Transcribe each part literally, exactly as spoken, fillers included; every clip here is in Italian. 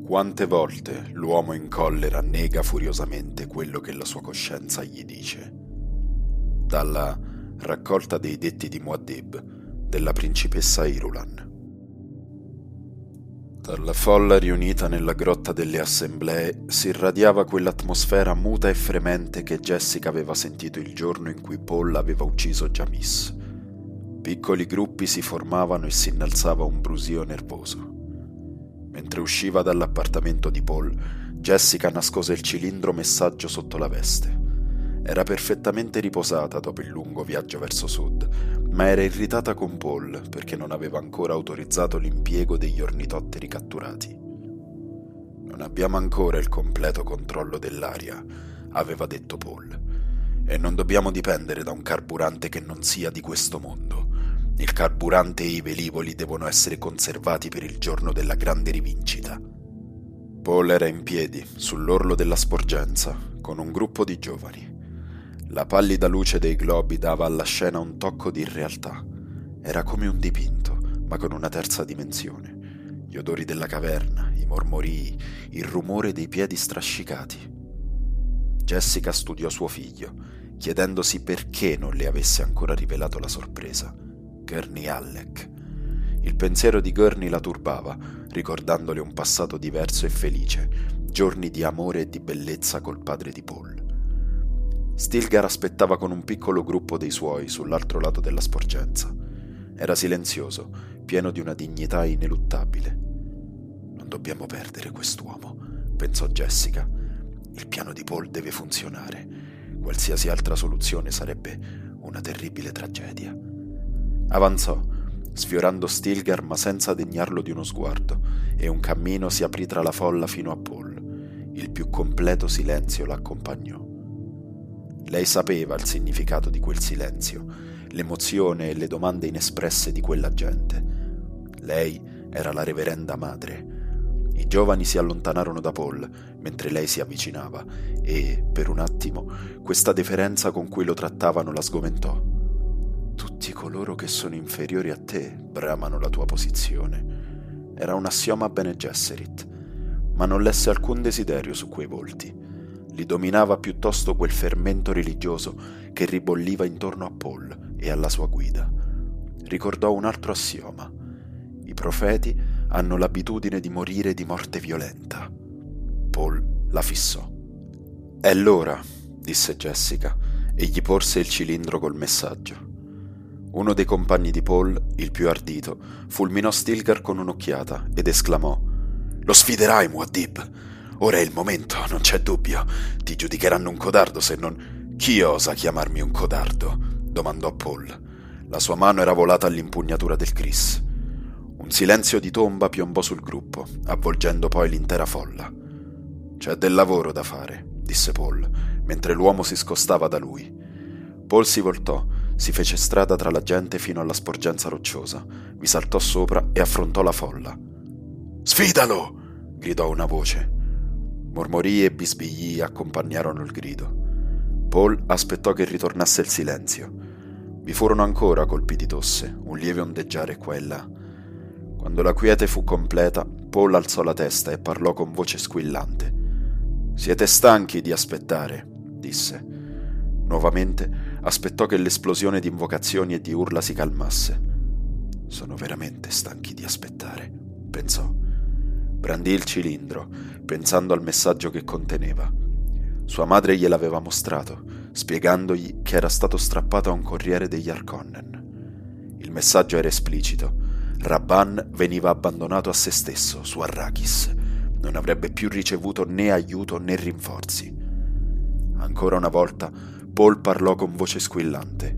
Quante volte l'uomo in collera nega furiosamente quello che la sua coscienza gli dice. Dalla raccolta dei detti di Muad'Dib della principessa Irulan. Dalla folla riunita nella grotta delle assemblee si irradiava quell'atmosfera muta e fremente che Jessica aveva sentito il giorno in cui Paul aveva ucciso Jamis. Piccoli gruppi si formavano e si innalzava un brusio nervoso. Mentre usciva dall'appartamento di Paul, Jessica nascose il cilindro messaggio sotto la veste. Era perfettamente riposata dopo il lungo viaggio verso sud, ma era irritata con Paul perché non aveva ancora autorizzato l'impiego degli ornitotteri catturati. «Non abbiamo ancora il completo controllo dell'aria», aveva detto Paul, «e non dobbiamo dipendere da un carburante che non sia di questo mondo. Il carburante e i velivoli devono essere conservati per il giorno della grande rivincita». Paul era in piedi, sull'orlo della sporgenza, con un gruppo di giovani. La pallida luce dei globi dava alla scena un tocco di irrealtà. Era come un dipinto, ma con una terza dimensione. Gli odori della caverna, i mormorii, il rumore dei piedi strascicati. Jessica studiò suo figlio, chiedendosi perché non le avesse ancora rivelato la sorpresa. Gurney Halleck. Il pensiero di Gurney la turbava, ricordandole un passato diverso e felice, giorni di amore e di bellezza col padre di Paul. Stilgar aspettava con un piccolo gruppo dei suoi sull'altro lato della sporgenza. Era silenzioso, pieno di una dignità ineluttabile. «Non dobbiamo perdere quest'uomo», pensò Jessica. «Il piano di Paul deve funzionare. Qualsiasi altra soluzione sarebbe una terribile tragedia». Avanzò, sfiorando Stilgar ma senza degnarlo di uno sguardo, e un cammino si aprì tra la folla fino a Paul. Il più completo silenzio l'accompagnò. Lei sapeva il significato di quel silenzio, l'emozione e le domande inespresse di quella gente. Lei era la reverenda madre. I giovani si allontanarono da Paul mentre lei si avvicinava e, per un attimo, questa deferenza con cui lo trattavano la sgomentò. «Tutti coloro che sono inferiori a te bramano la tua posizione». Era un assioma a Bene Gesserit, ma non lesse alcun desiderio su quei volti. Li dominava piuttosto quel fermento religioso che ribolliva intorno a Paul e alla sua guida. Ricordò un altro assioma: i profeti hanno l'abitudine di morire di morte violenta. Paul la fissò. «È l'ora», disse Jessica, e gli porse il cilindro col messaggio. Uno dei compagni di Paul, il più ardito, fulminò Stilgar con un'occhiata ed esclamò: «Lo sfiderai, Muad'Dib! Ora è il momento, non c'è dubbio. Ti giudicheranno un codardo se non...» «Chi osa chiamarmi un codardo?» domandò Paul. La sua mano era volata all'impugnatura del Kris. Un silenzio di tomba piombò sul gruppo, avvolgendo poi l'intera folla. «C'è del lavoro da fare», disse Paul, mentre l'uomo si scostava da lui. Paul si voltò, si fece strada tra la gente fino alla sporgenza rocciosa, vi saltò sopra e affrontò la folla. «Sfidalo!» gridò una voce. Mormorii e bisbigli accompagnarono il grido. Paul aspettò che ritornasse il silenzio. Vi furono ancora colpi di tosse, un lieve ondeggiare qua e là. Quando la quiete fu completa, Paul alzò la testa e parlò con voce squillante. «Siete stanchi di aspettare?» disse. Nuovamente aspettò che l'esplosione di invocazioni e di urla si calmasse. «Sono veramente stanchi di aspettare», pensò. Brandì il cilindro, pensando al messaggio che conteneva. Sua madre gliel'aveva mostrato, spiegandogli che era stato strappato a un corriere degli Harkonnen. Il messaggio era esplicito. Rabban veniva abbandonato a se stesso, su Arrakis. Non avrebbe più ricevuto né aiuto né rinforzi. Ancora una volta, Paul parlò con voce squillante.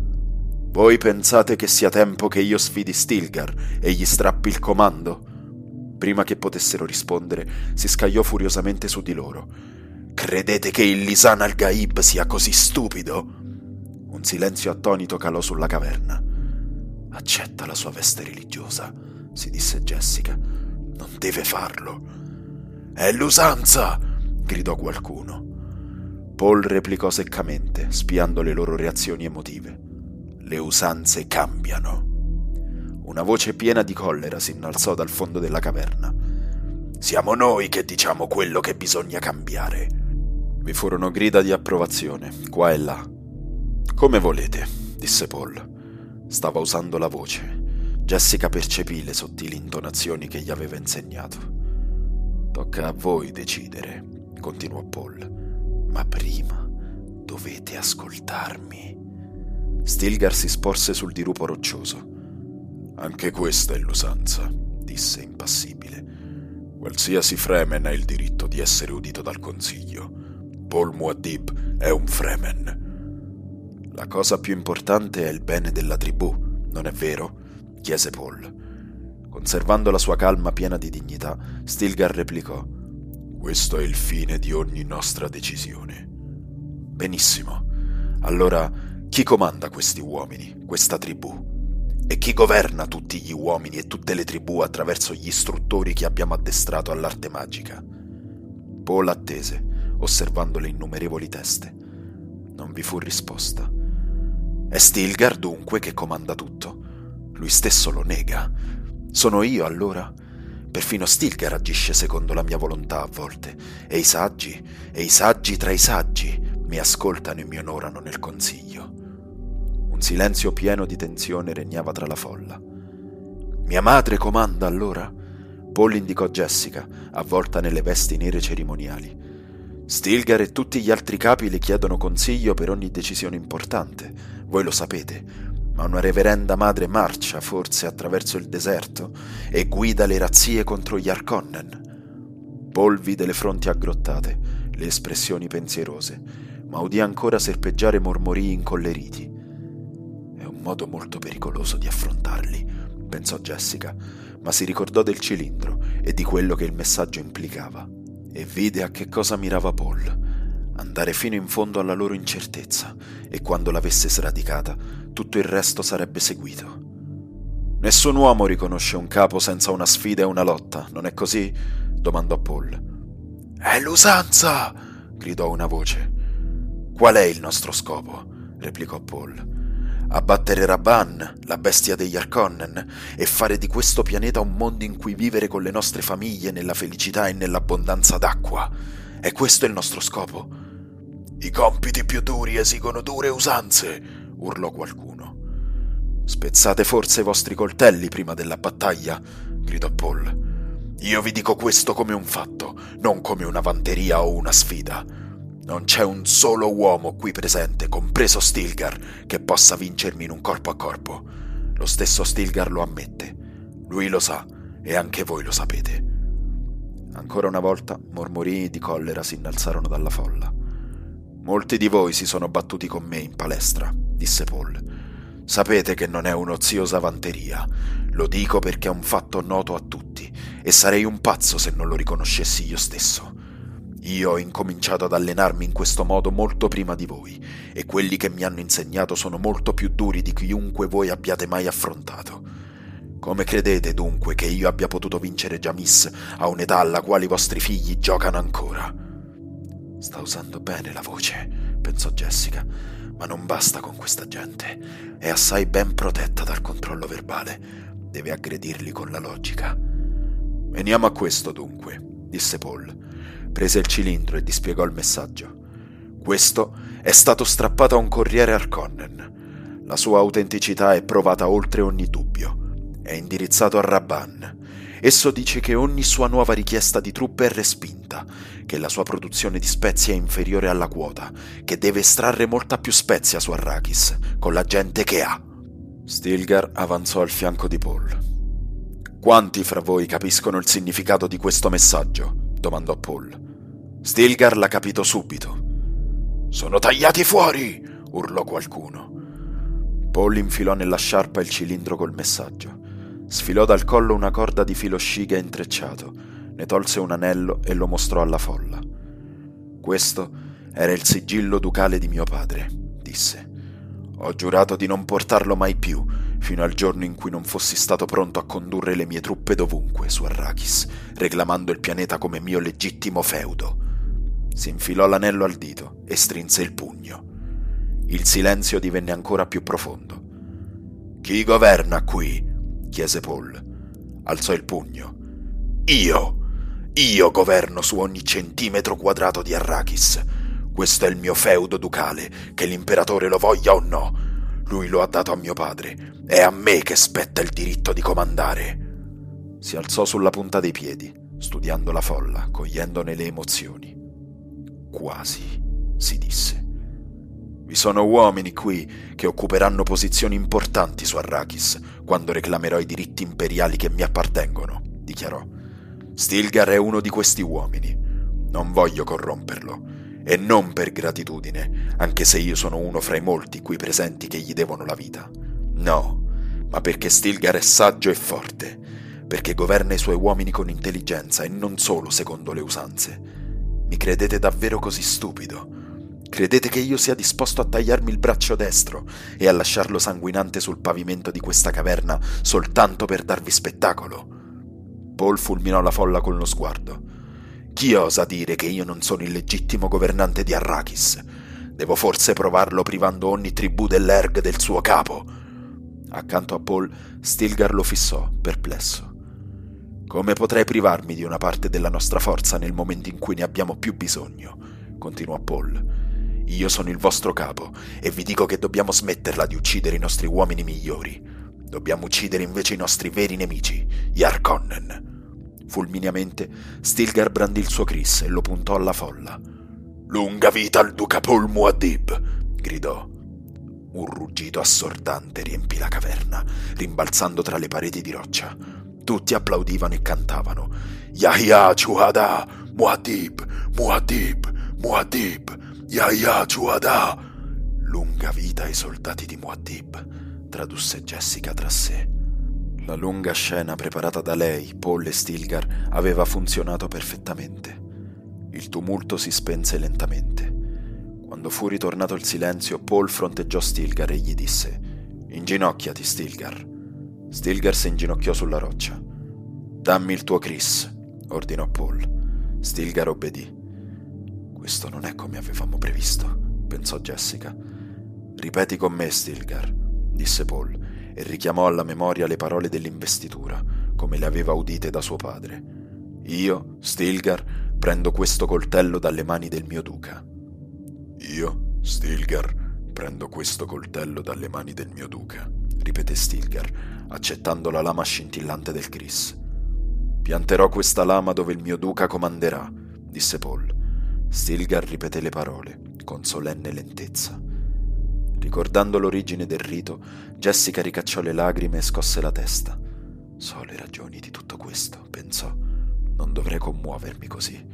«Voi pensate che sia tempo che io sfidi Stilgar e gli strappi il comando?» Prima che potessero rispondere, si scagliò furiosamente su di loro. «Credete che il Lisan al-Gaib sia così stupido?» Un silenzio attonito calò sulla caverna. «Accetta la sua veste religiosa», si disse Jessica. «Non deve farlo». «È l'usanza!» gridò qualcuno. Paul replicò seccamente, spiando le loro reazioni emotive. «Le usanze cambiano». Una voce piena di collera si innalzò dal fondo della caverna. Siamo noi che diciamo quello che bisogna cambiare. Vi furono grida di approvazione, qua e là. Come volete, disse Paul. Stava usando la voce. Jessica percepì le sottili intonazioni che gli aveva insegnato. Tocca a voi decidere, continuò Paul. Ma prima dovete ascoltarmi. Stilgar si sporse sul dirupo roccioso. Anche questa è l'usanza, disse impassibile. Qualsiasi Fremen ha il diritto di essere udito dal Consiglio. Paul Muad'Dib è un Fremen. La cosa più importante è il bene della tribù, non è vero? Chiese Paul. Conservando la sua calma piena di dignità, Stilgar replicò: questo è il fine di ogni nostra decisione. Benissimo. Allora, chi comanda questi uomini, questa tribù? E chi governa tutti gli uomini e tutte le tribù attraverso gli istruttori che abbiamo addestrato all'arte magica? Paul attese, osservando le innumerevoli teste. Non vi fu risposta. È Stilgar dunque che comanda tutto? Lui stesso lo nega. Sono io allora? Perfino Stilgar agisce secondo la mia volontà a volte, e i saggi, e i saggi tra i saggi, mi ascoltano e mi onorano nel consiglio. Un silenzio pieno di tensione regnava tra la folla. Mia madre comanda allora? Paul indicò Jessica, avvolta nelle vesti nere cerimoniali. Stilgar e tutti gli altri capi le chiedono consiglio per ogni decisione importante, voi lo sapete, ma una reverenda madre marcia forse attraverso il deserto e guida le razzie contro gli Harkonnen. Paul vide le fronti aggrottate, le espressioni pensierose, ma udì ancora serpeggiare mormorii incolleriti. È un modo molto pericoloso di affrontarli, pensò Jessica, ma si ricordò del cilindro e di quello che il messaggio implicava, e vide a che cosa mirava Paul: andare fino in fondo alla loro incertezza, e quando l'avesse sradicata, tutto il resto sarebbe seguito. Nessun uomo riconosce un capo senza una sfida e una lotta, non è così? Domandò Paul. È l'usanza! Gridò una voce. Qual è il nostro scopo? Replicò Paul. Abbattere Rabban, la bestia degli Harkonnen, e fare di questo pianeta un mondo in cui vivere con le nostre famiglie nella felicità e nell'abbondanza d'acqua. E questo è il nostro scopo. I compiti più duri esigono dure usanze, urlò qualcuno. Spezzate forse i vostri coltelli prima della battaglia, gridò Paul. Io vi dico questo come un fatto, non come una vanteria o una sfida. Non c'è un solo uomo qui presente, compreso Stilgar, che possa vincermi in un corpo a corpo. Lo stesso Stilgar lo ammette. Lui lo sa, e anche voi lo sapete. Ancora una volta mormorii di collera si innalzarono dalla folla. Molti di voi si sono battuti con me in palestra, disse Paul. Sapete che non è un'oziosa vanteria. Lo dico perché è un fatto noto a tutti, e sarei un pazzo se non lo riconoscessi io stesso. Io ho incominciato ad allenarmi in questo modo molto prima di voi, e quelli che mi hanno insegnato sono molto più duri di chiunque voi abbiate mai affrontato. Come credete dunque che io abbia potuto vincere Jamis a un'età alla quale i vostri figli giocano ancora? Sta usando bene la voce, pensò Jessica, ma non basta con questa gente. È assai ben protetta dal controllo verbale. Deve aggredirli con la logica. Veniamo a questo dunque, disse Paul. Prese il cilindro e dispiegò il messaggio. Questo è stato strappato a un corriere Harkonnen. La sua autenticità è provata oltre ogni dubbio. È indirizzato a Rabban. Esso dice che ogni sua nuova richiesta di truppe è respinta, che la sua produzione di spezie è inferiore alla quota, che deve estrarre molta più spezia su Arrakis, con la gente che ha. Stilgar avanzò al fianco di Paul. Quanti fra voi capiscono il significato di questo messaggio? Domandò Paul. Stilgar l'ha capito subito. Sono tagliati fuori! Urlò qualcuno. Paul infilò nella sciarpa il cilindro col messaggio. Sfilò dal collo una corda di filo sciga intrecciato, ne tolse un anello e lo mostrò alla folla. Questo era il sigillo ducale di mio padre, disse. Ho giurato di non portarlo mai più, fino al giorno in cui non fossi stato pronto a condurre le mie truppe dovunque su Arrakis, reclamando il pianeta come mio legittimo feudo. Si infilò l'anello al dito e strinse il pugno. Il silenzio divenne ancora più profondo. Chi governa qui? Chiese Paul. Alzò il pugno. Io! Io governo su ogni centimetro quadrato di Arrakis. Questo è il mio feudo ducale, che l'imperatore lo voglia o no. Lui lo ha dato a mio padre. È a me che spetta il diritto di comandare. Si alzò sulla punta dei piedi, studiando la folla, cogliendone le emozioni. Quasi, si disse. Vi sono uomini qui che occuperanno posizioni importanti su Arrakis quando reclamerò i diritti imperiali che mi appartengono, dichiarò. Stilgar è uno di questi uomini. Non voglio corromperlo. E non per gratitudine, anche se io sono uno fra i molti qui presenti che gli devono la vita. No, ma perché Stilgar è saggio e forte, perché governa i suoi uomini con intelligenza e non solo secondo le usanze. Mi credete davvero così stupido? Credete che io sia disposto a tagliarmi il braccio destro e a lasciarlo sanguinante sul pavimento di questa caverna soltanto per darvi spettacolo? Paul fulminò la folla con lo sguardo. Chi osa dire che io non sono il legittimo governante di Arrakis? Devo forse provarlo privando ogni tribù dell'Erg del suo capo? Accanto a Paul, Stilgar lo fissò, perplesso. Come potrei privarmi di una parte della nostra forza nel momento in cui ne abbiamo più bisogno? Continuò Paul. Io sono il vostro capo e vi dico che dobbiamo smetterla di uccidere i nostri uomini migliori. Dobbiamo uccidere invece i nostri veri nemici, gli Harkonnen. Fulmineamente, Stilgar brandì il suo kris e lo puntò alla folla. «Lunga vita al duca Paul Muad'Dib!» gridò. Un ruggito assordante riempì la caverna, rimbalzando tra le pareti di roccia. Tutti applaudivano e cantavano. «Yahya Chuhada! Muad'Dib! Muad'Dib! Muad'Dib! Yahya Chuhada!» «Lunga vita ai soldati di Muad'Dib!» tradusse Jessica tra sé. La lunga scena preparata da lei, Paul e Stilgar aveva funzionato perfettamente. Il tumulto si spense lentamente. Quando fu ritornato il silenzio, Paul fronteggiò Stilgar e gli disse: «Inginocchiati, Stilgar». Stilgar si inginocchiò sulla roccia. «Dammi il tuo kris», ordinò Paul. Stilgar obbedì. «Questo non è come avevamo previsto», pensò Jessica. «Ripeti con me, Stilgar», disse Paul, e richiamò alla memoria le parole dell'investitura, come le aveva udite da suo padre. «Io, Stilgar, prendo questo coltello dalle mani del mio duca». «Io, Stilgar, prendo questo coltello dalle mani del mio duca», ripeté Stilgar, accettando la lama scintillante del kris. «Pianterò questa lama dove il mio duca comanderà», disse Paul. Stilgar ripeté le parole, con solenne lentezza. Ricordando l'origine del rito, Jessica ricacciò le lagrime e scosse la testa. «So le ragioni di tutto questo», pensò. «Non dovrei commuovermi così.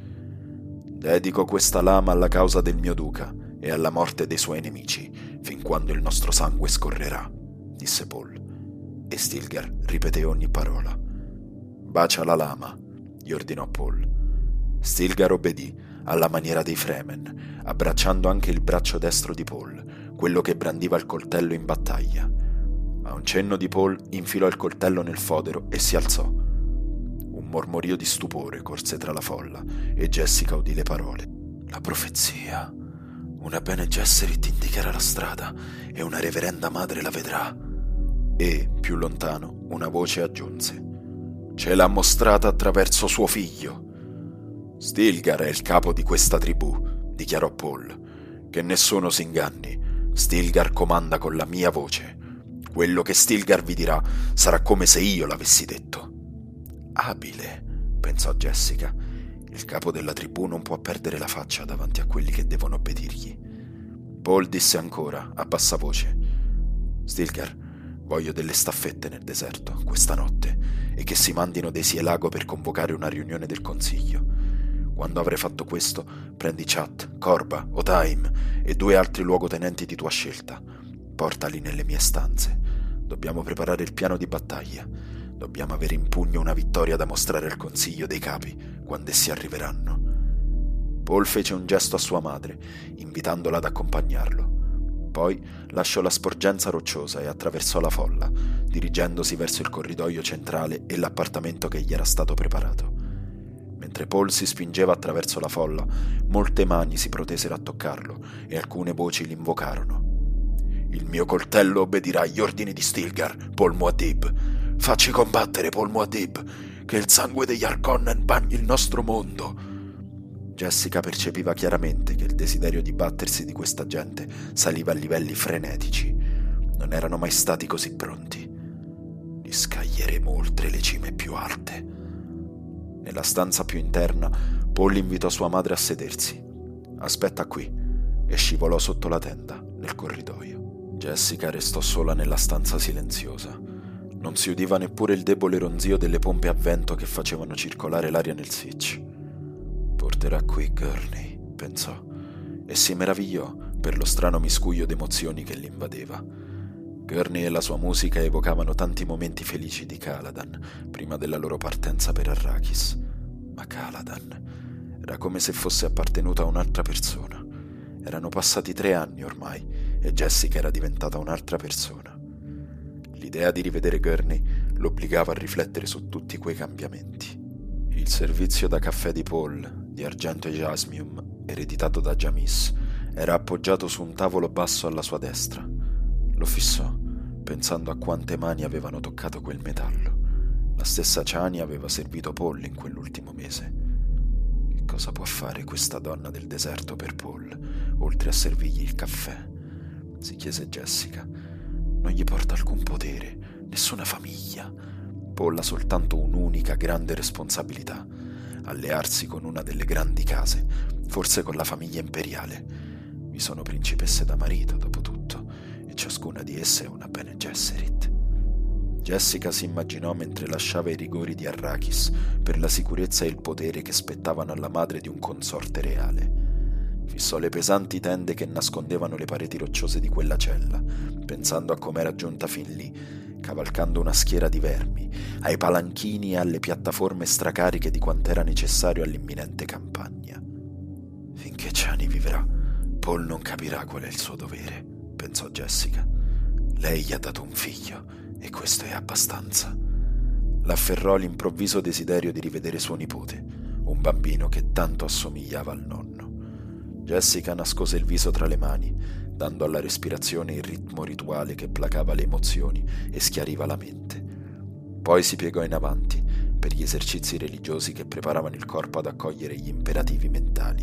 Dedico questa lama alla causa del mio duca e alla morte dei suoi nemici, fin quando il nostro sangue scorrerà», disse Paul. E Stilgar ripeté ogni parola. «Bacia la lama», gli ordinò Paul. Stilgar obbedì, alla maniera dei Fremen, abbracciando anche il braccio destro di Paul, quello che brandiva il coltello in battaglia. A un cenno di Paul infilò il coltello nel fodero e si alzò. Un mormorio di stupore corse tra la folla e Jessica udì le parole. «La profezia. Una Bene Gesserit indicherà la strada e una reverenda madre la vedrà». E, più lontano, una voce aggiunse: «Ce l'ha mostrata attraverso suo figlio». «Stilgar è il capo di questa tribù», dichiarò Paul. «Che nessuno si inganni. Stilgar comanda con la mia voce. Quello che Stilgar vi dirà sarà come se io l'avessi detto». «Abile», pensò Jessica. «Il capo della tribù non può perdere la faccia davanti a quelli che devono obbedirgli». Paul disse ancora, a bassa voce: «Stilgar, voglio delle staffette nel deserto, questa notte, e che si mandino dei Sielago per convocare una riunione del consiglio. Quando avrai fatto questo, prendi Chat, Korba, Otaim e due altri luogotenenti di tua scelta. Portali nelle mie stanze. Dobbiamo preparare il piano di battaglia. Dobbiamo avere in pugno una vittoria da mostrare al Consiglio dei Capi quando essi arriveranno». Paul fece un gesto a sua madre, invitandola ad accompagnarlo. Poi lasciò la sporgenza rocciosa e attraversò la folla, dirigendosi verso il corridoio centrale e l'appartamento che gli era stato preparato. Mentre Paul si spingeva attraverso la folla, molte mani si protesero a toccarlo e alcune voci l'invocarono. «Il mio coltello obbedirà agli ordini di Stilgar, Paul Muad'Dib. Facci combattere, Paul Muad'Dib. Che il sangue degli Harkonnen bagni il nostro mondo. Jessica percepiva chiaramente che il desiderio di battersi di questa gente saliva a livelli frenetici. Non erano mai stati così pronti. Li scaglieremo oltre le cime più alte. Nella stanza più interna, Paul invitò sua madre a sedersi. Aspetta qui, e scivolò sotto la tenda, nel corridoio. Jessica restò sola nella stanza silenziosa. Non si udiva neppure il debole ronzio delle pompe a vento che facevano circolare l'aria nel switch. Porterà qui Gurney, pensò, e si meravigliò per lo strano miscuglio d'emozioni che l'invadeva. Gurney e la sua musica evocavano tanti momenti felici di Caladan, prima della loro partenza per Arrakis. Ma Caladan era come se fosse appartenuta a un'altra persona. Erano passati tre anni ormai e Jessica era diventata un'altra persona. L'idea di rivedere Gurney l'obbligava a riflettere su tutti quei cambiamenti. Il servizio da caffè di Paul, di argento e jasmium, ereditato da Jamis, era appoggiato su un tavolo basso alla sua destra. Lo fissò, pensando a quante mani avevano toccato quel metallo. La stessa Chani aveva servito Paul in quell'ultimo mese. Che cosa può fare questa donna del deserto per Paul, oltre a servirgli il caffè? Si chiese Jessica. Non gli porta alcun potere, nessuna famiglia. Paul ha soltanto un'unica grande responsabilità: allearsi con una delle grandi case, forse con la famiglia imperiale. Vi sono principesse da marito, dopo tutto, e ciascuna di esse è una Bene Gesserit. Jessica si immaginò mentre lasciava i rigori di Arrakis per la sicurezza e il potere che spettavano alla madre di un consorte reale. Fissò le pesanti tende che nascondevano le pareti rocciose di quella cella, pensando a com'era giunta fin lì, cavalcando una schiera di vermi, ai palanchini e alle piattaforme stracariche di quant'era necessario all'imminente campagna. Finché Chani vivrà, Paul non capirà qual è il suo dovere, pensò Jessica. Lei gli ha dato un figlio, e questo è abbastanza. L'afferrò l'improvviso desiderio di rivedere suo nipote, un bambino che tanto assomigliava al nonno. Jessica nascose il viso tra le mani, dando alla respirazione il ritmo rituale che placava le emozioni e schiariva la mente. Poi si piegò in avanti per gli esercizi religiosi che preparavano il corpo ad accogliere gli imperativi mentali.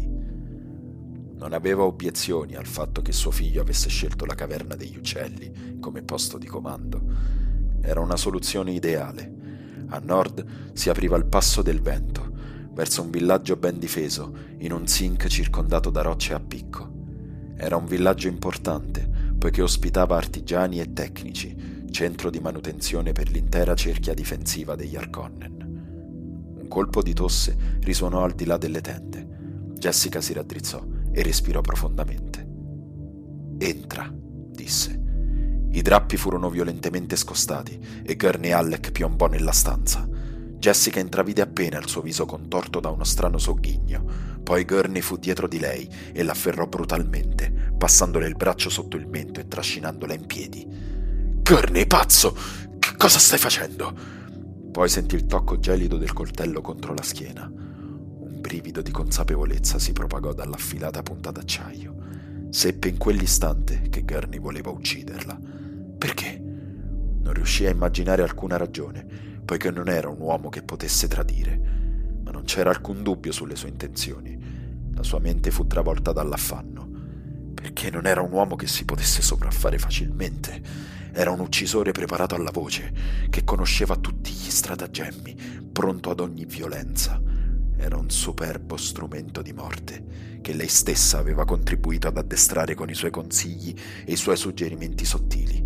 Non aveva obiezioni al fatto che suo figlio avesse scelto la caverna degli uccelli come posto di comando. Era una soluzione ideale. A nord si apriva il passo del vento, verso un villaggio ben difeso, in un zinc circondato da rocce a picco. Era un villaggio importante, poiché ospitava artigiani e tecnici, centro di manutenzione per l'intera cerchia difensiva degli Harkonnen. Un colpo di tosse risuonò al di là delle tende. Jessica si raddrizzò e respirò profondamente. «Entra», disse. I drappi furono violentemente scostati e Gurney Halleck piombò nella stanza. Jessica intravide appena il suo viso contorto da uno strano sogghigno. Poi Gurney fu dietro di lei e l'afferrò brutalmente, passandole il braccio sotto il mento e trascinandola in piedi. «Gurney, pazzo! Che cosa stai facendo?» Poi sentì il tocco gelido del coltello contro la schiena. Un brivido di consapevolezza si propagò dall'affilata punta d'acciaio. Seppe in quell'istante che Gurney voleva ucciderla. Perché? Non riuscì a immaginare alcuna ragione, poiché non era un uomo che potesse tradire, ma non c'era alcun dubbio sulle sue intenzioni. La sua mente fu travolta dall'affanno, perché non era un uomo che si potesse sopraffare facilmente. Era un uccisore preparato alla voce, che conosceva tutti gli stratagemmi, pronto ad ogni violenza. Era un superbo strumento di morte, che lei stessa aveva contribuito ad addestrare con i suoi consigli e i suoi suggerimenti sottili.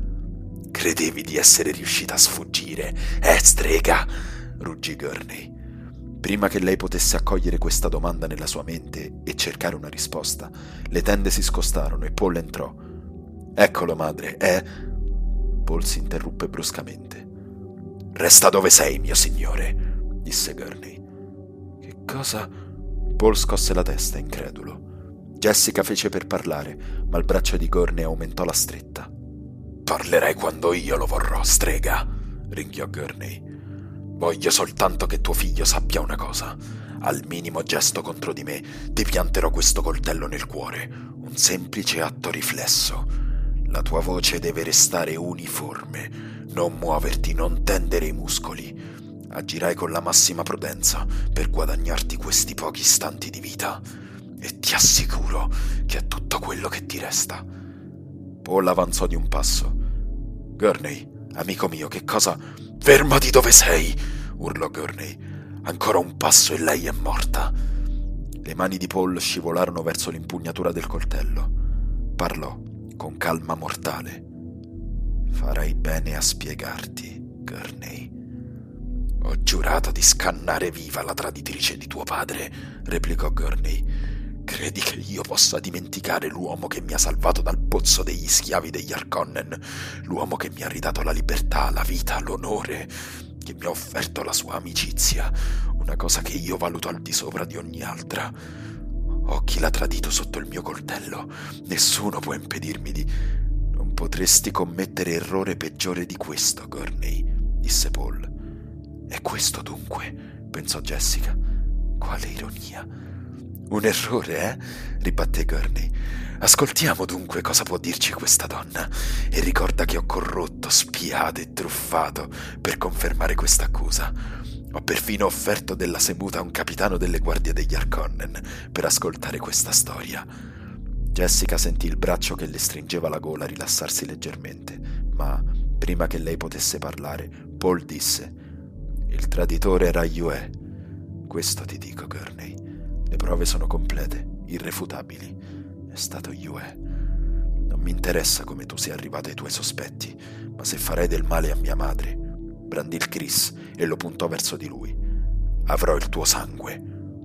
«Credevi di essere riuscita a sfuggire, eh, strega?» ruggì Gurney. Prima che lei potesse accogliere questa domanda nella sua mente e cercare una risposta, le tende si scostarono e Paul entrò. «Eccolo, madre, eh?» Paul si interruppe bruscamente. «Resta dove sei, mio signore», disse Gurney. «Che cosa?» Paul scosse la testa, incredulo. Jessica fece per parlare, ma il braccio di Gurney aumentò la stretta. «Parlerai quando io lo vorrò, strega», ringhiò Gurney. «Voglio soltanto che tuo figlio sappia una cosa. Al minimo gesto contro di me ti pianterò questo coltello nel cuore, un semplice atto riflesso. La tua voce deve restare uniforme, non muoverti, non tendere i muscoli. Agirai con la massima prudenza per guadagnarti questi pochi istanti di vita e ti assicuro che è tutto quello che ti resta. Paul avanzò di un passo. Gurney, amico mio, che cosa... Fermati dove sei! Urlò Gurney. Ancora un passo e lei è morta. Le mani di Paul scivolarono verso l'impugnatura del coltello. Parlò con calma mortale. Farai bene a spiegarti, Gurney. Ho giurato di scannare viva la traditrice di tuo padre, replicò Gurney. Credi che io possa dimenticare l'uomo che mi ha salvato dal pozzo degli schiavi degli Harkonnen, l'uomo che mi ha ridato la libertà, la vita, l'onore, che mi ha offerto la sua amicizia, una cosa che io valuto al di sopra di ogni altra. Ho chi l'ha tradito sotto il mio coltello, nessuno può impedirmi di... Non potresti commettere errore peggiore di questo, Gurney, disse Paul. È questo dunque, pensò Jessica. Quale ironia. Un errore, eh? Ribatté Gurney. Ascoltiamo dunque cosa può dirci questa donna e ricorda che ho corrotto, spiato e truffato per confermare questa accusa. Ho perfino offerto della semuta a un capitano delle guardie degli Harkonnen per ascoltare questa storia. Jessica sentì il braccio che le stringeva la gola rilassarsi leggermente, ma prima che lei potesse parlare, Paul disse: il traditore era Yue. Questo ti dico, Gurney. Le prove sono complete, irrefutabili. È stato Yue. Non mi interessa come tu sia arrivato ai tuoi sospetti, ma se farai del male a mia madre... Brandì il Kris e lo puntò verso di lui. Avrò il tuo sangue.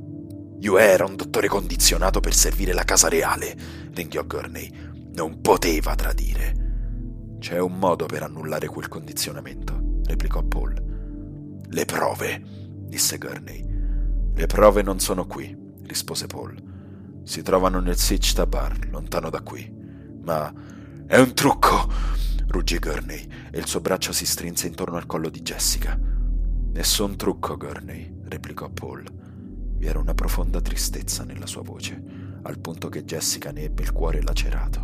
Yue era un dottore condizionato per servire la casa reale, ringhiò Gurney. Non poteva tradire. C'è un modo per annullare quel condizionamento, replicò Paul. Le prove, disse Gurney. Le prove non sono qui, rispose Paul. Si trovano nel Sichtah Bar, lontano da qui. Ma è un trucco! Ruggì Gurney e il suo braccio si strinse intorno al collo di Jessica. Nessun trucco, Gurney, replicò Paul. Vi era una profonda tristezza nella sua voce, al punto che Jessica ne ebbe il cuore lacerato.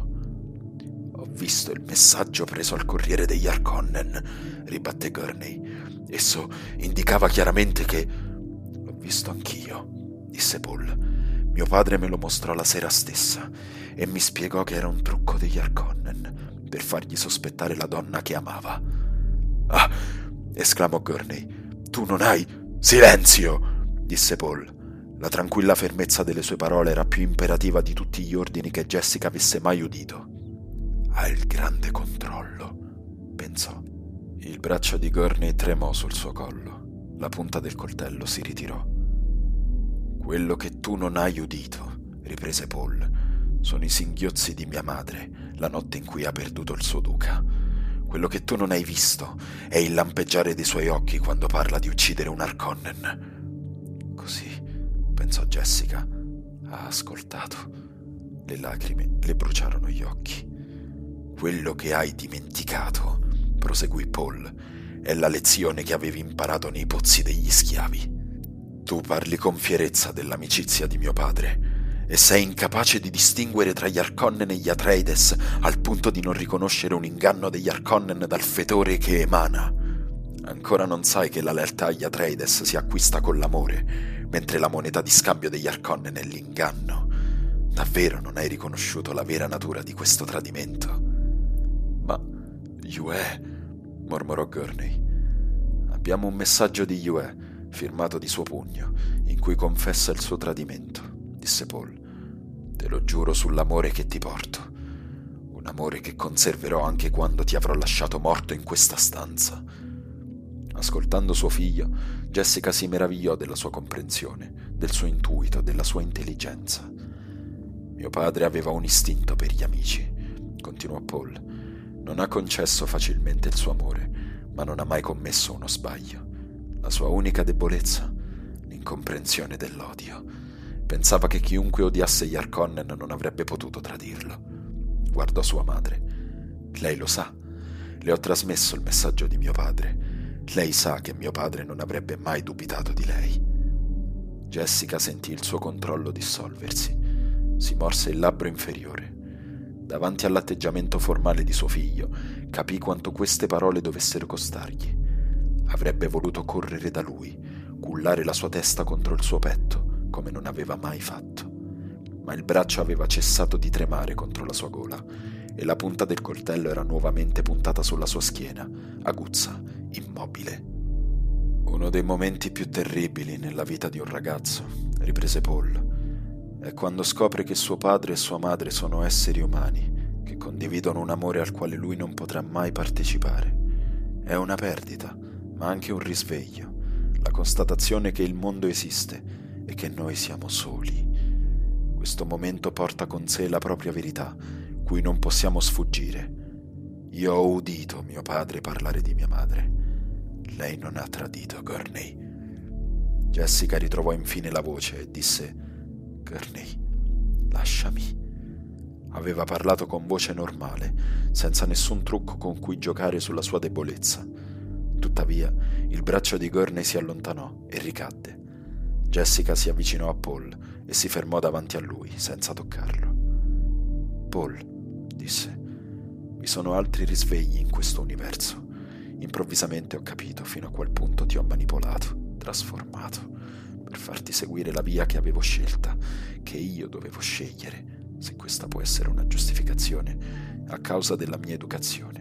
Ho visto il messaggio preso al corriere degli Harkonnen, ribatté Gurney. Esso indicava chiaramente che... L'ho visto anch'io, disse Paul. Mio padre me lo mostrò la sera stessa e mi spiegò che era un trucco degli Harkonnen per fargli sospettare la donna che amava. Ah! Esclamò Gurney. Tu non hai... Silenzio! Disse Paul. La tranquilla fermezza delle sue parole era più imperativa di tutti gli ordini che Jessica avesse mai udito. Ha il grande controllo, pensò. Il braccio di Gurney tremò sul suo collo. La punta del coltello si ritirò. Quello che tu non hai udito, riprese Paul, sono i singhiozzi di mia madre la notte in cui ha perduto il suo duca. Quello che tu non hai visto è il lampeggiare dei suoi occhi quando parla di uccidere un Harkonnen. Così, pensò Jessica, ha ascoltato. Le lacrime le bruciarono gli occhi. Quello che hai dimenticato, proseguì Paul, è la lezione che avevi imparato nei pozzi degli schiavi. Tu parli con fierezza dell'amicizia di mio padre e sei incapace di distinguere tra gli Harkonnen e gli Atreides al punto di non riconoscere un inganno degli Harkonnen dal fetore che emana. Ancora non sai che la lealtà agli Atreides si acquista con l'amore, mentre la moneta di scambio degli Harkonnen è l'inganno. Davvero non hai riconosciuto la vera natura di questo tradimento? Ma Yue, mormorò Gurney. Abbiamo un messaggio di Yue, firmato di suo pugno, in cui confessa il suo tradimento, disse Paul. Te lo giuro sull'amore che ti porto, un amore che conserverò anche quando ti avrò lasciato morto in questa stanza. Ascoltando suo figlio, Jessica si meravigliò della sua comprensione, del suo intuito, della sua intelligenza. Mio padre aveva un istinto per gli amici, continuò Paul. Non ha concesso facilmente il suo amore, ma non ha mai commesso uno sbaglio. La sua unica debolezza, l'incomprensione dell'odio. Pensava che chiunque odiasse gli Harkonnen non avrebbe potuto tradirlo. Guardò sua madre. Lei lo sa. Le ho trasmesso il messaggio di mio padre. Lei sa che mio padre non avrebbe mai dubitato di lei. Jessica sentì il suo controllo dissolversi. Si morse il labbro inferiore. Davanti all'atteggiamento formale di suo figlio, capì quanto queste parole dovessero costargli. Avrebbe voluto correre da lui, cullare la sua testa contro il suo petto, come non aveva mai fatto. Ma il braccio aveva cessato di tremare contro la sua gola e la punta del coltello era nuovamente puntata sulla sua schiena, aguzza, immobile. Uno dei momenti più terribili nella vita di un ragazzo, riprese Paul, è quando scopre che suo padre e sua madre sono esseri umani, che condividono un amore al quale lui non potrà mai partecipare. È una perdita, ma anche un risveglio, la constatazione che il mondo esiste e che noi siamo soli. Questo momento porta con sé la propria verità, cui non possiamo sfuggire. Io ho udito mio padre parlare di mia madre. Lei non ha tradito Gurney. Jessica ritrovò infine la voce e disse: Gurney, lasciami. Aveva parlato con voce normale, senza nessun trucco con cui giocare sulla sua debolezza. Tuttavia, il braccio di Gurney si allontanò e ricadde. Jessica si avvicinò a Paul e si fermò davanti a lui, senza toccarlo. Paul, disse, vi sono altri risvegli in questo universo. Improvvisamente ho capito fino a quel punto ti ho manipolato, trasformato, per farti seguire la via che avevo scelta, che io dovevo scegliere, se questa può essere una giustificazione, a causa della mia educazione.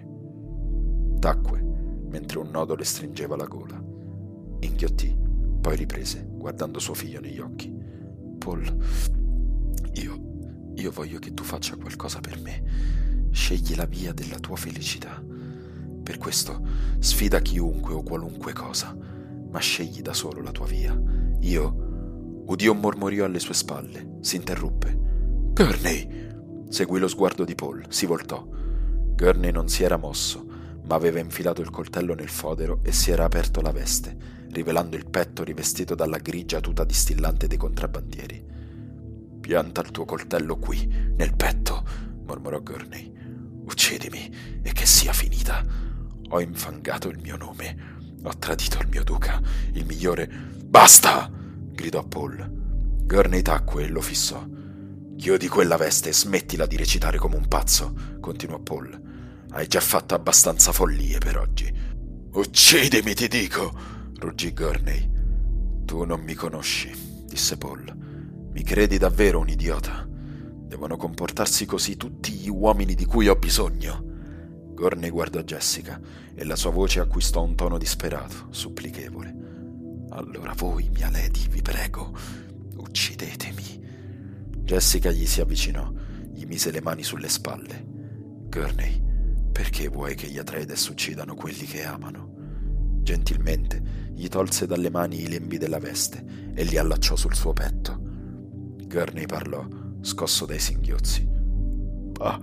Tacque, mentre un nodo le stringeva la gola. Inghiottì, poi riprese, guardando suo figlio negli occhi. Paul, io, io voglio che tu faccia qualcosa per me. Scegli la via della tua felicità. Per questo sfida chiunque o qualunque cosa, ma scegli da solo la tua via. Io... Udì un mormorio alle sue spalle, si interruppe. Gurney! Seguì lo sguardo di Paul, si voltò. Gurney non si era mosso, ma aveva infilato il coltello nel fodero e si era aperto la veste, rivelando il petto rivestito dalla grigia tuta distillante dei contrabbandieri. Pianta il tuo coltello qui, nel petto, mormorò Gurney. Uccidimi e che sia finita. Ho infangato il mio nome, ho tradito il mio duca, il migliore... Basta! Gridò Paul. Gurney tacque e lo fissò. Chiudi quella veste e smettila di recitare come un pazzo, continuò Paul. Hai già fatto abbastanza follie per oggi. Uccidimi, ti dico, ruggì Gurney. Tu non mi conosci, disse Paul. Mi credi davvero un idiota? Devono comportarsi così tutti gli uomini di cui ho bisogno. Gurney guardò Jessica e la sua voce acquistò un tono disperato, supplichevole. Allora voi, mia lady, vi prego, uccidetemi. Jessica gli si avvicinò, gli mise le mani sulle spalle. Gurney, perché vuoi che gli Atreides uccidano quelli che amano? Gentilmente gli tolse dalle mani i lembi della veste e li allacciò sul suo petto. Gurney parlò, scosso dai singhiozzi. Ah,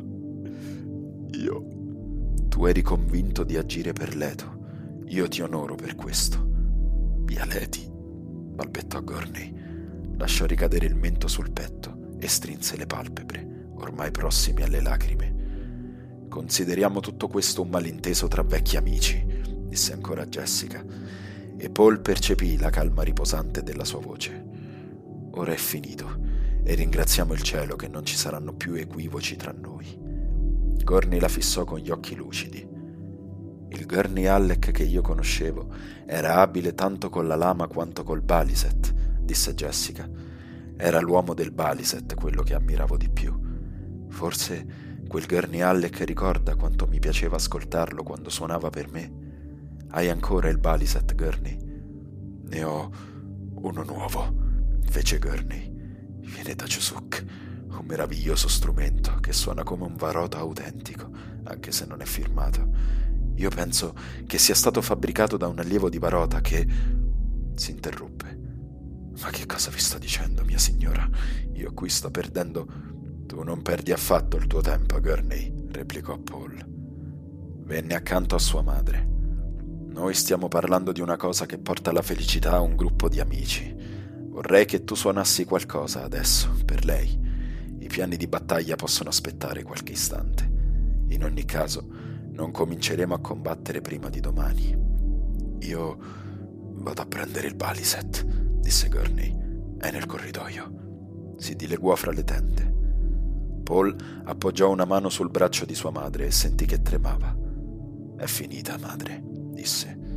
io... Tu eri convinto di agire per Leto. Io ti onoro per questo. Mia lady, balbettò Gurney. Lasciò ricadere il mento sul petto e strinse le palpebre, ormai prossimi alle lacrime. Consideriamo tutto questo un malinteso tra vecchi amici, disse ancora Jessica, e Paul percepì la calma riposante della sua voce. Ora è finito e ringraziamo il cielo che non ci saranno più equivoci tra noi. Gurney la fissò con gli occhi lucidi. Il Gurney Halleck che io conoscevo era abile tanto con la lama quanto col Baliset, disse Jessica. Era l'uomo del Baliset quello che ammiravo di più. Forse quel Gurney Halleck ricorda quanto mi piaceva ascoltarlo quando suonava per me. Hai ancora il Baliset, Gurney? Ne ho uno nuovo, fece Gurney. Viene da Chusuk, un meraviglioso strumento che suona come un varota autentico, anche se non è firmato. Io penso che sia stato fabbricato da un allievo di Varota che... Si interruppe. Ma che cosa vi sto dicendo, mia signora? Io qui sto perdendo... Tu non perdi affatto il tuo tempo, Gurney, replicò Paul. Venne accanto a sua madre. Noi stiamo parlando di una cosa che porta la felicità a un gruppo di amici. Vorrei che tu suonassi qualcosa adesso, per lei. I piani di battaglia possono aspettare qualche istante. In ogni caso... Non cominceremo a combattere prima di domani. Io vado a prendere il Baliset, disse Gurney. È nel corridoio. Si dileguò fra le tende. Paul appoggiò una mano sul braccio di sua madre e sentì che tremava. È finita, madre, disse.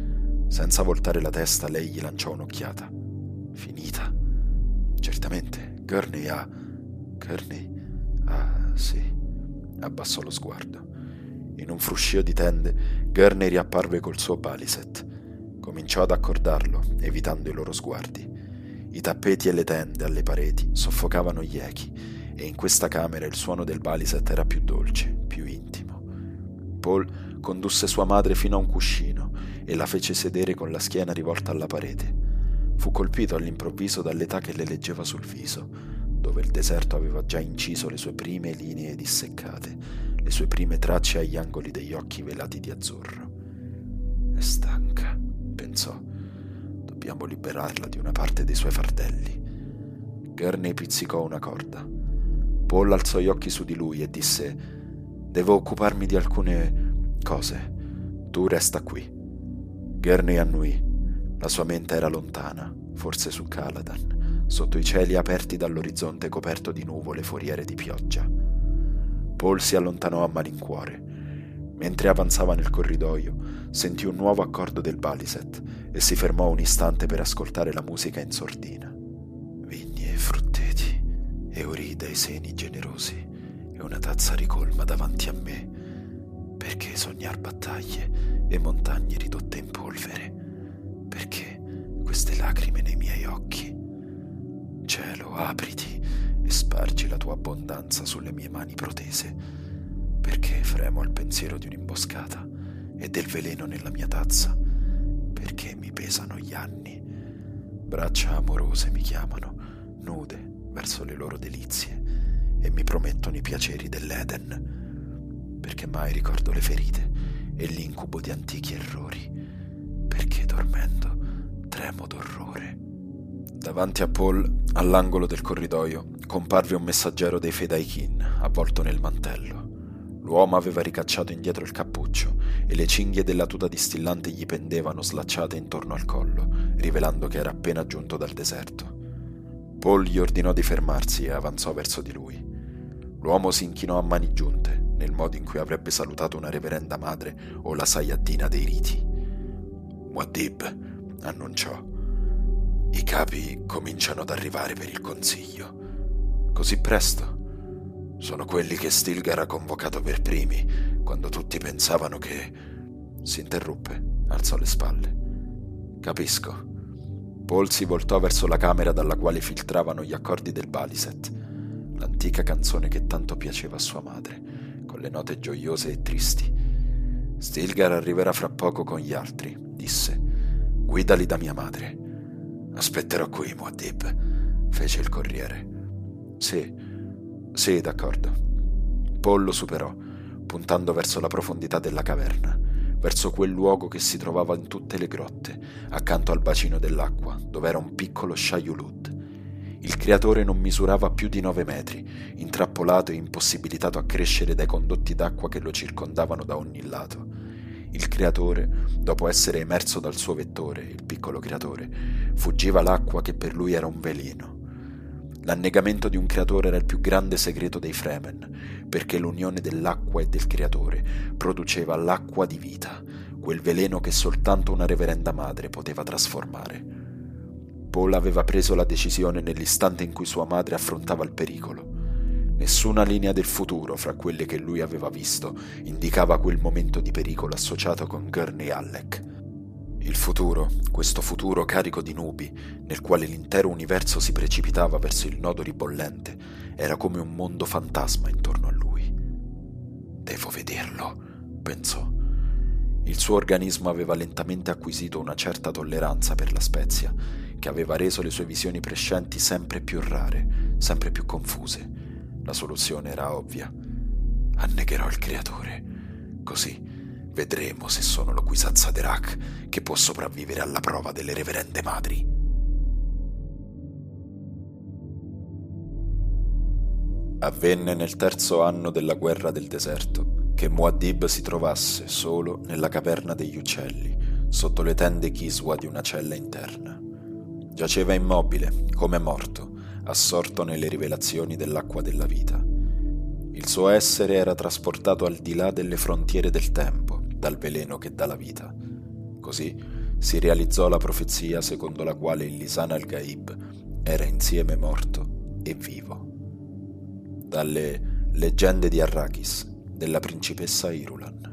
Senza voltare la testa, lei gli lanciò un'occhiata. Finita? Certamente. Gurney ha... Gurney? Ah, sì. Abbassò lo sguardo. In un fruscio di tende, Gurney riapparve col suo baliset. Cominciò ad accordarlo, evitando i loro sguardi. I tappeti e le tende alle pareti soffocavano gli echi, e in questa camera il suono del baliset era più dolce, più intimo. Paul condusse sua madre fino a un cuscino e la fece sedere con la schiena rivolta alla parete. Fu colpito all'improvviso dall'età che le leggeva sul viso, dove il deserto aveva già inciso le sue prime linee disseccate, le sue prime tracce agli angoli degli occhi velati di azzurro. È stanca, pensò. Dobbiamo liberarla di una parte dei suoi fardelli. Gurney pizzicò una corda. Paul alzò gli occhi su di lui e disse: devo occuparmi di alcune cose. Tu resta qui. Gurney annui. La sua mente era lontana, forse su Caladan, sotto i cieli aperti dall'orizzonte coperto di nuvole foriere di pioggia. Paul si allontanò a malincuore. Mentre avanzava nel corridoio, sentì un nuovo accordo del baliset e si fermò un istante per ascoltare la musica in sordina. Vigne e frutteti, Eurida e seni generosi, e una tazza ricolma davanti a me. Perché sognar battaglie e montagne ridotte in polvere? Perché queste lacrime nei miei occhi? Cielo, apriti e spargi la tua abbondanza sulle mie mani protese. Perché fremo al pensiero di un'imboscata e del veleno nella mia tazza? Perché mi pesano gli anni? Braccia amorose mi chiamano, nude verso le loro delizie, e mi promettono i piaceri dell'Eden. Perché mai ricordo le ferite e l'incubo di antichi errori? Perché dormendo tremo d'orrore? Davanti a Paul, all'angolo del corridoio, comparve un messaggero dei Fedaykin, avvolto nel mantello. L'uomo aveva ricacciato indietro il cappuccio e le cinghie della tuta distillante gli pendevano slacciate intorno al collo, rivelando che era appena giunto dal deserto. Paul gli ordinò di fermarsi e avanzò verso di lui. L'uomo si inchinò a mani giunte, nel modo in cui avrebbe salutato una reverenda madre o la Sayadina dei riti. Muad'Dib, annunciò. I capi cominciano ad arrivare per il consiglio. Così presto? Sono quelli che Stilgar ha convocato per primi, quando tutti pensavano che... Si interruppe, alzò le spalle. Capisco. Paul si voltò verso la camera dalla quale filtravano gli accordi del baliset, l'antica canzone che tanto piaceva a sua madre, con le note gioiose e tristi. Stilgar arriverà fra poco con gli altri, disse. Guidali da mia madre. Aspetterò qui, Muad'Dib, fece il corriere. Sì. Sì, d'accordo. Paul lo superò, puntando verso la profondità della caverna, verso quel luogo che si trovava in tutte le grotte, accanto al bacino dell'acqua, dove era un piccolo Shayulud. Il creatore non misurava più di nove metri, intrappolato e impossibilitato a crescere dai condotti d'acqua che lo circondavano da ogni lato. Il creatore, dopo essere emerso dal suo vettore, il piccolo creatore, fuggiva l'acqua che per lui era un veleno. L'annegamento di un creatore era il più grande segreto dei Fremen, perché l'unione dell'acqua e del creatore produceva l'acqua di vita, quel veleno che soltanto una reverenda madre poteva trasformare. Paul aveva preso la decisione nell'istante in cui sua madre affrontava il pericolo. Nessuna linea del futuro fra quelle che lui aveva visto indicava quel momento di pericolo associato con Gurney Halleck. Il futuro, questo futuro carico di nubi, nel quale l'intero universo si precipitava verso il nodo ribollente, era come un mondo fantasma intorno a lui. Devo vederlo, pensò. Il suo organismo aveva lentamente acquisito una certa tolleranza per la spezia, che aveva reso le sue visioni prescienti sempre più rare, sempre più confuse. La soluzione era ovvia. Annegherò il creatore. Così vedremo se sono lo Kwisatz Haderach che può sopravvivere alla prova delle reverende madri. Avvenne nel terzo anno della guerra del deserto che Muad'Dib si trovasse solo nella caverna degli uccelli, sotto le tende Kiswa di una cella interna. Giaceva immobile, come morto, assorto nelle rivelazioni dell'acqua della vita. Il suo essere era trasportato al di là delle frontiere del tempo, dal veleno che dà la vita. Così si realizzò la profezia secondo la quale il Lisan al-Gaib era insieme morto e vivo. Dalle leggende di Arrakis della principessa Irulan.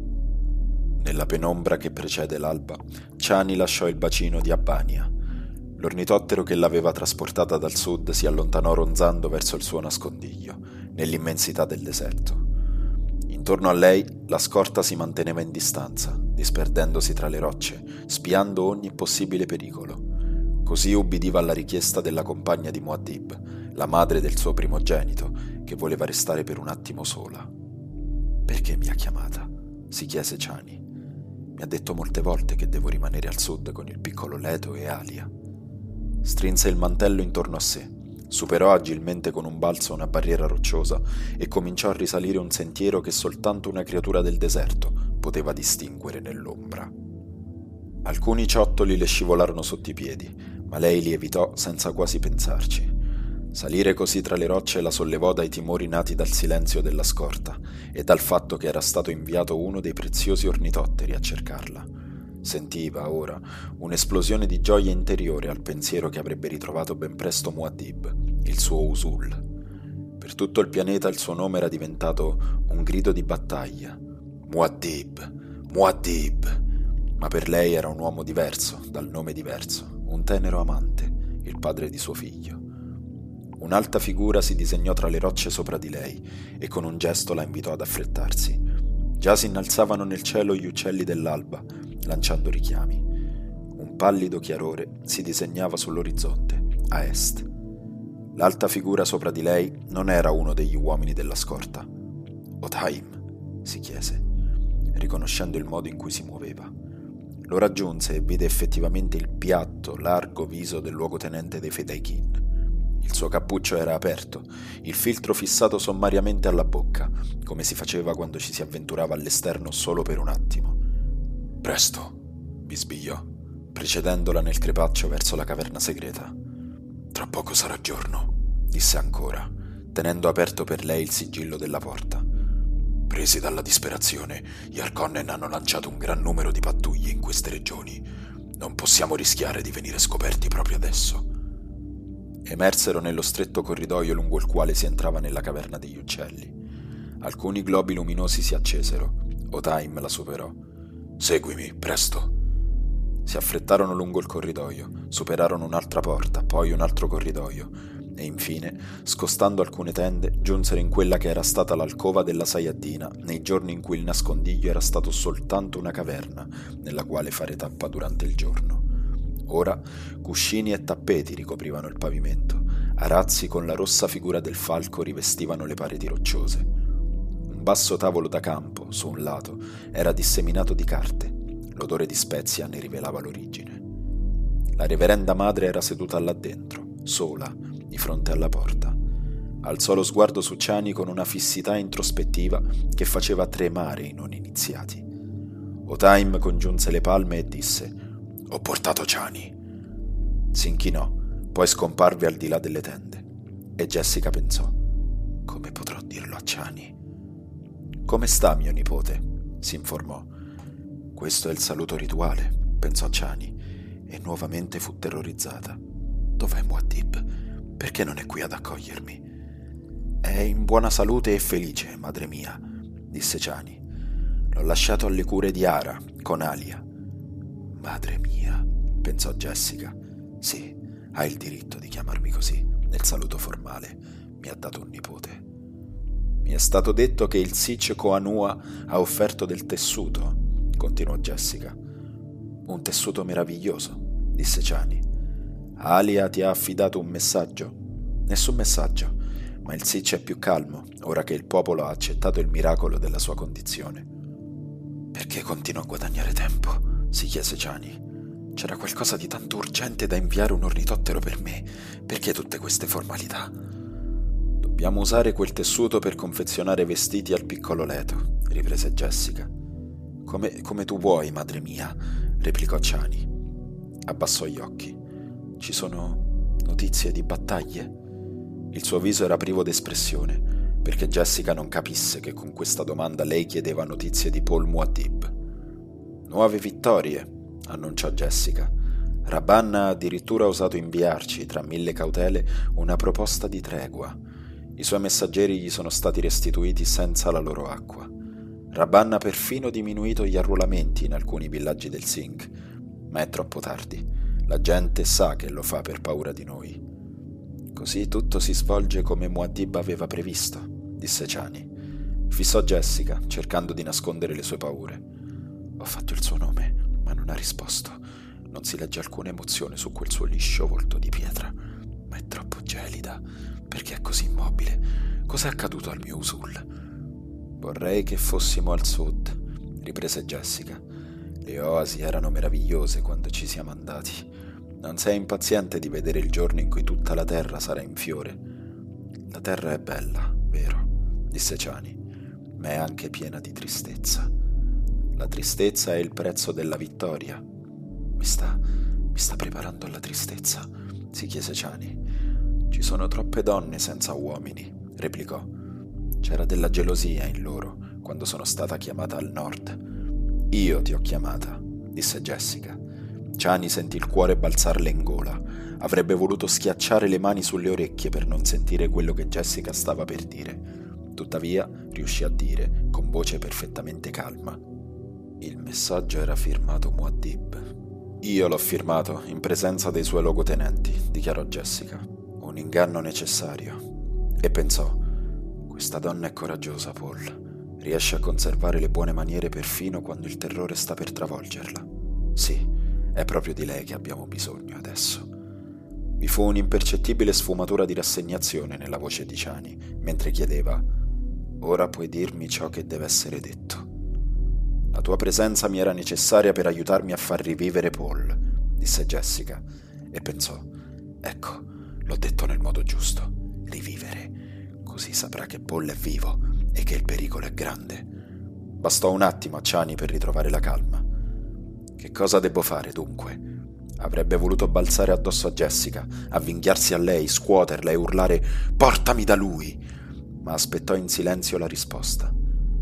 Nella penombra che precede l'alba, Chani lasciò il bacino di Abbania. L'ornitottero che l'aveva trasportata dal sud si allontanò ronzando verso il suo nascondiglio, nell'immensità del deserto. Intorno a lei la scorta si manteneva in distanza, disperdendosi tra le rocce, spiando ogni possibile pericolo. Così ubbidiva alla richiesta della compagna di Muad'Dib, la madre del suo primogenito, che voleva restare per un attimo sola. «Perché mi ha chiamata?» si chiese Chani. «Mi ha detto molte volte che devo rimanere al sud con il piccolo Leto e Alia». Strinse il mantello intorno a sé, superò agilmente con un balzo una barriera rocciosa e cominciò a risalire un sentiero che soltanto una creatura del deserto poteva distinguere nell'ombra. Alcuni ciottoli le scivolarono sotto i piedi, ma lei li evitò senza quasi pensarci. Salire così tra le rocce la sollevò dai timori nati dal silenzio della scorta e dal fatto che era stato inviato uno dei preziosi ornitotteri a cercarla. Sentiva, ora, un'esplosione di gioia interiore al pensiero che avrebbe ritrovato ben presto Muad'Dib, il suo Usul. Per tutto il pianeta il suo nome era diventato un grido di battaglia. Muad'Dib, Muad'Dib! Ma per lei era un uomo diverso, dal nome diverso, un tenero amante, il padre di suo figlio. Un'alta figura si disegnò tra le rocce sopra di lei e con un gesto la invitò ad affrettarsi. Già si innalzavano nel cielo gli uccelli dell'alba, lanciando richiami. Un pallido chiarore si disegnava sull'orizzonte, a est. L'alta figura sopra di lei non era uno degli uomini della scorta. «Otaim?» si chiese, riconoscendo il modo in cui si muoveva. Lo raggiunse e vide effettivamente il piatto, largo viso del luogotenente dei Fedaykin. Il suo cappuccio era aperto, il filtro fissato sommariamente alla bocca, come si faceva quando ci si avventurava all'esterno solo per un attimo. «Presto!» bisbigliò, precedendola nel crepaccio verso la caverna segreta. «Tra poco sarà giorno», disse ancora, tenendo aperto per lei il sigillo della porta. «Presi dalla disperazione, gli Harkonnen hanno lanciato un gran numero di pattuglie in queste regioni. Non possiamo rischiare di venire scoperti proprio adesso». Emersero nello stretto corridoio lungo il quale si entrava nella caverna degli uccelli. Alcuni globi luminosi si accesero. Otaim la superò. «Seguimi, presto!» Si affrettarono lungo il corridoio, superarono un'altra porta, poi un altro corridoio, e infine, scostando alcune tende, giunsero in quella che era stata l'alcova della Sayadina nei giorni in cui il nascondiglio era stato soltanto una caverna nella quale fare tappa durante il giorno. Ora cuscini e tappeti ricoprivano il pavimento, arazzi con la rossa figura del falco rivestivano le pareti rocciose. Un basso tavolo da campo, su un lato, era disseminato di carte. L'odore di spezia ne rivelava l'origine. La reverenda madre era seduta là dentro, sola, di fronte alla porta. Alzò lo sguardo su Chani con una fissità introspettiva che faceva tremare i non iniziati. Otaim congiunse le palme e disse: «Ho portato Chani». Si inchinò, poi scomparve al di là delle tende. E Jessica pensò: «Come potrò dirlo a Chani?» «Come sta mio nipote?» si informò. «Questo è il saluto rituale», pensò Chani, e nuovamente fu terrorizzata. «Dov'è Muad'Dib? Perché non è qui ad accogliermi?» «È in buona salute e felice, madre mia», disse Chani. «L'ho lasciato alle cure di Ara, con Alia». «Madre mia», pensò Jessica. «Sì, ha il diritto di chiamarmi così, nel saluto formale. Mi ha dato un nipote». «Mi è stato detto che il Sich Koanua ha offerto del tessuto», continuò Jessica. «Un tessuto meraviglioso», disse Chani. «Alia ti ha affidato un messaggio?» «Nessun messaggio, ma il Sich è più calmo, ora che il popolo ha accettato il miracolo della sua condizione». «Perché continuo a guadagnare tempo?» si chiese Chani. «C'era qualcosa di tanto urgente da inviare un ornitottero per me. Perché tutte queste formalità?» «Dobbiamo usare quel tessuto per confezionare vestiti al piccolo Leto», riprese Jessica. Come, come tu vuoi, madre mia», replicò Chani. Abbassò gli occhi. «Ci sono notizie di battaglie?» Il suo viso era privo d'espressione, perché Jessica non capisse che con questa domanda lei chiedeva notizie di Paul Muad'Dib. «Nuove vittorie», annunciò Jessica. Rabanna ha addirittura osato inviarci, tra mille cautele, una proposta di tregua. I suoi messaggeri gli sono stati restituiti senza la loro acqua. Rabanna ha perfino diminuito gli arruolamenti in alcuni villaggi del Singh, ma è troppo tardi. La gente sa che lo fa per paura di noi. Così tutto si svolge come Muad'Dib aveva previsto, disse Chani. Fissò Jessica, cercando di nascondere le sue paure. Ho fatto il suo nome, ma non ha risposto. Non si legge alcuna emozione su quel suo liscio volto di pietra, ma è troppo gelida. Perché è così immobile? Cos'è accaduto al mio Usul? Vorrei che fossimo al sud, riprese Jessica. Le oasi erano meravigliose quando ci siamo andati. Non sei impaziente di vedere il giorno in cui tutta la terra sarà in fiore? La terra è bella, vero, disse Chani, ma è anche piena di tristezza. La tristezza è il prezzo della vittoria. Mi sta, mi sta preparando alla tristezza, si chiese Chani. Ci sono troppe donne senza uomini, replicò. C'era della gelosia in loro quando sono stata chiamata al nord. Io ti ho chiamata, disse Jessica. Chani sentì il cuore balzarle in gola. Avrebbe voluto schiacciare le mani sulle orecchie per non sentire quello che Jessica stava per dire. Tuttavia riuscì a dire, con voce perfettamente calma: il messaggio era firmato Muad'Dib. Io l'ho firmato in presenza dei suoi luogotenenti, dichiarò Jessica. Un inganno necessario. E pensò: questa donna è coraggiosa, Paul. Riesce a conservare le buone maniere perfino quando il terrore sta per travolgerla. Sì, è proprio di lei che abbiamo bisogno adesso. Vi fu un'impercettibile sfumatura di rassegnazione nella voce di Chani, mentre chiedeva: ora puoi dirmi ciò che deve essere detto. La tua presenza mi era necessaria per aiutarmi a far rivivere Paul, disse Jessica, e pensò: ecco, l'ho detto nel modo giusto, rivivere. Così saprà che Paul è vivo e che il pericolo è grande. Bastò un attimo a Chani per ritrovare la calma. Che cosa debbo fare, dunque? Avrebbe voluto balzare addosso a Jessica, avvinghiarsi a lei, scuoterla e urlare «Portami da lui!», ma aspettò in silenzio la risposta.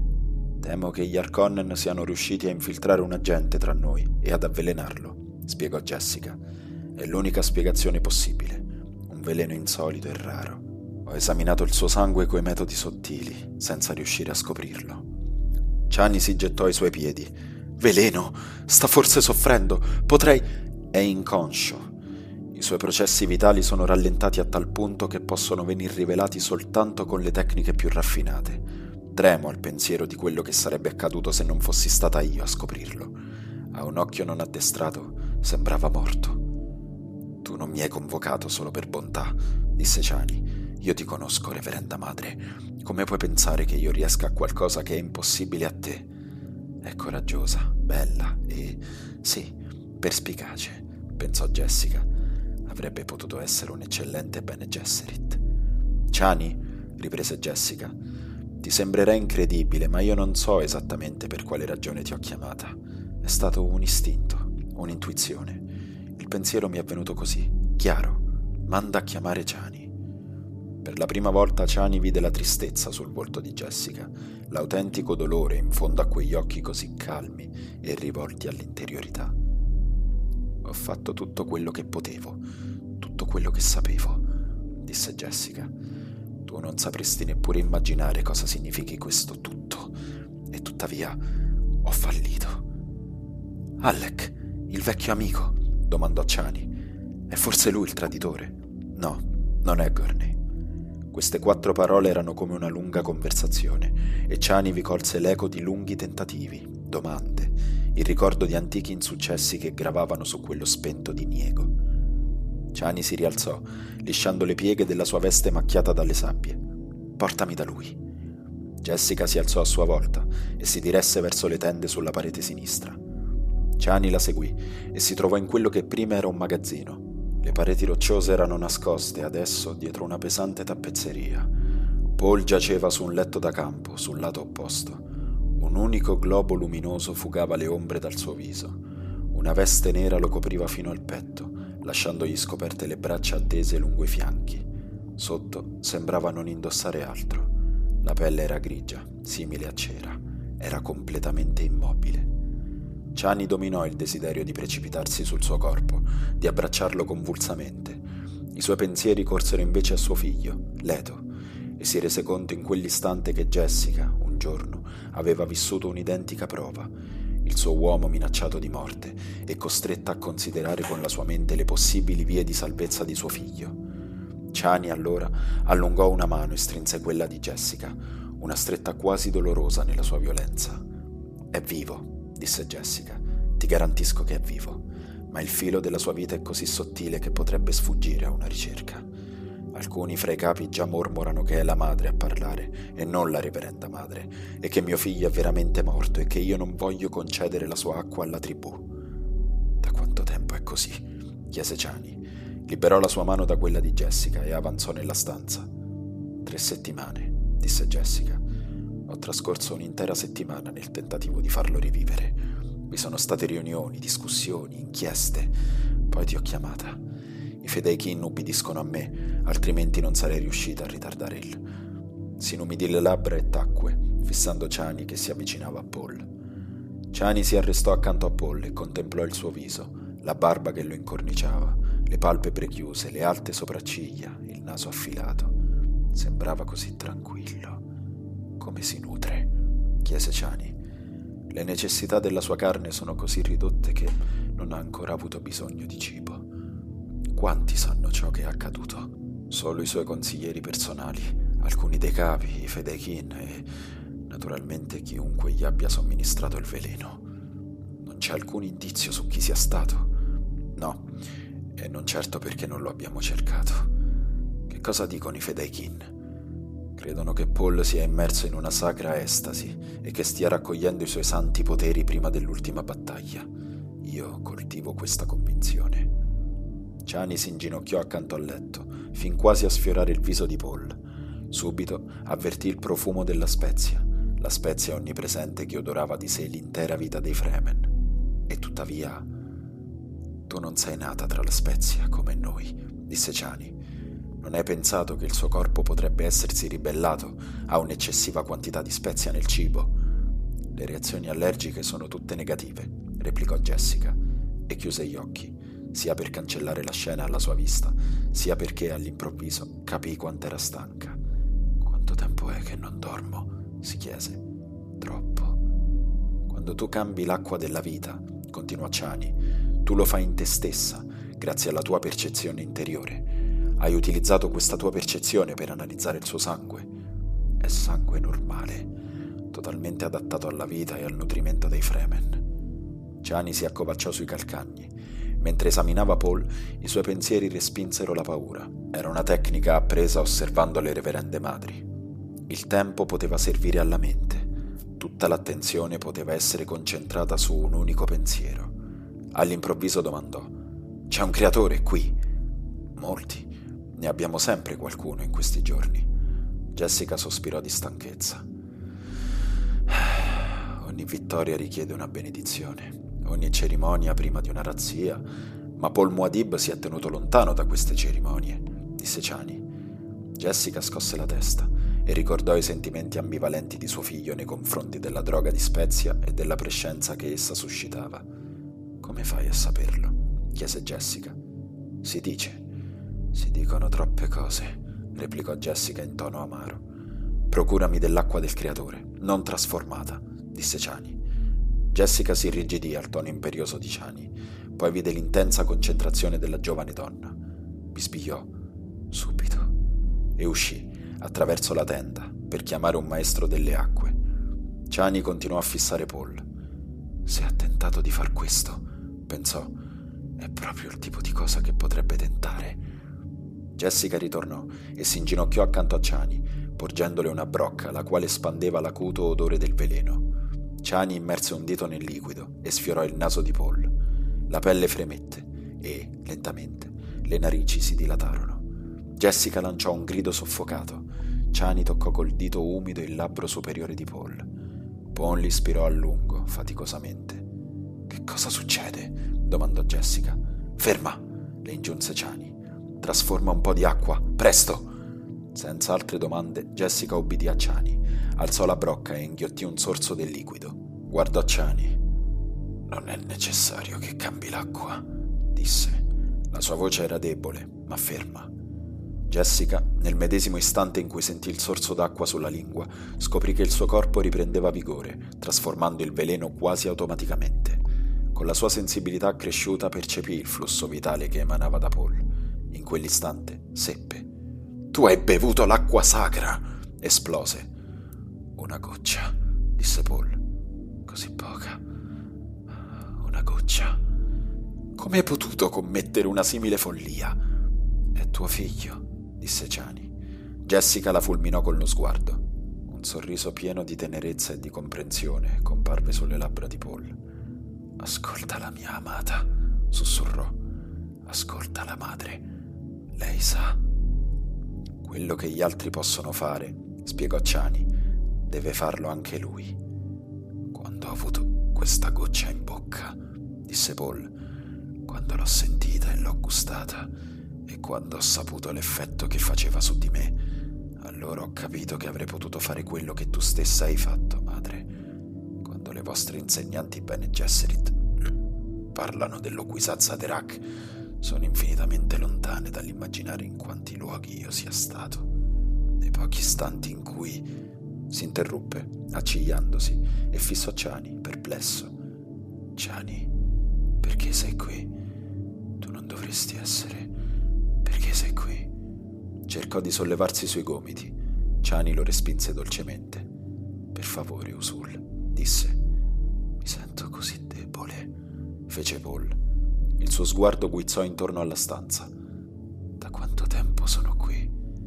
Temo che gli Harkonnen siano riusciti a infiltrare un agente tra noi e ad avvelenarlo, spiegò Jessica. È l'unica spiegazione possibile. Un veleno insolito e raro. Ho esaminato il suo sangue coi metodi sottili, senza riuscire a scoprirlo. Chani si gettò ai suoi piedi. Veleno! Sta forse soffrendo! Potrei... È inconscio. I suoi processi vitali sono rallentati a tal punto che possono venir rivelati soltanto con le tecniche più raffinate. Tremo al pensiero di quello che sarebbe accaduto se non fossi stata io a scoprirlo. A un occhio non addestrato sembrava morto. Tu non mi hai convocato solo per bontà, disse Chani. Io ti conosco, reverenda madre. Come puoi pensare che io riesca a qualcosa che è impossibile a te? È coraggiosa, bella e, sì, perspicace, pensò Jessica. Avrebbe potuto essere un eccellente Bene Gesserit. Chani, riprese Jessica, ti sembrerà incredibile, ma io non so esattamente per quale ragione ti ho chiamata. È stato un istinto, un'intuizione. Il pensiero mi è venuto così, chiaro. Manda a chiamare Chani. Per la prima volta Chani vide la tristezza sul volto di Jessica, l'autentico dolore in fondo a quegli occhi così calmi e rivolti all'interiorità. Ho fatto tutto quello che potevo, tutto quello che sapevo, disse Jessica. Tu non sapresti neppure immaginare cosa significhi questo tutto, e tuttavia ho fallito. Alec, il vecchio amico, domandò Chani. È forse lui il traditore? No, non è Gurney. Queste quattro parole erano come una lunga conversazione, e Chani vi colse l'eco di lunghi tentativi, domande, il ricordo di antichi insuccessi che gravavano su quello spento diniego. Chani si rialzò, lisciando le pieghe della sua veste macchiata dalle sabbie. Portami da lui. Jessica si alzò a sua volta e si diresse verso le tende sulla parete sinistra. Chani la seguì e si trovò in quello che prima era un magazzino. Le pareti rocciose erano nascoste adesso dietro una pesante tappezzeria. Paul giaceva su un letto da campo, sul lato opposto. Un unico globo luminoso fugava le ombre dal suo viso. Una veste nera lo copriva fino al petto, lasciandogli scoperte le braccia attese lungo i fianchi. Sotto sembrava non indossare altro. La pelle era grigia, simile a cera. Era completamente immobile. Chani dominò il desiderio di precipitarsi sul suo corpo, di abbracciarlo convulsamente. I suoi pensieri corsero invece a suo figlio, Leto, e si rese conto in quell'istante che Jessica, un giorno, aveva vissuto un'identica prova, il suo uomo minacciato di morte e costretta a considerare con la sua mente le possibili vie di salvezza di suo figlio. Chani allora allungò una mano e strinse quella di Jessica, una stretta quasi dolorosa nella sua violenza. «È vivo», disse Jessica, «ti garantisco che è vivo, ma il filo della sua vita è così sottile che potrebbe sfuggire a una ricerca. Alcuni fra i capi già mormorano che è la madre a parlare e non la reverenda madre, e che mio figlio è veramente morto e che io non voglio concedere la sua acqua alla tribù». «Da quanto tempo è così?» chiese Chani. Liberò la sua mano da quella di Jessica e avanzò nella stanza. «Tre settimane», disse Jessica. «Ho trascorso un'intera settimana nel tentativo di farlo rivivere. Vi sono state riunioni, discussioni, inchieste. Poi ti ho chiamata. I Fedaykin ubbidiscono a me, altrimenti non sarei riuscita a ritardare il...» Si inumidì le labbra e tacque, fissando Chani che si avvicinava a Paul. Chani si arrestò accanto a Paul e contemplò il suo viso, la barba che lo incorniciava, le palpebre chiuse, le alte sopracciglia, il naso affilato. Sembrava così tranquillo. «Come si nutre?» chiese Chani. «Le necessità della sua carne sono così ridotte che non ha ancora avuto bisogno di cibo. Quanti sanno ciò che è accaduto? Solo i suoi consiglieri personali, alcuni dei capi, i Fedaykin e, naturalmente, chiunque gli abbia somministrato il veleno. Non c'è alcun indizio su chi sia stato. No, e non certo perché non lo abbiamo cercato. Che cosa dicono i Fedaykin? Credono che Paul sia immerso in una sacra estasi e che stia raccogliendo i suoi santi poteri prima dell'ultima battaglia. Io coltivo questa convinzione». Chani si inginocchiò accanto al letto, fin quasi a sfiorare il viso di Paul. Subito avvertì il profumo della spezia, la spezia onnipresente che odorava di sé l'intera vita dei Fremen. E tuttavia... «Tu non sei nata tra la spezia, come noi», disse Chani. «Non hai pensato che il suo corpo potrebbe essersi ribellato a un'eccessiva quantità di spezia nel cibo?» «Le reazioni allergiche sono tutte negative», replicò Jessica, e chiuse gli occhi, sia per cancellare la scena alla sua vista, sia perché all'improvviso capì quant'era stanca. «Quanto tempo è che non dormo?» si chiese. «Troppo». «Quando tu cambi l'acqua della vita», continuò Chani, «tu lo fai in te stessa, grazie alla tua percezione interiore. Hai utilizzato questa tua percezione per analizzare il suo sangue. È sangue normale, totalmente adattato alla vita e al nutrimento dei Fremen». Chani si accovacciò sui calcagni. Mentre esaminava Paul, i suoi pensieri respinsero la paura. Era una tecnica appresa osservando le reverende madri. Il tempo poteva servire alla mente. Tutta l'attenzione poteva essere concentrata su un unico pensiero. All'improvviso domandò: «C'è un creatore qui?» «Molti. Ne abbiamo sempre qualcuno in questi giorni». Jessica sospirò di stanchezza. «Ogni vittoria richiede una benedizione, ogni cerimonia prima di una razzia, ma Paul Muad'Dib si è tenuto lontano da queste cerimonie», disse Chani. Jessica scosse la testa e ricordò i sentimenti ambivalenti di suo figlio nei confronti della droga di spezia e della prescienza che essa suscitava. «Come fai a saperlo?» chiese Jessica. «Si dice». «Si dicono troppe cose», replicò Jessica in tono amaro. «Procurami dell'acqua del creatore, non trasformata», disse Chani. Jessica si irrigidì al tono imperioso di Chani, poi vide l'intensa concentrazione della giovane donna. Bisbigliò: «Subito», e uscì attraverso la tenda per chiamare un maestro delle acque. Chani continuò a fissare Paul. «Se ha tentato di far questo», pensò, «è proprio il tipo di cosa che potrebbe tentare». Jessica ritornò e si inginocchiò accanto a Chani, porgendole una brocca la quale spandeva l'acuto odore del veleno. Chani immerse un dito nel liquido e sfiorò il naso di Paul. La pelle fremette e, lentamente, le narici si dilatarono. Jessica lanciò un grido soffocato. Chani toccò col dito umido il labbro superiore di Paul. Paul ispirò a lungo, faticosamente. «Che cosa succede?» domandò Jessica. «Ferma!» le ingiunse Chani. «Trasforma un po' di acqua, presto!» Senza altre domande, Jessica ubbidì a Chani, alzò la brocca e inghiottì un sorso del liquido. Guardò Chani. Non è necessario che cambi l'acqua, disse. La sua voce era debole, ma ferma. Jessica, nel medesimo istante in cui sentì il sorso d'acqua sulla lingua, scoprì che il suo corpo riprendeva vigore, trasformando il veleno quasi automaticamente. Con la sua sensibilità cresciuta percepì il flusso vitale che emanava da Paul. In quell'istante seppe. «Tu hai bevuto l'acqua sacra!» esplose. «Una goccia», disse Paul. «Così poca. Una goccia. Come hai potuto commettere una simile follia?» «È tuo figlio», disse Chani. Jessica la fulminò con lo sguardo. Un sorriso pieno di tenerezza e di comprensione comparve sulle labbra di Paul. «Ascolta la mia amata», sussurrò. «Ascolta la madre. Lei sa». «Quello che gli altri possono fare», spiegò Chani, «deve farlo anche lui». «Quando ho avuto questa goccia in bocca», disse Paul, «quando l'ho sentita e l'ho gustata, e quando ho saputo l'effetto che faceva su di me, allora ho capito che avrei potuto fare quello che tu stessa hai fatto, madre. Quando le vostre insegnanti Bene Gesserit parlano dello Kwisatz Haderach, sono infinitamente lontane dall'immaginare in quanti luoghi io sia stato. Nei pochi istanti in cui...» Si interruppe, accigliandosi, e fissò Chani, perplesso. «Chani, perché sei qui? Tu non dovresti essere... Perché sei qui?» Cercò di sollevarsi sui gomiti. Chani lo respinse dolcemente. «Per favore, Usul», disse. «Mi sento così debole», fece Paul. Il suo sguardo guizzò intorno alla stanza. «Da quanto tempo sono qui?»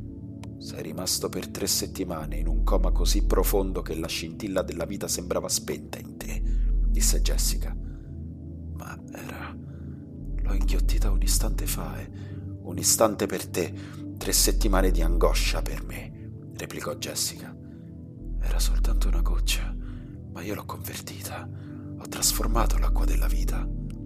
«Sei rimasto per tre settimane in un coma così profondo che la scintilla della vita sembrava spenta in te», disse Jessica. «Ma era... l'ho inghiottita un istante fa, eh? Un istante per te, tre settimane di angoscia per me», replicò Jessica. «Era soltanto una goccia, ma io l'ho convertita, ho trasformato l'acqua della vita».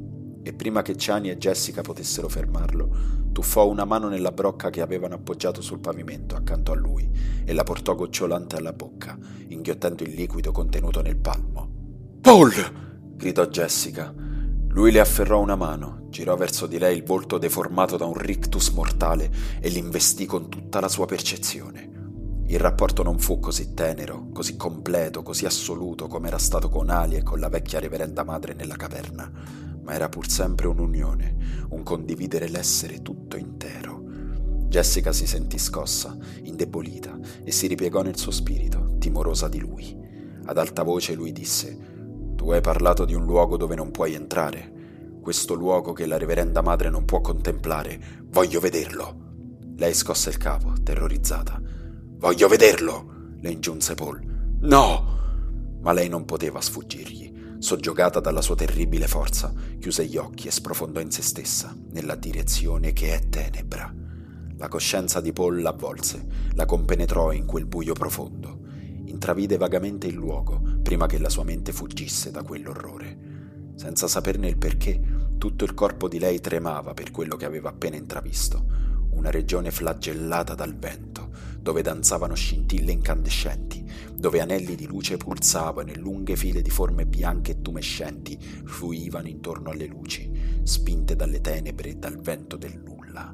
E prima che Chani e Jessica potessero fermarlo, tuffò una mano nella brocca che avevano appoggiato sul pavimento accanto a lui e la portò gocciolante alla bocca, inghiottendo il liquido contenuto nel palmo. «Paul!» gridò Jessica. Lui le afferrò una mano, girò verso di lei il volto deformato da un rictus mortale e l'investì con tutta la sua percezione. Il rapporto non fu così tenero, così completo, così assoluto come era stato con Ali e con la vecchia reverenda madre nella caverna, ma era pur sempre un'unione, un condividere l'essere tutto intero. Jessica si sentì scossa, indebolita, e si ripiegò nel suo spirito, timorosa di lui. Ad alta voce lui disse: «Tu hai parlato di un luogo dove non puoi entrare, questo luogo che la reverenda madre non può contemplare. Voglio vederlo!» Lei scosse il capo, terrorizzata. «Voglio vederlo!» le ingiunse Paul. «No!» Ma lei non poteva sfuggirgli. Soggiogata dalla sua terribile forza, chiuse gli occhi e sprofondò in se stessa, nella direzione che è tenebra. La coscienza di Paul l'avvolse, la compenetrò in quel buio profondo. Intravide vagamente il luogo, prima che la sua mente fuggisse da quell'orrore. Senza saperne il perché, tutto il corpo di lei tremava per quello che aveva appena intravisto. Una regione flagellata dal vento, dove danzavano scintille incandescenti, dove anelli di luce pulsavano e lunghe file di forme bianche e tumescenti fluivano intorno alle luci, spinte dalle tenebre e dal vento del nulla.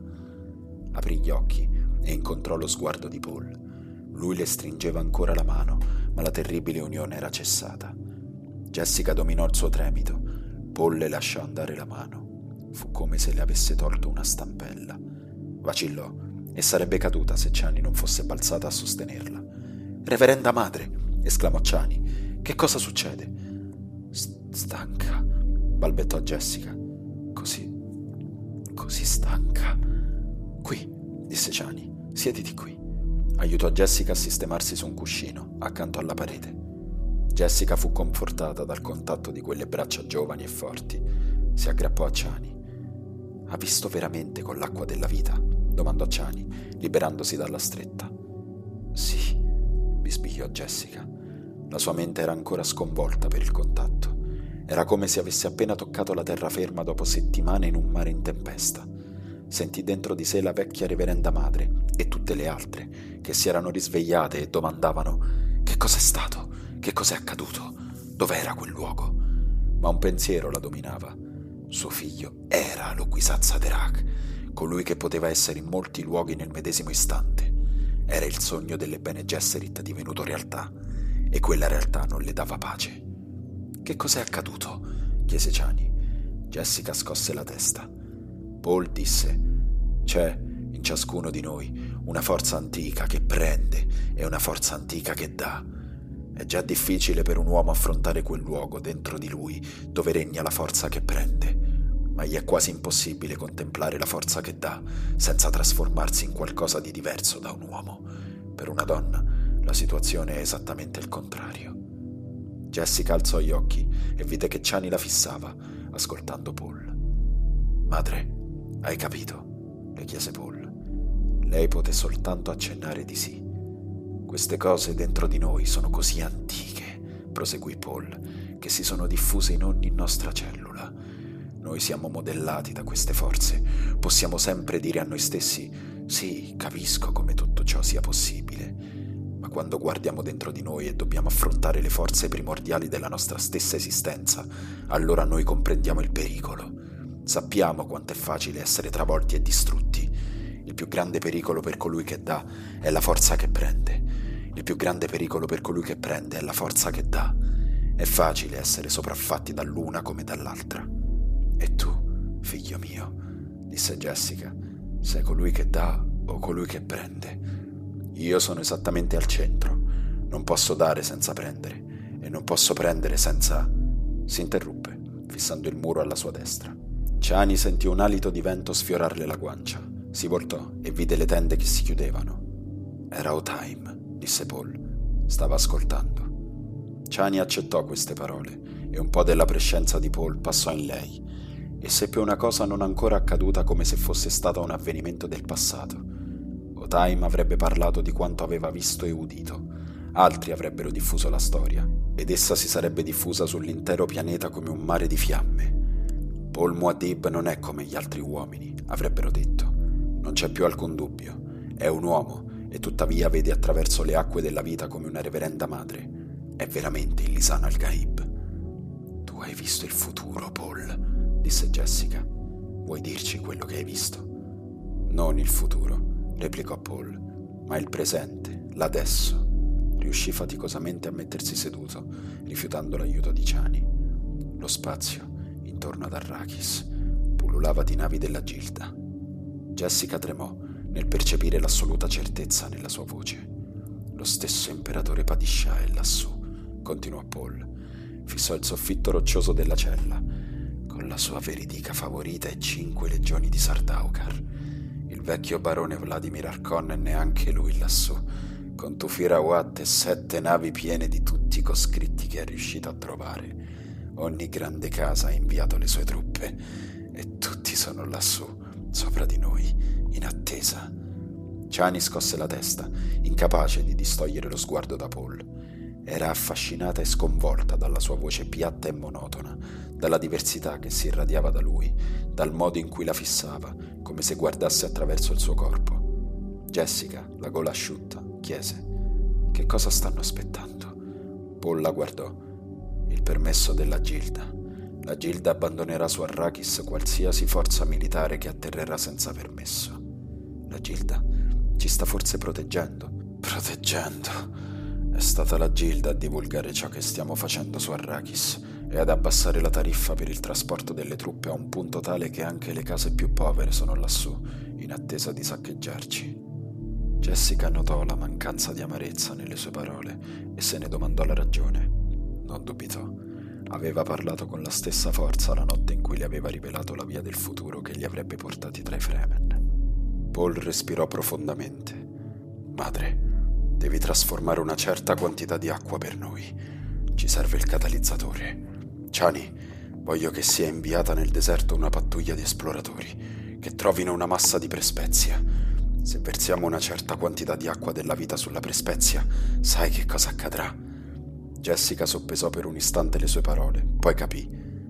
Aprì gli occhi e incontrò lo sguardo di Paul. Lui le stringeva ancora la mano, ma la terribile unione era cessata. Jessica dominò il suo tremito. Paul le lasciò andare la mano. Fu come se le avesse tolto una stampella. Vacillò e sarebbe caduta se Chani non fosse balzata a sostenerla. «Reverenda madre!» esclamò Chani. «Che cosa succede?» «Stanca», balbettò Jessica. «Così... così stanca». «Qui», disse Chani, «siediti qui». Aiutò Jessica a sistemarsi su un cuscino, accanto alla parete. Jessica fu confortata dal contatto di quelle braccia giovani e forti. Si aggrappò a Chani. «Ha visto veramente con l'acqua della vita?» domandò Chani, liberandosi dalla stretta. «Sì», bisbigliò Jessica. La sua mente era ancora sconvolta per il contatto. Era come se avesse appena toccato la terraferma dopo settimane in un mare in tempesta. Sentì dentro di sé la vecchia reverenda madre e tutte le altre che si erano risvegliate e domandavano: «Che cos'è stato? Che cos'è accaduto? Dov'era quel luogo?» ma un pensiero la dominava. Suo figlio era Lokwisatz Haderach, colui che poteva essere in molti luoghi nel medesimo istante. Era il sogno delle Bene Gesserit divenuto realtà, e quella realtà non le dava pace. «Che cos'è accaduto?» chiese Chani. Jessica scosse la testa. Paul disse: «C'è in ciascuno di noi una forza antica che prende e una forza antica che dà. È già difficile per un uomo affrontare quel luogo dentro di lui dove regna la forza che prende, ma gli è quasi impossibile contemplare la forza che dà senza trasformarsi in qualcosa di diverso da un uomo. Per una donna la situazione è esattamente il contrario». Jessica alzò gli occhi e vide che Chani la fissava, ascoltando Paul. «Madre, hai capito?» le chiese Paul. Lei poté soltanto accennare di sì. «Queste cose dentro di noi sono così antiche», proseguì Paul, «che si sono diffuse in ogni nostra cellula. Noi siamo modellati da queste forze. Possiamo sempre dire a noi stessi: sì, capisco come tutto ciò sia possibile. Ma quando guardiamo dentro di noi e dobbiamo affrontare le forze primordiali della nostra stessa esistenza, allora noi comprendiamo il pericolo. Sappiamo quanto è facile essere travolti e distrutti. Il più grande pericolo per colui che dà è la forza che prende. Il più grande pericolo per colui che prende è la forza che dà. È facile essere sopraffatti dall'una come dall'altra. E tu, figlio mio, disse Jessica, sei colui che dà o colui che prende? Io sono esattamente al centro. Non posso dare senza prendere e non posso prendere senza... Si interruppe, fissando il muro alla sua destra. Chani sentì un alito di vento sfiorarle la guancia. Si voltò e vide le tende che si chiudevano. Era Otaim, disse Paul. Stava ascoltando. Chani accettò queste parole e un po' della prescienza di Paul passò in lei e seppe una cosa non ancora accaduta come se fosse stato un avvenimento del passato. Otaim avrebbe parlato di quanto aveva visto e udito. Altri avrebbero diffuso la storia ed essa si sarebbe diffusa sull'intero pianeta come un mare di fiamme. Paul Muad'Dib non è come gli altri uomini, avrebbero detto. Non c'è più alcun dubbio. È un uomo e tuttavia vede attraverso le acque della vita come una reverenda madre. È veramente il Lisan al-Gaib. Tu hai visto il futuro, Paul, disse Jessica. Vuoi dirci quello che hai visto? Non il futuro, replicò Paul, ma il presente, l'adesso. Riuscì faticosamente a mettersi seduto, rifiutando l'aiuto di Chani. Lo spazio, intorno ad Arrakis, pullulava di navi della Gilda. Jessica tremò nel percepire l'assoluta certezza nella sua voce. Lo stesso imperatore Padishah è lassù, continuò Paul. Fissò il soffitto roccioso della cella, con la sua veridica favorita e cinque legioni di Sardaukar. Il vecchio barone Vladimir Harkonnen è neanche lui lassù, con Tufir Awat e sette navi piene di tutti i coscritti che è riuscito a trovare. Ogni grande casa ha inviato le sue truppe e tutti sono lassù, sopra di noi, in attesa. Chani scosse la testa, incapace di distogliere lo sguardo da Paul. Era affascinata e sconvolta dalla sua voce piatta e monotona, dalla diversità che si irradiava da lui, dal modo in cui la fissava, come se guardasse attraverso il suo corpo. Jessica, la gola asciutta, chiese: «Che cosa stanno aspettando?» Paul la guardò. «Il permesso della Gilda. La Gilda abbandonerà su Arrakis qualsiasi forza militare che atterrerà senza permesso. La Gilda ci sta forse proteggendo?» «Proteggendo? È stata la Gilda a divulgare ciò che stiamo facendo su Arrakis e ad abbassare la tariffa per il trasporto delle truppe a un punto tale che anche le case più povere sono lassù, in attesa di saccheggiarci». Jessica notò la mancanza di amarezza nelle sue parole e se ne domandò la ragione. Non dubitò. Aveva parlato con la stessa forza la notte in cui le aveva rivelato la via del futuro che li avrebbe portati tra i Fremen. Paul respirò profondamente. «Madre, devi trasformare una certa quantità di acqua per noi. Ci serve il catalizzatore. Chani, voglio che sia inviata nel deserto una pattuglia di esploratori, che trovino una massa di prespezia. Se versiamo una certa quantità di acqua della vita sulla prespezia, sai che cosa accadrà?» Jessica soppesò per un istante le sue parole, poi capì.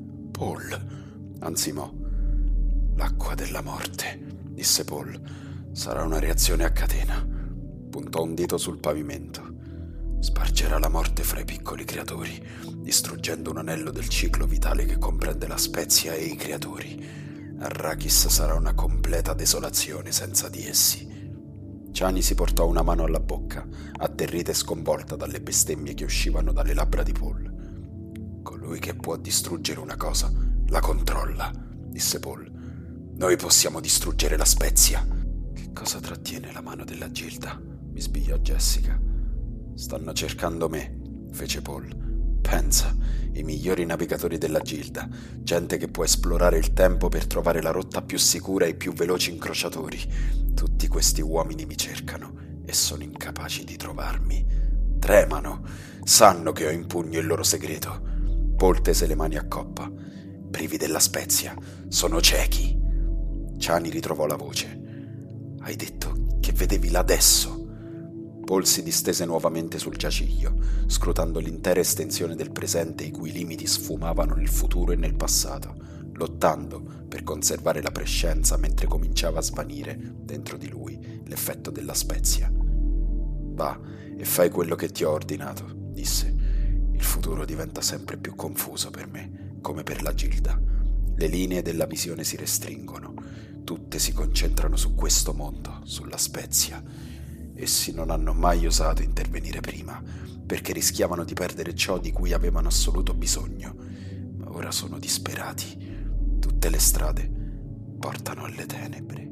«Paul», ansimò. «L'acqua della morte», disse Paul. «Sarà una reazione a catena». Puntò un dito sul pavimento. Spargerà la morte fra i piccoli creatori, distruggendo un anello del ciclo vitale che comprende la spezia e i creatori. Arrakis sarà una completa desolazione senza di essi. Chani si portò una mano alla bocca, atterrita e sconvolta dalle bestemmie che uscivano dalle labbra di Paul. Colui che può distruggere una cosa, la controlla, disse Paul. Noi possiamo distruggere la spezia. Che cosa trattiene la mano della Gilda? Bisbigliò Jessica. Stanno cercando me, fece Paul. Pensa, i migliori navigatori della Gilda, gente che può esplorare il tempo per trovare la rotta più sicura e i più veloci incrociatori. Tutti questi uomini mi cercano e sono incapaci di trovarmi. Tremano, sanno che ho in pugno il loro segreto. Paul tese le mani a coppa. Privi della spezia, sono ciechi. Chani ritrovò la voce. Hai detto che vedevi là adesso? Paul si distese nuovamente sul giaciglio, scrutando l'intera estensione del presente i cui limiti sfumavano nel futuro e nel passato, lottando per conservare la prescienza mentre cominciava a svanire dentro di lui l'effetto della spezia. Va e fai quello che ti ho ordinato, disse. Il futuro diventa sempre più confuso per me, come per la Gilda. Le linee della visione si restringono, tutte si concentrano su questo mondo, sulla spezia. Essi non hanno mai osato intervenire prima, perché rischiavano di perdere ciò di cui avevano assoluto bisogno, ma ora sono disperati. Tutte le strade portano alle tenebre.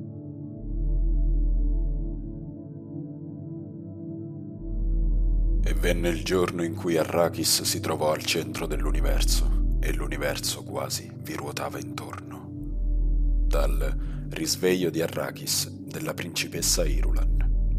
E venne il giorno in cui Arrakis si trovò al centro dell'universo, e l'universo quasi vi ruotava intorno. Dal risveglio di Arrakis della principessa Irulan.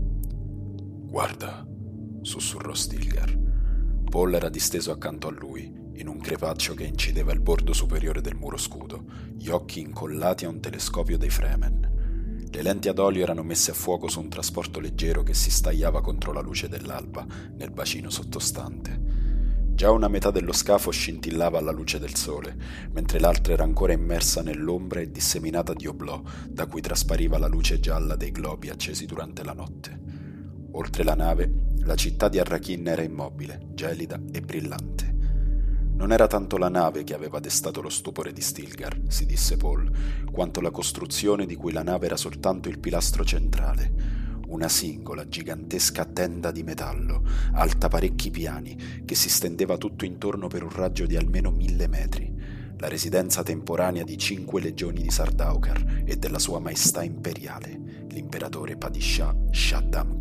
Guarda, sussurrò Stilgar. Paul era disteso accanto a lui, in un crepaccio che incideva il bordo superiore del muro scudo, gli occhi incollati a un telescopio dei Fremen. Le lenti ad olio erano messe a fuoco su un trasporto leggero che si stagliava contro la luce dell'alba nel bacino sottostante. Già una metà dello scafo scintillava alla luce del sole, mentre l'altra era ancora immersa nell'ombra e disseminata di oblò, da cui traspariva la luce gialla dei globi accesi durante la notte. Oltre la nave, la città di Arrakeen era immobile, gelida e brillante. Non era tanto la nave che aveva destato lo stupore di Stilgar, si disse Paul, quanto la costruzione di cui la nave era soltanto il pilastro centrale. Una singola, gigantesca tenda di metallo, alta parecchi piani, che si stendeva tutto intorno per un raggio di almeno mille metri. La residenza temporanea di cinque legioni di Sardaukar e della sua maestà imperiale, l'imperatore Padishah Shaddam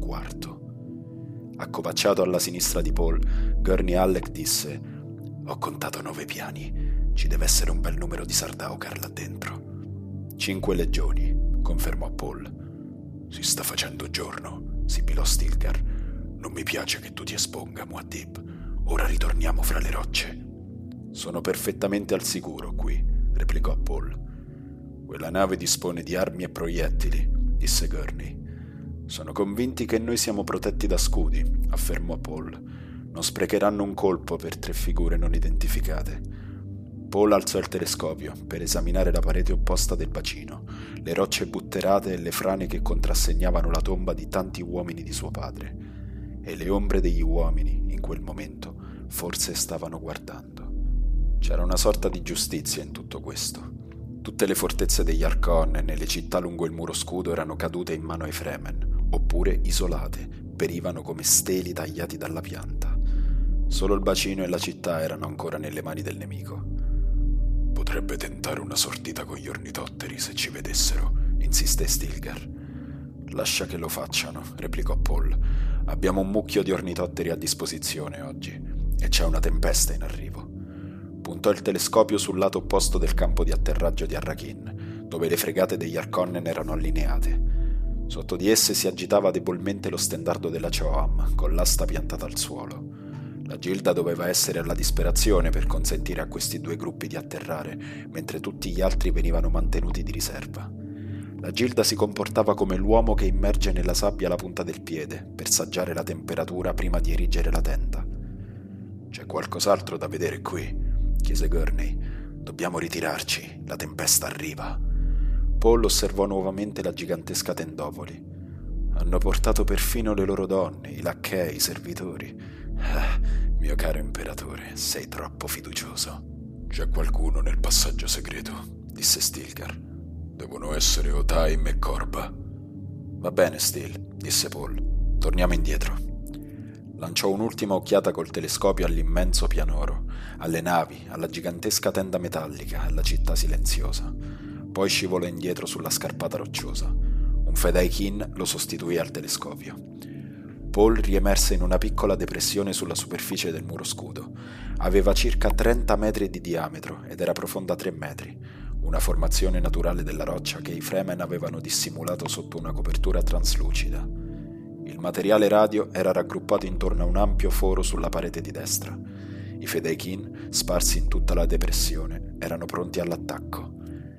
quarto. Accovacciato alla sinistra di Paul, Gurney Halleck disse: «Ho contato nove piani. Ci deve essere un bel numero di Sardaukar là dentro». «Cinque legioni», confermò Paul. «Si sta facendo giorno», sibilò Stilgar. «Non mi piace che tu ti esponga, Muad'Dib. Ora ritorniamo fra le rocce». «Sono perfettamente al sicuro qui», replicò Paul. «Quella nave dispone di armi e proiettili», disse Gurney. «Sono convinti che noi siamo protetti da scudi», affermò Paul. «Non sprecheranno un colpo per tre figure non identificate». Paul alzò il telescopio per esaminare la parete opposta del bacino, le rocce butterate e le frane che contrassegnavano la tomba di tanti uomini di suo padre. E le ombre degli uomini, in quel momento, forse stavano guardando. C'era una sorta di giustizia in tutto questo. Tutte le fortezze degli Harkonnen e le città lungo il muro scudo erano cadute in mano ai Fremen, oppure isolate, perivano come steli tagliati dalla pianta. Solo il bacino e la città erano ancora nelle mani del nemico. «Potrebbe tentare una sortita con gli ornitotteri se ci vedessero», insiste Stilgar. «Lascia che lo facciano», replicò Paul. «Abbiamo un mucchio di ornitotteri a disposizione oggi e c'è una tempesta in arrivo». Puntò il telescopio sul lato opposto del campo di atterraggio di Arrakeen, dove le fregate degli Harkonnen erano allineate. Sotto di esse si agitava debolmente lo stendardo della Choam, con l'asta piantata al suolo. La Gilda doveva essere alla disperazione per consentire a questi due gruppi di atterrare, mentre tutti gli altri venivano mantenuti di riserva. La Gilda si comportava come l'uomo che immerge nella sabbia la punta del piede per saggiare la temperatura prima di erigere la tenda. «C'è qualcos'altro da vedere qui?» chiese Gurney. «Dobbiamo ritirarci, la tempesta arriva». Paul osservò nuovamente la gigantesca tendopoli. Hanno portato perfino le loro donne, i lacchei, i servitori. Ah, mio caro imperatore, sei troppo fiducioso. C'è qualcuno nel passaggio segreto, disse Stilgar. Devono essere Otaim e Korba. Va bene, Stil, disse Paul. Torniamo indietro. Lanciò un'ultima occhiata col telescopio all'immenso pianoro, alle navi, alla gigantesca tenda metallica, alla città silenziosa. Poi scivolò indietro sulla scarpata rocciosa. Un Fedaykin lo sostituì al telescopio. Paul riemerse in una piccola depressione sulla superficie del muro scudo. Aveva circa trenta metri di diametro ed era profonda tre metri, una formazione naturale della roccia che i Fremen avevano dissimulato sotto una copertura traslucida. Il materiale radio era raggruppato intorno a un ampio foro sulla parete di destra. I Fedaykin, sparsi in tutta la depressione, erano pronti all'attacco.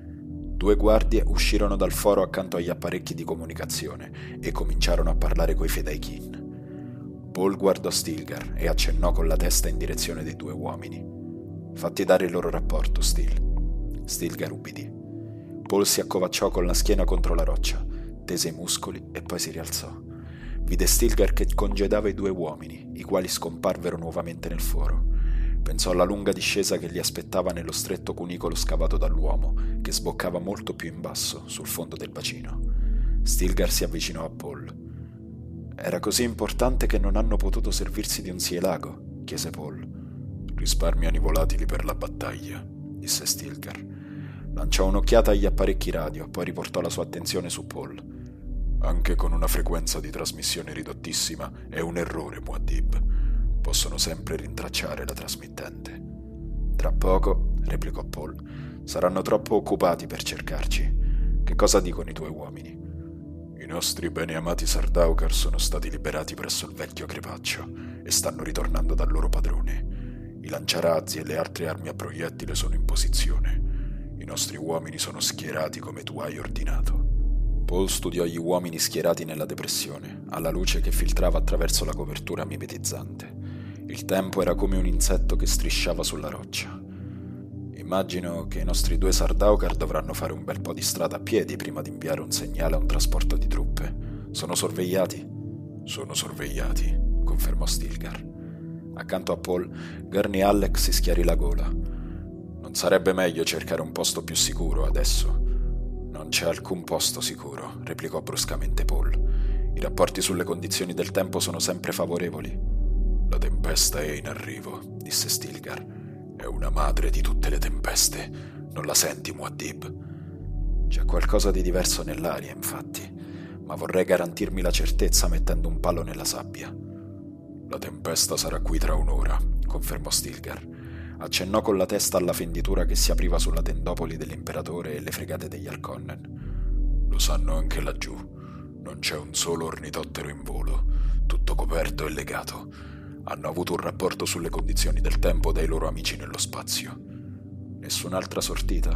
Due guardie uscirono dal foro accanto agli apparecchi di comunicazione e cominciarono a parlare coi Fedaykin. Paul guardò Stilgar e accennò con la testa in direzione dei due uomini. «Fatti dare il loro rapporto, Stil». Stilgar ubbidì. Paul si accovacciò con la schiena contro la roccia, tese i muscoli e poi si rialzò. Vide Stilgar che congedava i due uomini, i quali scomparvero nuovamente nel foro. Pensò alla lunga discesa che li aspettava nello stretto cunicolo scavato dall'uomo, che sboccava molto più in basso, sul fondo del bacino. Stilgar si avvicinò a Paul. «Era così importante che non hanno potuto servirsi di un sielago?» chiese Paul. «Risparmiano i volatili per la battaglia», disse Stilgar. Lanciò un'occhiata agli apparecchi radio, poi riportò la sua attenzione su Paul. «Anche con una frequenza di trasmissione ridottissima è un errore, Muad'Dib. Possono sempre rintracciare la trasmittente». «Tra poco», replicò Paul, «saranno troppo occupati per cercarci. Che cosa dicono i tuoi uomini?» «I nostri beneamati Sardaukar sono stati liberati presso il vecchio crepaccio e stanno ritornando dal loro padrone. I lanciarazzi e le altre armi a proiettile sono in posizione. I nostri uomini sono schierati come tu hai ordinato». Paul studiò gli uomini schierati nella depressione, alla luce che filtrava attraverso la copertura mimetizzante. Il tempo era come un insetto che strisciava sulla roccia. «Immagino che i nostri due Sardaukar dovranno fare un bel po' di strada a piedi prima di inviare un segnale a un trasporto di truppe. Sono sorvegliati?» «Sono sorvegliati», confermò Stilgar. Accanto a Paul, Gurney Halleck si schiarì la gola. «Non sarebbe meglio cercare un posto più sicuro adesso?» «Non c'è alcun posto sicuro», replicò bruscamente Paul. «I rapporti sulle condizioni del tempo sono sempre favorevoli». «La tempesta è in arrivo», disse Stilgar. «È una madre di tutte le tempeste. Non la senti, Muad'Dib?» «C'è qualcosa di diverso nell'aria, infatti, ma vorrei garantirmi la certezza mettendo un palo nella sabbia». «La tempesta sarà qui tra un'ora», confermò Stilgar. Accennò con la testa alla fenditura che si apriva sulla tendopoli dell'imperatore e le fregate degli Harkonnen. «Lo sanno anche laggiù. Non c'è un solo ornitottero in volo, tutto coperto e legato. Hanno avuto un rapporto sulle condizioni del tempo dai loro amici nello spazio». «Nessun'altra sortita?»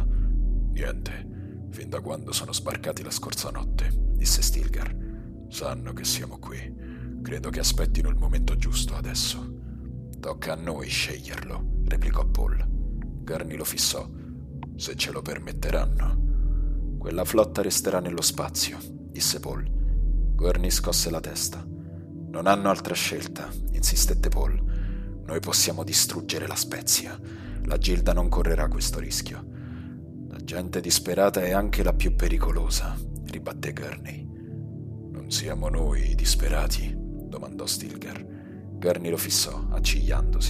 «Niente, fin da quando sono sbarcati la scorsa notte», disse Stilgar. «Sanno che siamo qui. Credo che aspettino il momento giusto adesso». «Tocca a noi sceglierlo», replicò Paul. Gurney lo fissò. «Se ce lo permetteranno». «Quella flotta resterà nello spazio», disse Paul. Gurney scosse la testa. «Non hanno altra scelta», insistette Paul. «Noi possiamo distruggere la Spezia. La Gilda non correrà questo rischio». «La gente disperata è anche la più pericolosa», ribatté Gurney. «Non siamo noi i disperati?» domandò Stilgar. Gurney lo fissò, accigliandosi.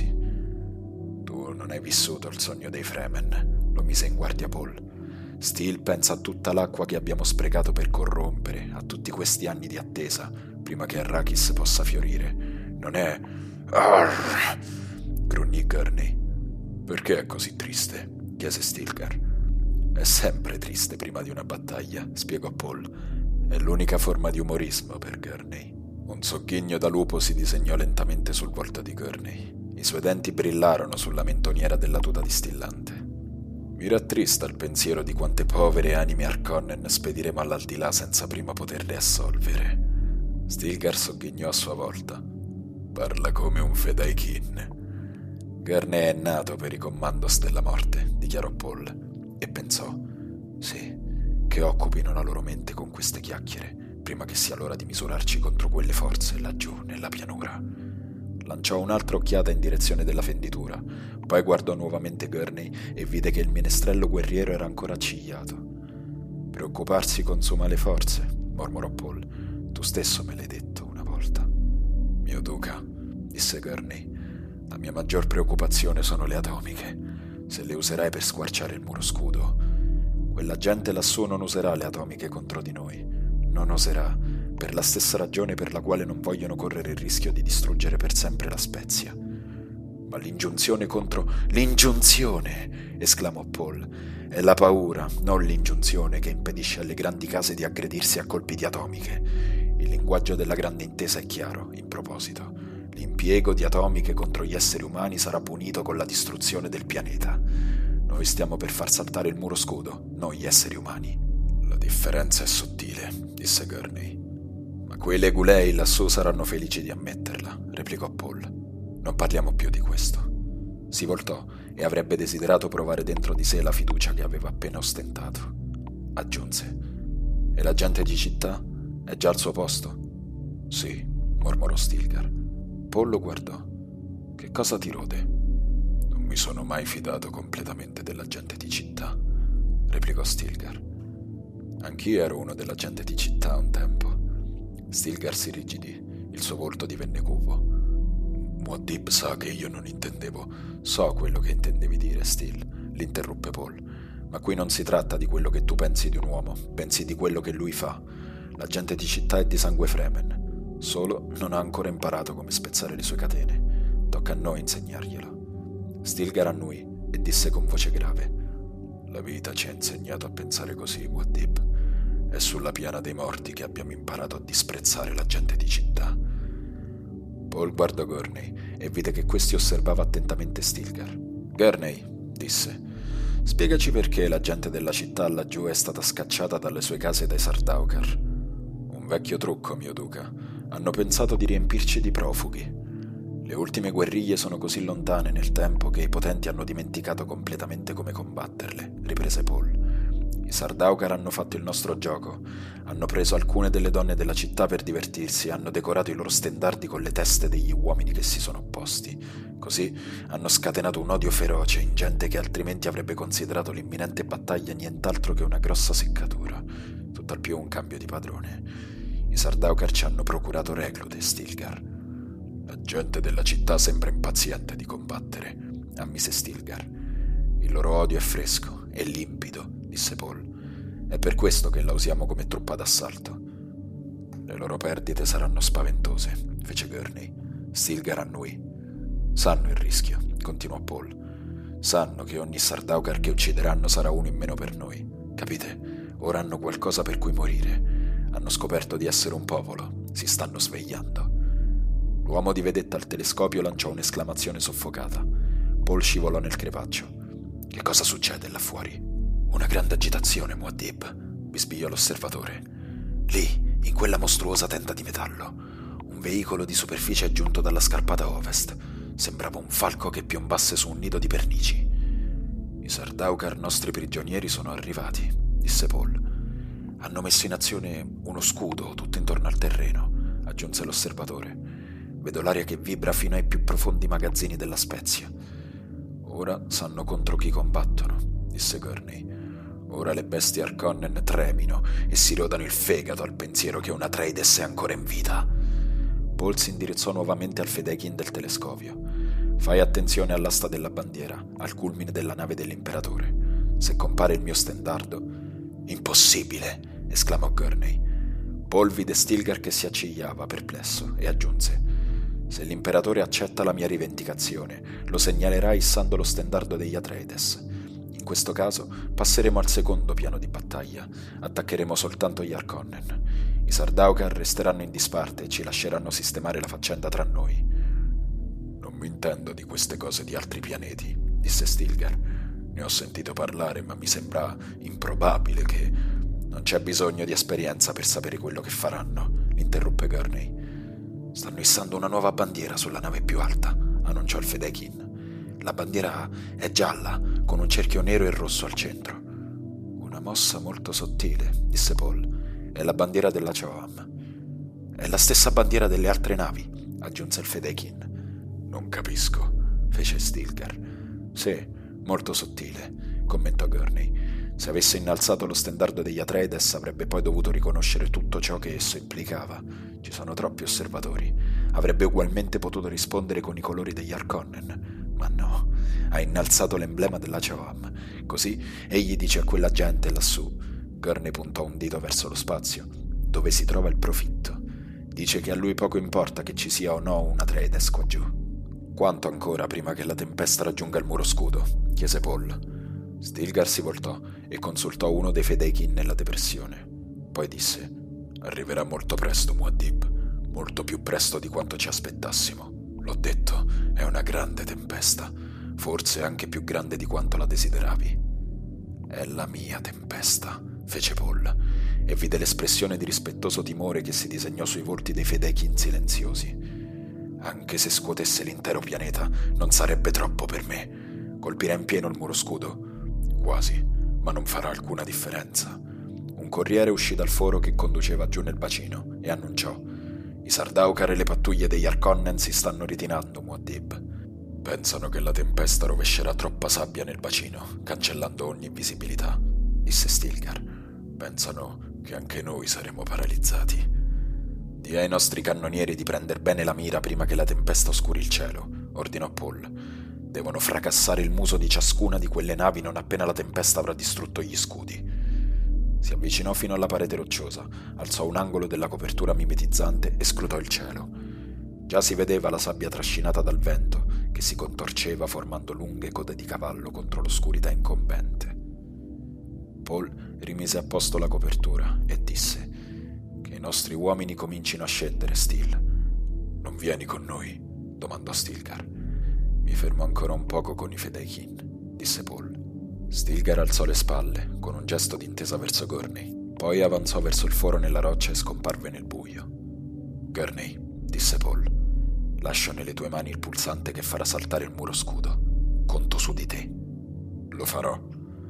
«Tu non hai vissuto il sogno dei Fremen», lo mise in guardia Paul. «Steel pensa a tutta l'acqua che abbiamo sprecato per corrompere, a tutti questi anni di attesa, prima che Arrakis possa fiorire. Non è...» «Arr!» grugnì Gurney. «Perché è così triste?» chiese Stilgar. «È sempre triste prima di una battaglia», spiegò Paul. «È l'unica forma di umorismo per Gurney». Un sogghigno da lupo si disegnò lentamente sul volto di Gurney. I suoi denti brillarono sulla mentoniera della tuta distillante. «Mi rattrista il pensiero di quante povere anime Harkonnen spediremo all'aldilà senza prima poterle assolvere». Stilgar sogghignò a sua volta. «Parla come un Fedaykin». «Gurney è nato per i commandos della morte», dichiarò Paul, e pensò: «Sì, che occupino la loro mente con queste chiacchiere, prima che sia l'ora di misurarci contro quelle forze laggiù nella pianura. Lanciò un'altra occhiata in direzione della fenditura, poi guardò nuovamente Gurney e vide che il menestrello guerriero era ancora accigliato. «Preoccuparsi consuma le forze», mormorò Paul. «Tu stesso me l'hai detto una volta». «Mio duca», disse Gurney, «la mia maggior preoccupazione sono le atomiche. Se le userai per squarciare il muro scudo, quella gente lassù non userà le atomiche contro di noi. Non oserà, per la stessa ragione per la quale non vogliono correre il rischio di distruggere per sempre la Spezia. Ma l'ingiunzione contro... L'ingiunzione! Esclamò Paul. È la paura, non l'ingiunzione, che impedisce alle grandi case di aggredirsi a colpi di atomiche. Il linguaggio della grande intesa è chiaro, in proposito. L'impiego di atomiche contro gli esseri umani sarà punito con la distruzione del pianeta. Noi stiamo per far saltare il muro scudo, non gli esseri umani. La differenza è sottile, disse Gurney. Ma quei legulei lassù saranno felici di ammetterla, replicò Paul. Non parliamo più di questo. Si voltò e avrebbe desiderato provare dentro di sé la fiducia che aveva appena ostentato. Aggiunse: «E la gente di città? È già al suo posto?» «Sì», mormorò Stilgar. Paul lo guardò. «Che cosa ti rode?» «Non mi sono mai fidato completamente della gente di città», replicò Stilgar. «Anch'io ero uno della gente di città un tempo». Stilgar si irrigidì, il suo volto divenne cupo. «Muad'Dib sa che io non intendevo». «So quello che intendevi dire, Stil», l'interruppe Paul. «Ma qui non si tratta di quello che tu pensi di un uomo, bensì di quello che lui fa. La gente di città è di sangue Fremen. Solo non ha ancora imparato come spezzare le sue catene. Tocca a noi insegnarglielo». Stilgar annui e disse con voce grave: «La vita ci ha insegnato a pensare così, Muad'Dib. È sulla piana dei morti che abbiamo imparato a disprezzare la gente di città». Paul guardò Gurney e vide che questi osservava attentamente Stilgar. «Gurney», disse, «spiegaci perché la gente della città laggiù è stata scacciata dalle sue case dai Sardaukar». «Un vecchio trucco, mio duca. Hanno pensato di riempirci di profughi. Le ultime guerriglie sono così lontane nel tempo che i potenti hanno dimenticato completamente come combatterle», riprese Paul. «I Sardaukar hanno fatto il nostro gioco. Hanno preso alcune delle donne della città per divertirsi e hanno decorato i loro stendardi con le teste degli uomini che si sono opposti. Così hanno scatenato un odio feroce in gente che altrimenti avrebbe considerato l'imminente battaglia nient'altro che una grossa seccatura, tutt'al più un cambio di padrone. I Sardaukar ci hanno procurato reclute, Stilgar». «La gente della città sembra impaziente di combattere», ammise Stilgar. «Il loro odio è fresco, è limpido», disse Paul. «È per questo che la usiamo come truppa d'assalto». «Le loro perdite saranno spaventose», fece Gurney. Stilgar annui. «Sanno il rischio», continuò Paul. «Sanno che ogni Sardaukar che uccideranno sarà uno in meno per noi. Capite? Ora hanno qualcosa per cui morire. Hanno scoperto di essere un popolo. Si stanno svegliando». L'uomo di vedetta al telescopio lanciò un'esclamazione soffocata. Paul scivolò nel crepaccio. «Che cosa succede là fuori?» «Una grande agitazione, Muad'Dib», bisbigliò l'osservatore. «Lì, in quella mostruosa tenda di metallo. Un veicolo di superficie è giunto dalla scarpata ovest. Sembrava un falco che piombasse su un nido di pernici». «I Sardaukar, nostri prigionieri, sono arrivati», disse Paul. «Hanno messo in azione uno scudo tutto intorno al terreno», aggiunse l'osservatore. «Vedo l'aria che vibra fino ai più profondi magazzini della Spezia». «Ora sanno contro chi combattono», disse Gurney. «Ora le bestie Harkonnen tremino e si rodano il fegato al pensiero che un Atreides è ancora in vita». Paul si indirizzò nuovamente al Fedaykin del telescopio. «Fai attenzione all'asta della bandiera, al culmine della nave dell'imperatore. Se compare il mio stendardo...» «Impossibile!» esclamò Gurney. Paul vide Stilgar che si accigliava, perplesso, e aggiunse: «Se l'imperatore accetta la mia rivendicazione, lo segnalerà issando lo stendardo degli Atreides. In questo caso passeremo al secondo piano di battaglia. Attaccheremo soltanto gli Harkonnen. I Sardaukar resteranno in disparte e ci lasceranno sistemare la faccenda tra noi». «Non mi intendo di queste cose di altri pianeti», disse Stilgar. «Ne ho sentito parlare, ma mi sembra improbabile che...» «Non c'è bisogno di esperienza per sapere quello che faranno», interruppe Gurney. «Stanno issando una nuova bandiera sulla nave più alta», annunciò il Fedaykin. «La bandiera è gialla, con un cerchio nero e rosso al centro». «Una mossa molto sottile», disse Paul. È la bandiera della Choam. È la stessa bandiera delle altre navi, aggiunse il Fedaykin. Non capisco, fece Stilgar. Sì, molto sottile, commentò Gurney. Se avesse innalzato lo stendardo degli Atreides avrebbe poi dovuto riconoscere tutto ciò che esso implicava. Ci sono troppi osservatori. Avrebbe ugualmente potuto rispondere con i colori degli Harkonnen, ma no, ha innalzato l'emblema della Choam. Così egli dice a quella gente lassù, Gurney puntò un dito verso lo spazio, dove si trova il profitto. Dice che a lui poco importa che ci sia o no un Atreides qua giù. Quanto ancora prima che la tempesta raggiunga il muro scudo? Chiese Paul. Stilgar si voltò e consultò uno dei Fedaykin nella depressione. Poi disse: arriverà molto presto, Muad'Dib, molto più presto di quanto ci aspettassimo. L'ho detto, è una grande tempesta, forse anche più grande di quanto la desideravi. È la mia tempesta, fece Paul, e vide l'espressione di rispettoso timore che si disegnò sui volti dei Fedaykin silenziosi. Anche se scuotesse l'intero pianeta, non sarebbe troppo per me. Colpirà in pieno il muro scudo? Quasi, ma non farà alcuna differenza. Un corriere uscì dal foro che conduceva giù nel bacino e annunciò: i Sardaukar e le pattuglie degli Harkonnen si stanno ritirando, Muad'Dib. Pensano che la tempesta rovescerà troppa sabbia nel bacino, cancellando ogni visibilità, disse Stilgar. Pensano che anche noi saremo paralizzati. Dì ai nostri cannonieri di prender bene la mira prima che la tempesta oscuri il cielo, ordinò Paul. Devono fracassare il muso di ciascuna di quelle navi non appena la tempesta avrà distrutto gli scudi. Si avvicinò fino alla parete rocciosa, alzò un angolo della copertura mimetizzante e scrutò il cielo. Già si vedeva la sabbia trascinata dal vento, che si contorceva formando lunghe code di cavallo contro l'oscurità incombente. Paul rimise a posto la copertura e disse: che i nostri uomini comincino a scendere, Stil. Non vieni con noi? Domandò Stilgar. Mi fermo ancora un poco con i Fedaykin, disse Paul. Stilgar alzò le spalle, con un gesto d'intesa verso Gurney. Poi avanzò verso il foro nella roccia e scomparve nel buio. Gurney, disse Paul, lascio nelle tue mani il pulsante che farà saltare il muro scudo. Conto su di te. Lo farò.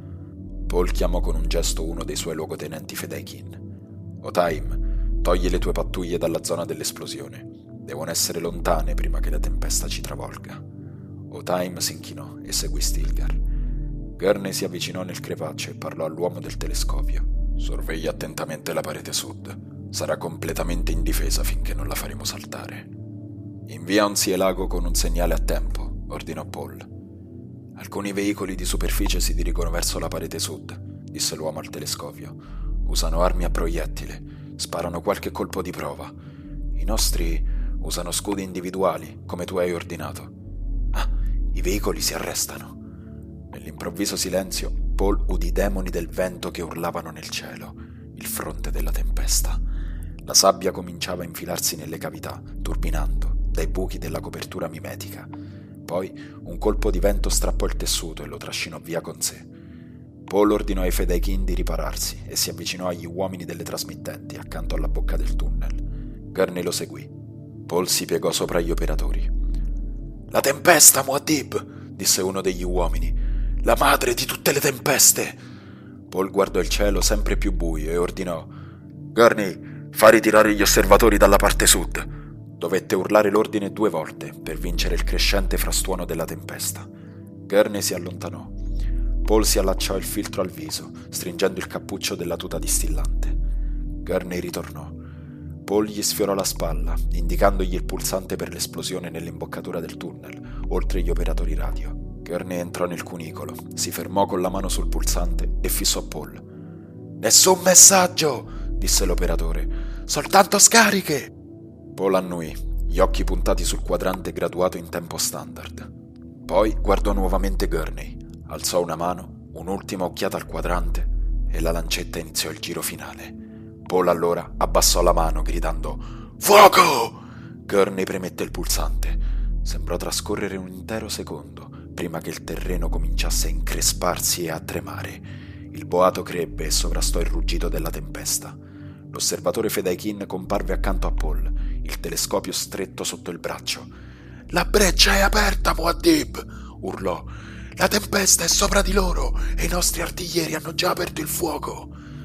Paul chiamò con un gesto uno dei suoi luogotenenti Fedaykin. Otaim, togli le tue pattuglie dalla zona dell'esplosione. Devono essere lontane prima che la tempesta ci travolga. Otaim si inchinò e seguì Stilgar. Gurney si avvicinò nel crepaccio e parlò all'uomo del telescopio. Sorveglia attentamente la parete sud. Sarà completamente indifesa finché non la faremo saltare. Invia un sielago con un segnale a tempo, ordinò Paul. Alcuni veicoli di superficie si dirigono verso la parete sud, disse l'uomo al telescopio. Usano armi a proiettile, sparano qualche colpo di prova. I nostri usano scudi individuali, come tu hai ordinato. Ah, i veicoli si arrestano. Nell'improvviso silenzio, Paul udì i demoni del vento che urlavano nel cielo, il fronte della tempesta. La sabbia cominciava a infilarsi nelle cavità, turbinando dai buchi della copertura mimetica. Poi un colpo di vento strappò il tessuto e lo trascinò via con sé. Paul ordinò ai Fedaykin di ripararsi e si avvicinò agli uomini delle trasmittenti accanto alla bocca del tunnel. Gurney lo seguì. Paul si piegò sopra gli operatori. «La tempesta, Muad'Dib!» disse uno degli uomini. «La madre di tutte le tempeste!» Paul guardò il cielo sempre più buio e ordinò: «Gurney, fa ritirare gli osservatori dalla parte sud!» Dovette urlare l'ordine due volte per vincere il crescente frastuono della tempesta. Gurney si allontanò. Paul si allacciò il filtro al viso, stringendo il cappuccio della tuta distillante. Gurney ritornò. Paul gli sfiorò la spalla, indicandogli il pulsante per l'esplosione nell'imboccatura del tunnel, oltre gli operatori radio. Gurney entrò nel cunicolo, si fermò con la mano sul pulsante e fissò Paul. «Nessun messaggio!» disse l'operatore. «Soltanto scariche!» Paul annui, gli occhi puntati sul quadrante graduato in tempo standard. Poi guardò nuovamente Gurney, alzò una mano, un'ultima occhiata al quadrante e la lancetta iniziò il giro finale. Paul allora abbassò la mano gridando «Fuoco!» Gurney premette il pulsante. Sembrò trascorrere un intero secondo prima che il terreno cominciasse a incresparsi e a tremare. Il boato crebbe e sovrastò il ruggito della tempesta. L'osservatore Fedaykin comparve accanto a Paul, il telescopio stretto sotto il braccio. «La breccia è aperta, Muad'Dib!» urlò. «La tempesta è sopra di loro e i nostri artiglieri hanno già aperto il fuoco!»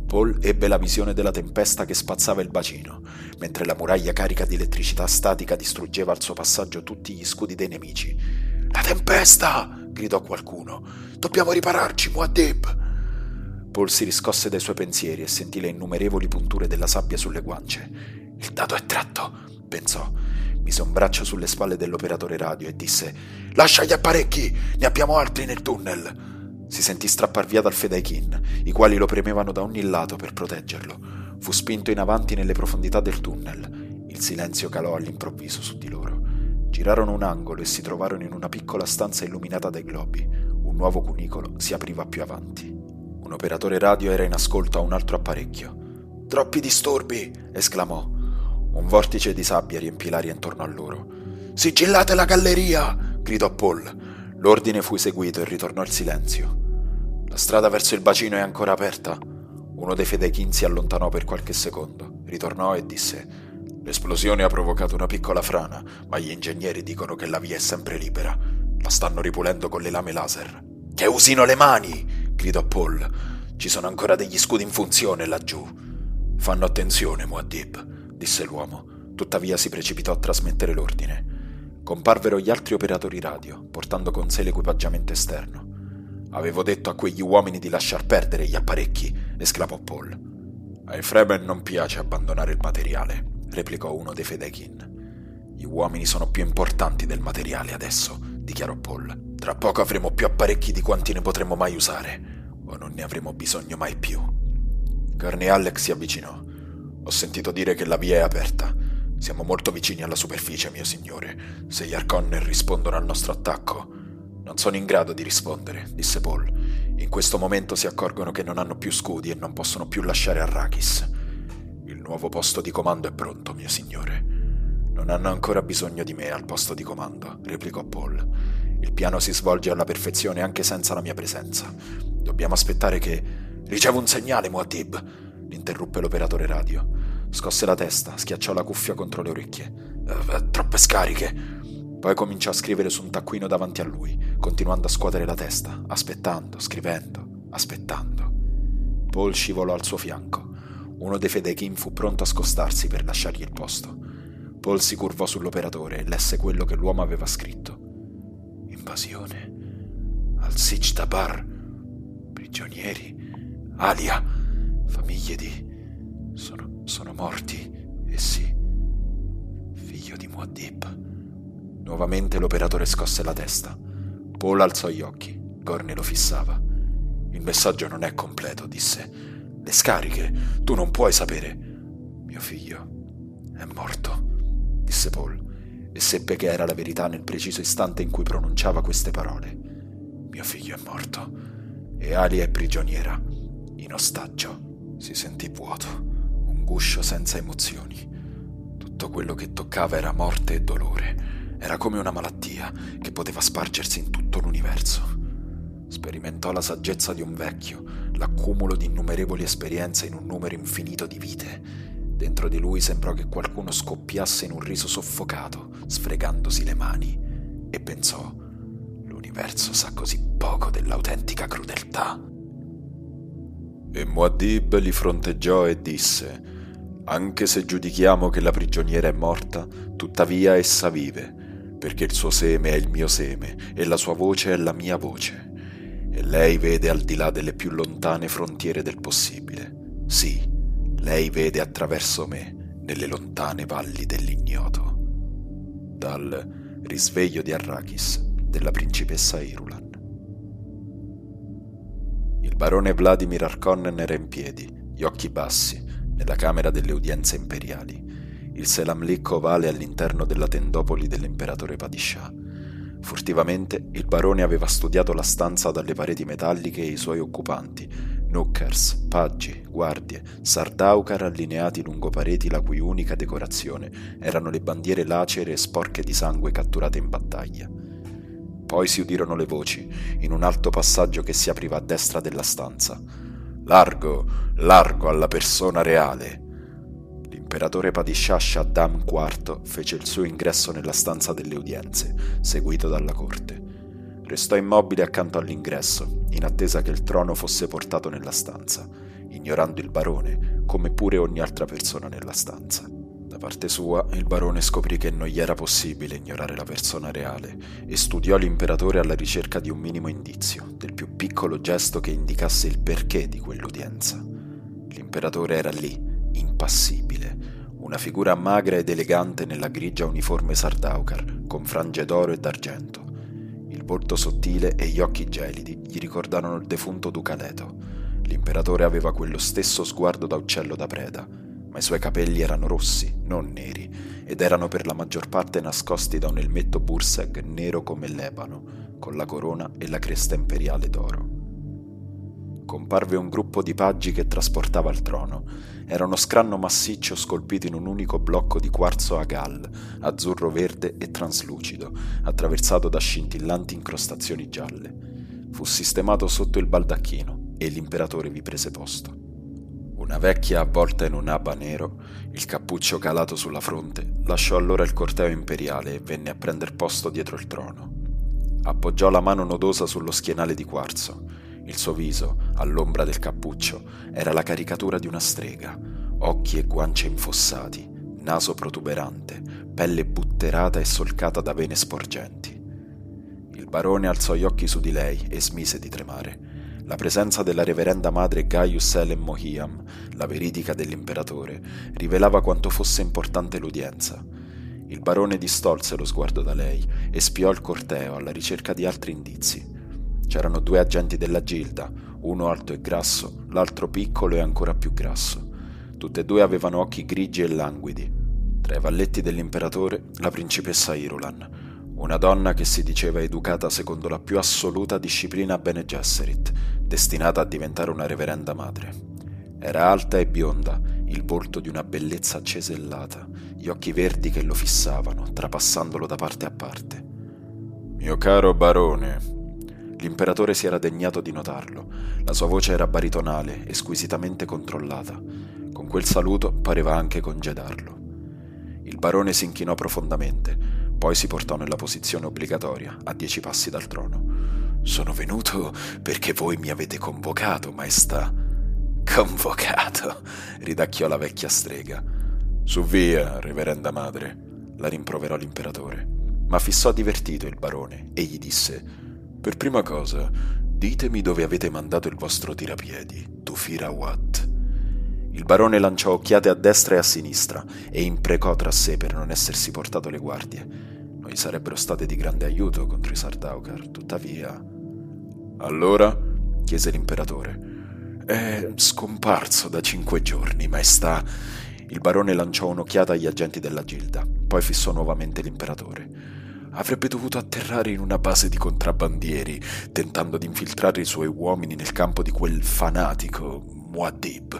Paul ebbe la visione della tempesta che spazzava il bacino, mentre la muraglia carica di elettricità statica distruggeva al suo passaggio tutti gli scudi dei nemici. «La tempesta!» gridò qualcuno. «Dobbiamo ripararci, Muad'Dib!» Paul si riscosse dai suoi pensieri e sentì le innumerevoli punture della sabbia sulle guance. «Il dado è tratto!» pensò. Mise un braccio sulle spalle dell'operatore radio e disse: «Lascia gli apparecchi! Ne abbiamo altri nel tunnel!» Si sentì strappar via dal Fedaykin, i quali lo premevano da ogni lato per proteggerlo. Fu spinto in avanti nelle profondità del tunnel. Il silenzio calò all'improvviso su di loro. Girarono un angolo e si trovarono in una piccola stanza illuminata dai globi. Un nuovo cunicolo si apriva più avanti. Un operatore radio era in ascolto a un altro apparecchio. «Troppi disturbi!» esclamò. Un vortice di sabbia riempì l'aria intorno a loro. «Sigillate la galleria!» gridò Paul. L'ordine fu eseguito e ritornò il silenzio. «La strada verso il bacino è ancora aperta?» Uno dei Fedaykin si allontanò per qualche secondo, ritornò e disse: «L'esplosione ha provocato una piccola frana, ma gli ingegneri dicono che la via è sempre libera. La stanno ripulendo con le lame laser». «Che usino le mani!» gridò Paul. «Ci sono ancora degli scudi in funzione laggiù». «Fanno attenzione, Muad'Dib», disse l'uomo. Tuttavia si precipitò a trasmettere l'ordine. Comparvero gli altri operatori radio, portando con sé l'equipaggiamento esterno. «Avevo detto a quegli uomini di lasciar perdere gli apparecchi», esclamò Paul. «Ai Fremen non piace abbandonare il materiale», replicò uno dei Fedaykin. «Gli uomini sono più importanti del materiale adesso», dichiarò Paul. «Tra poco avremo più apparecchi di quanti ne potremo mai usare, o non ne avremo bisogno mai più». Gurney Halleck si avvicinò. «Ho sentito dire che la via è aperta. Siamo molto vicini alla superficie, mio signore. Se gli Harkonnen rispondono al nostro attacco...» «Non sono in grado di rispondere», disse Paul. «In questo momento si accorgono che non hanno più scudi e non possono più lasciare Arrakis. Il nuovo posto di comando è pronto, mio signore». «Non hanno ancora bisogno di me al posto di comando», replicò Paul. «Il piano si svolge alla perfezione anche senza la mia presenza. Dobbiamo aspettare che...» «Ricevo un segnale, Muad'Dib», l'interruppe l'operatore radio. Scosse la testa, schiacciò la cuffia contro le orecchie. Uh, troppe scariche. Poi cominciò a scrivere su un taccuino davanti a lui, continuando a scuotere la testa, aspettando, scrivendo, aspettando. Paul scivolò al suo fianco. Uno dei Fedaykin fu pronto a scostarsi per lasciargli il posto. Paul si curvò sull'operatore e lesse quello che l'uomo aveva scritto. «Invasione. Al Sijdar. Prigionieri. Alia. Famiglie di... Sono, sono morti. E sì. Figlio di Muad'Dib». Nuovamente l'operatore scosse la testa. Paul alzò gli occhi. Gurney lo fissava. «Il messaggio non è completo», disse. «Le scariche. Tu non puoi sapere». «Mio figlio è morto», disse Paul, e seppe che era la verità nel preciso istante in cui pronunciava queste parole. «Mio figlio è morto. E Alia è prigioniera. In ostaggio». Si sentì vuoto, un guscio senza emozioni. Tutto quello che toccava era morte e dolore. Era come una malattia che poteva spargersi in tutto l'universo. Sperimentò la saggezza di un vecchio, l'accumulo di innumerevoli esperienze in un numero infinito di vite. Dentro di lui sembrò che qualcuno scoppiasse in un riso soffocato, sfregandosi le mani, e pensò: l'universo sa così poco dell'autentica crudeltà. E Muad'Dib li fronteggiò e disse: «Anche se giudichiamo che la prigioniera è morta, tuttavia essa vive, perché il suo seme è il mio seme e la sua voce è la mia voce. E lei vede al di là delle più lontane frontiere del possibile. Sì, lei vede attraverso me, nelle lontane valli dell'ignoto». Dal Risveglio di Arrakis della principessa Irulan. Il barone Vladimir Harkonnen era in piedi, gli occhi bassi, nella camera delle udienze imperiali, il selamlik ovale all'interno della tendopoli dell'imperatore Padishah. Furtivamente il barone aveva studiato la stanza dalle pareti metalliche e i suoi occupanti, Nookers, paggi, guardie, Sardaukar allineati lungo pareti la cui unica decorazione erano le bandiere lacere e sporche di sangue catturate in battaglia. Poi si udirono le voci, in un alto passaggio che si apriva a destra della stanza. «Largo, largo alla persona reale!» L'imperatore Padishah Shaddam quarto fece il suo ingresso nella stanza delle udienze, seguito dalla corte. Restò immobile accanto all'ingresso, in attesa che il trono fosse portato nella stanza, ignorando il barone, come pure ogni altra persona nella stanza. Da parte sua, il barone scoprì che non gli era possibile ignorare la persona reale e studiò l'imperatore alla ricerca di un minimo indizio, del più piccolo gesto che indicasse il perché di quell'udienza. L'imperatore era lì, impassibile, una figura magra ed elegante nella grigia uniforme Sardaukar, con frange d'oro e d'argento. Il volto sottile e gli occhi gelidi gli ricordarono il defunto duca Leto. L'imperatore aveva quello stesso sguardo da uccello da preda, ma i suoi capelli erano rossi, non neri, ed erano per la maggior parte nascosti da un elmetto burseg nero come l'ebano, con la corona e la cresta imperiale d'oro. Comparve un gruppo di paggi che trasportava il trono. Era uno scranno massiccio scolpito in un unico blocco di quarzo agal, azzurro-verde e traslucido, attraversato da scintillanti incrostazioni gialle. Fu sistemato sotto il baldacchino e l'imperatore vi prese posto. Una vecchia avvolta in un abba nero, il cappuccio calato sulla fronte, lasciò allora il corteo imperiale e venne a prender posto dietro il trono. Appoggiò la mano nodosa sullo schienale di quarzo. Il suo viso, all'ombra del cappuccio, era la caricatura di una strega, occhi e guance infossati, naso protuberante, pelle butterata e solcata da vene sporgenti. Il barone alzò gli occhi su di lei e smise di tremare. La presenza della reverenda madre Gaius Helen Mohiam, la veridica dell'imperatore, rivelava quanto fosse importante l'udienza. Il barone distolse lo sguardo da lei e spiò il corteo alla ricerca di altri indizi. C'erano due agenti della gilda, uno alto e grasso, l'altro piccolo e ancora più grasso. Tutte e due avevano occhi grigi e languidi. Tra i valletti dell'imperatore, la principessa Irulan, una donna che si diceva educata secondo la più assoluta disciplina Bene Gesserit, destinata a diventare una reverenda madre. Era alta e bionda, il volto di una bellezza cesellata, gli occhi verdi che lo fissavano, trapassandolo da parte a parte. «Mio caro barone», l'imperatore si era degnato di notarlo. La sua voce era baritonale e squisitamente controllata. Con quel saluto pareva anche congedarlo. Il barone si inchinò profondamente, poi si portò nella posizione obbligatoria, a dieci passi dal trono. «Sono venuto perché voi mi avete convocato, maestà». «Convocato?» ridacchiò la vecchia strega. «Su via, reverenda madre», la rimproverò l'imperatore, ma fissò divertito il barone e gli disse: «Per prima cosa, ditemi dove avete mandato il vostro tirapiedi, Tufir Awat». Il barone lanciò occhiate a destra e a sinistra e imprecò tra sé per non essersi portato le guardie. Non gli sarebbero state di grande aiuto contro i Sardaukar, tuttavia. «Allora?» chiese l'imperatore. «È scomparso da cinque giorni, maestà». Il barone lanciò un'occhiata agli agenti della gilda, poi fissò nuovamente l'imperatore. «Avrebbe dovuto atterrare in una base di contrabbandieri, tentando di infiltrare i suoi uomini nel campo di quel fanatico Muad'Dib».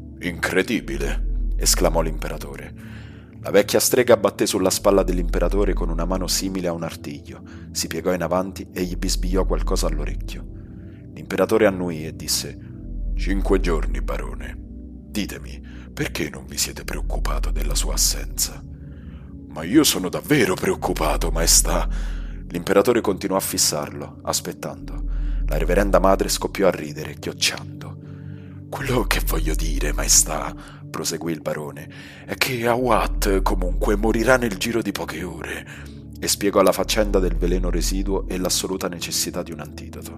«Incredibile!» esclamò l'imperatore. La vecchia strega batté sulla spalla dell'imperatore con una mano simile a un artiglio, si piegò in avanti e gli bisbigliò qualcosa all'orecchio. L'imperatore annuì e disse: «Cinque giorni, barone. Ditemi, perché non vi siete preoccupato della sua assenza?» «Ma io sono davvero preoccupato, maestà!» L'imperatore continuò a fissarlo, aspettando. La reverenda madre scoppiò a ridere, chiocciando. «Quello che voglio dire, maestà», proseguì il barone, «è che Awat comunque morirà nel giro di poche ore», e spiegò la faccenda del veleno residuo e l'assoluta necessità di un antidoto.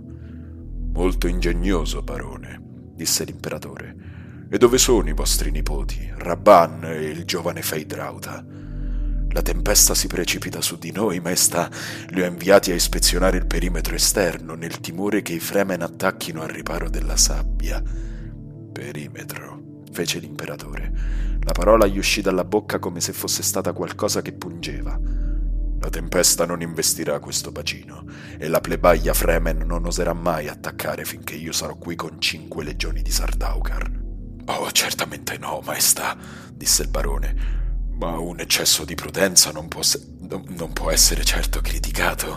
«Molto ingegnoso, barone», disse l'imperatore. «E dove sono i vostri nipoti, Rabban e il giovane Feyd-Rautha?» «La tempesta si precipita su di noi, maestà. Li ho inviati a ispezionare il perimetro esterno, nel timore che i Fremen attacchino al riparo della sabbia». «Perimetro», fece l'imperatore. La parola gli uscì dalla bocca come se fosse stata qualcosa che pungeva. «La tempesta non investirà questo bacino, e la plebaglia Fremen non oserà mai attaccare finché io sarò qui con cinque legioni di Sardaukar». «Oh, certamente no, maestà», disse il barone. «Ma un eccesso di prudenza non può, se- non può essere certo criticato».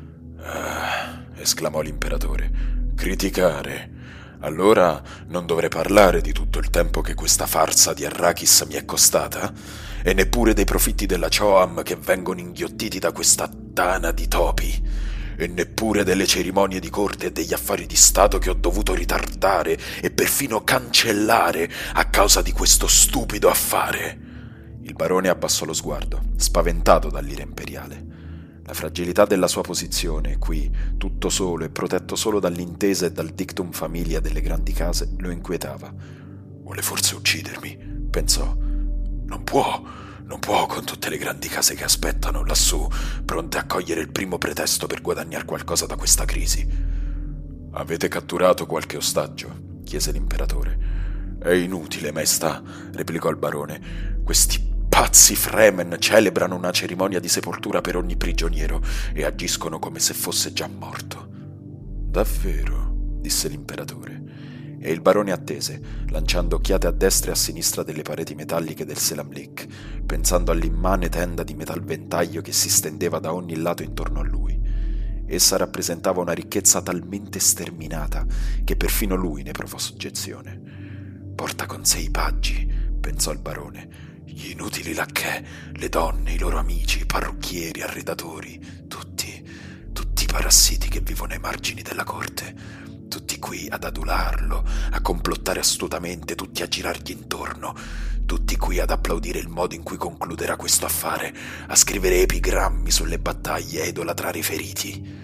«Ah», esclamò l'imperatore, «criticare? Allora non dovrei parlare di tutto il tempo che questa farsa di Arrakis mi è costata? E neppure dei profitti della Choam che vengono inghiottiti da questa tana di topi? e neppure delle cerimonie di corte e degli affari di Stato che ho dovuto ritardare e perfino cancellare a causa di questo stupido affare. Il barone abbassò lo sguardo, spaventato dall'ira imperiale. La fragilità della sua posizione, qui, tutto solo e protetto solo dall'intesa e dal dictum familia delle grandi case, lo inquietava. Vuole forse uccidermi, pensò. Non può, non può con tutte le grandi case che aspettano lassù, pronte a cogliere il primo pretesto per guadagnare qualcosa da questa crisi. Avete catturato qualche ostaggio? Chiese l'imperatore. È inutile, maestà, replicò il barone. Questi pazzi Fremen celebrano una cerimonia di sepoltura per ogni prigioniero e agiscono come se fosse già morto. Davvero? Disse l'imperatore. E il barone attese, lanciando occhiate a destra e a sinistra delle pareti metalliche del Selamlik, pensando all'immane tenda di metalventaglio che si stendeva da ogni lato intorno a lui. Essa rappresentava una ricchezza talmente sterminata che perfino lui ne provò soggezione. Porta con sé i paggi, pensò il barone, gli inutili lacchè, le donne, i loro amici, i parrucchieri, arredatori, tutti, tutti i parassiti che vivono ai margini della corte, tutti qui ad adularlo, a complottare astutamente, tutti a girargli intorno, tutti qui ad applaudire il modo in cui concluderà questo affare, a scrivere epigrammi sulle battaglie e a idolatrare i feriti.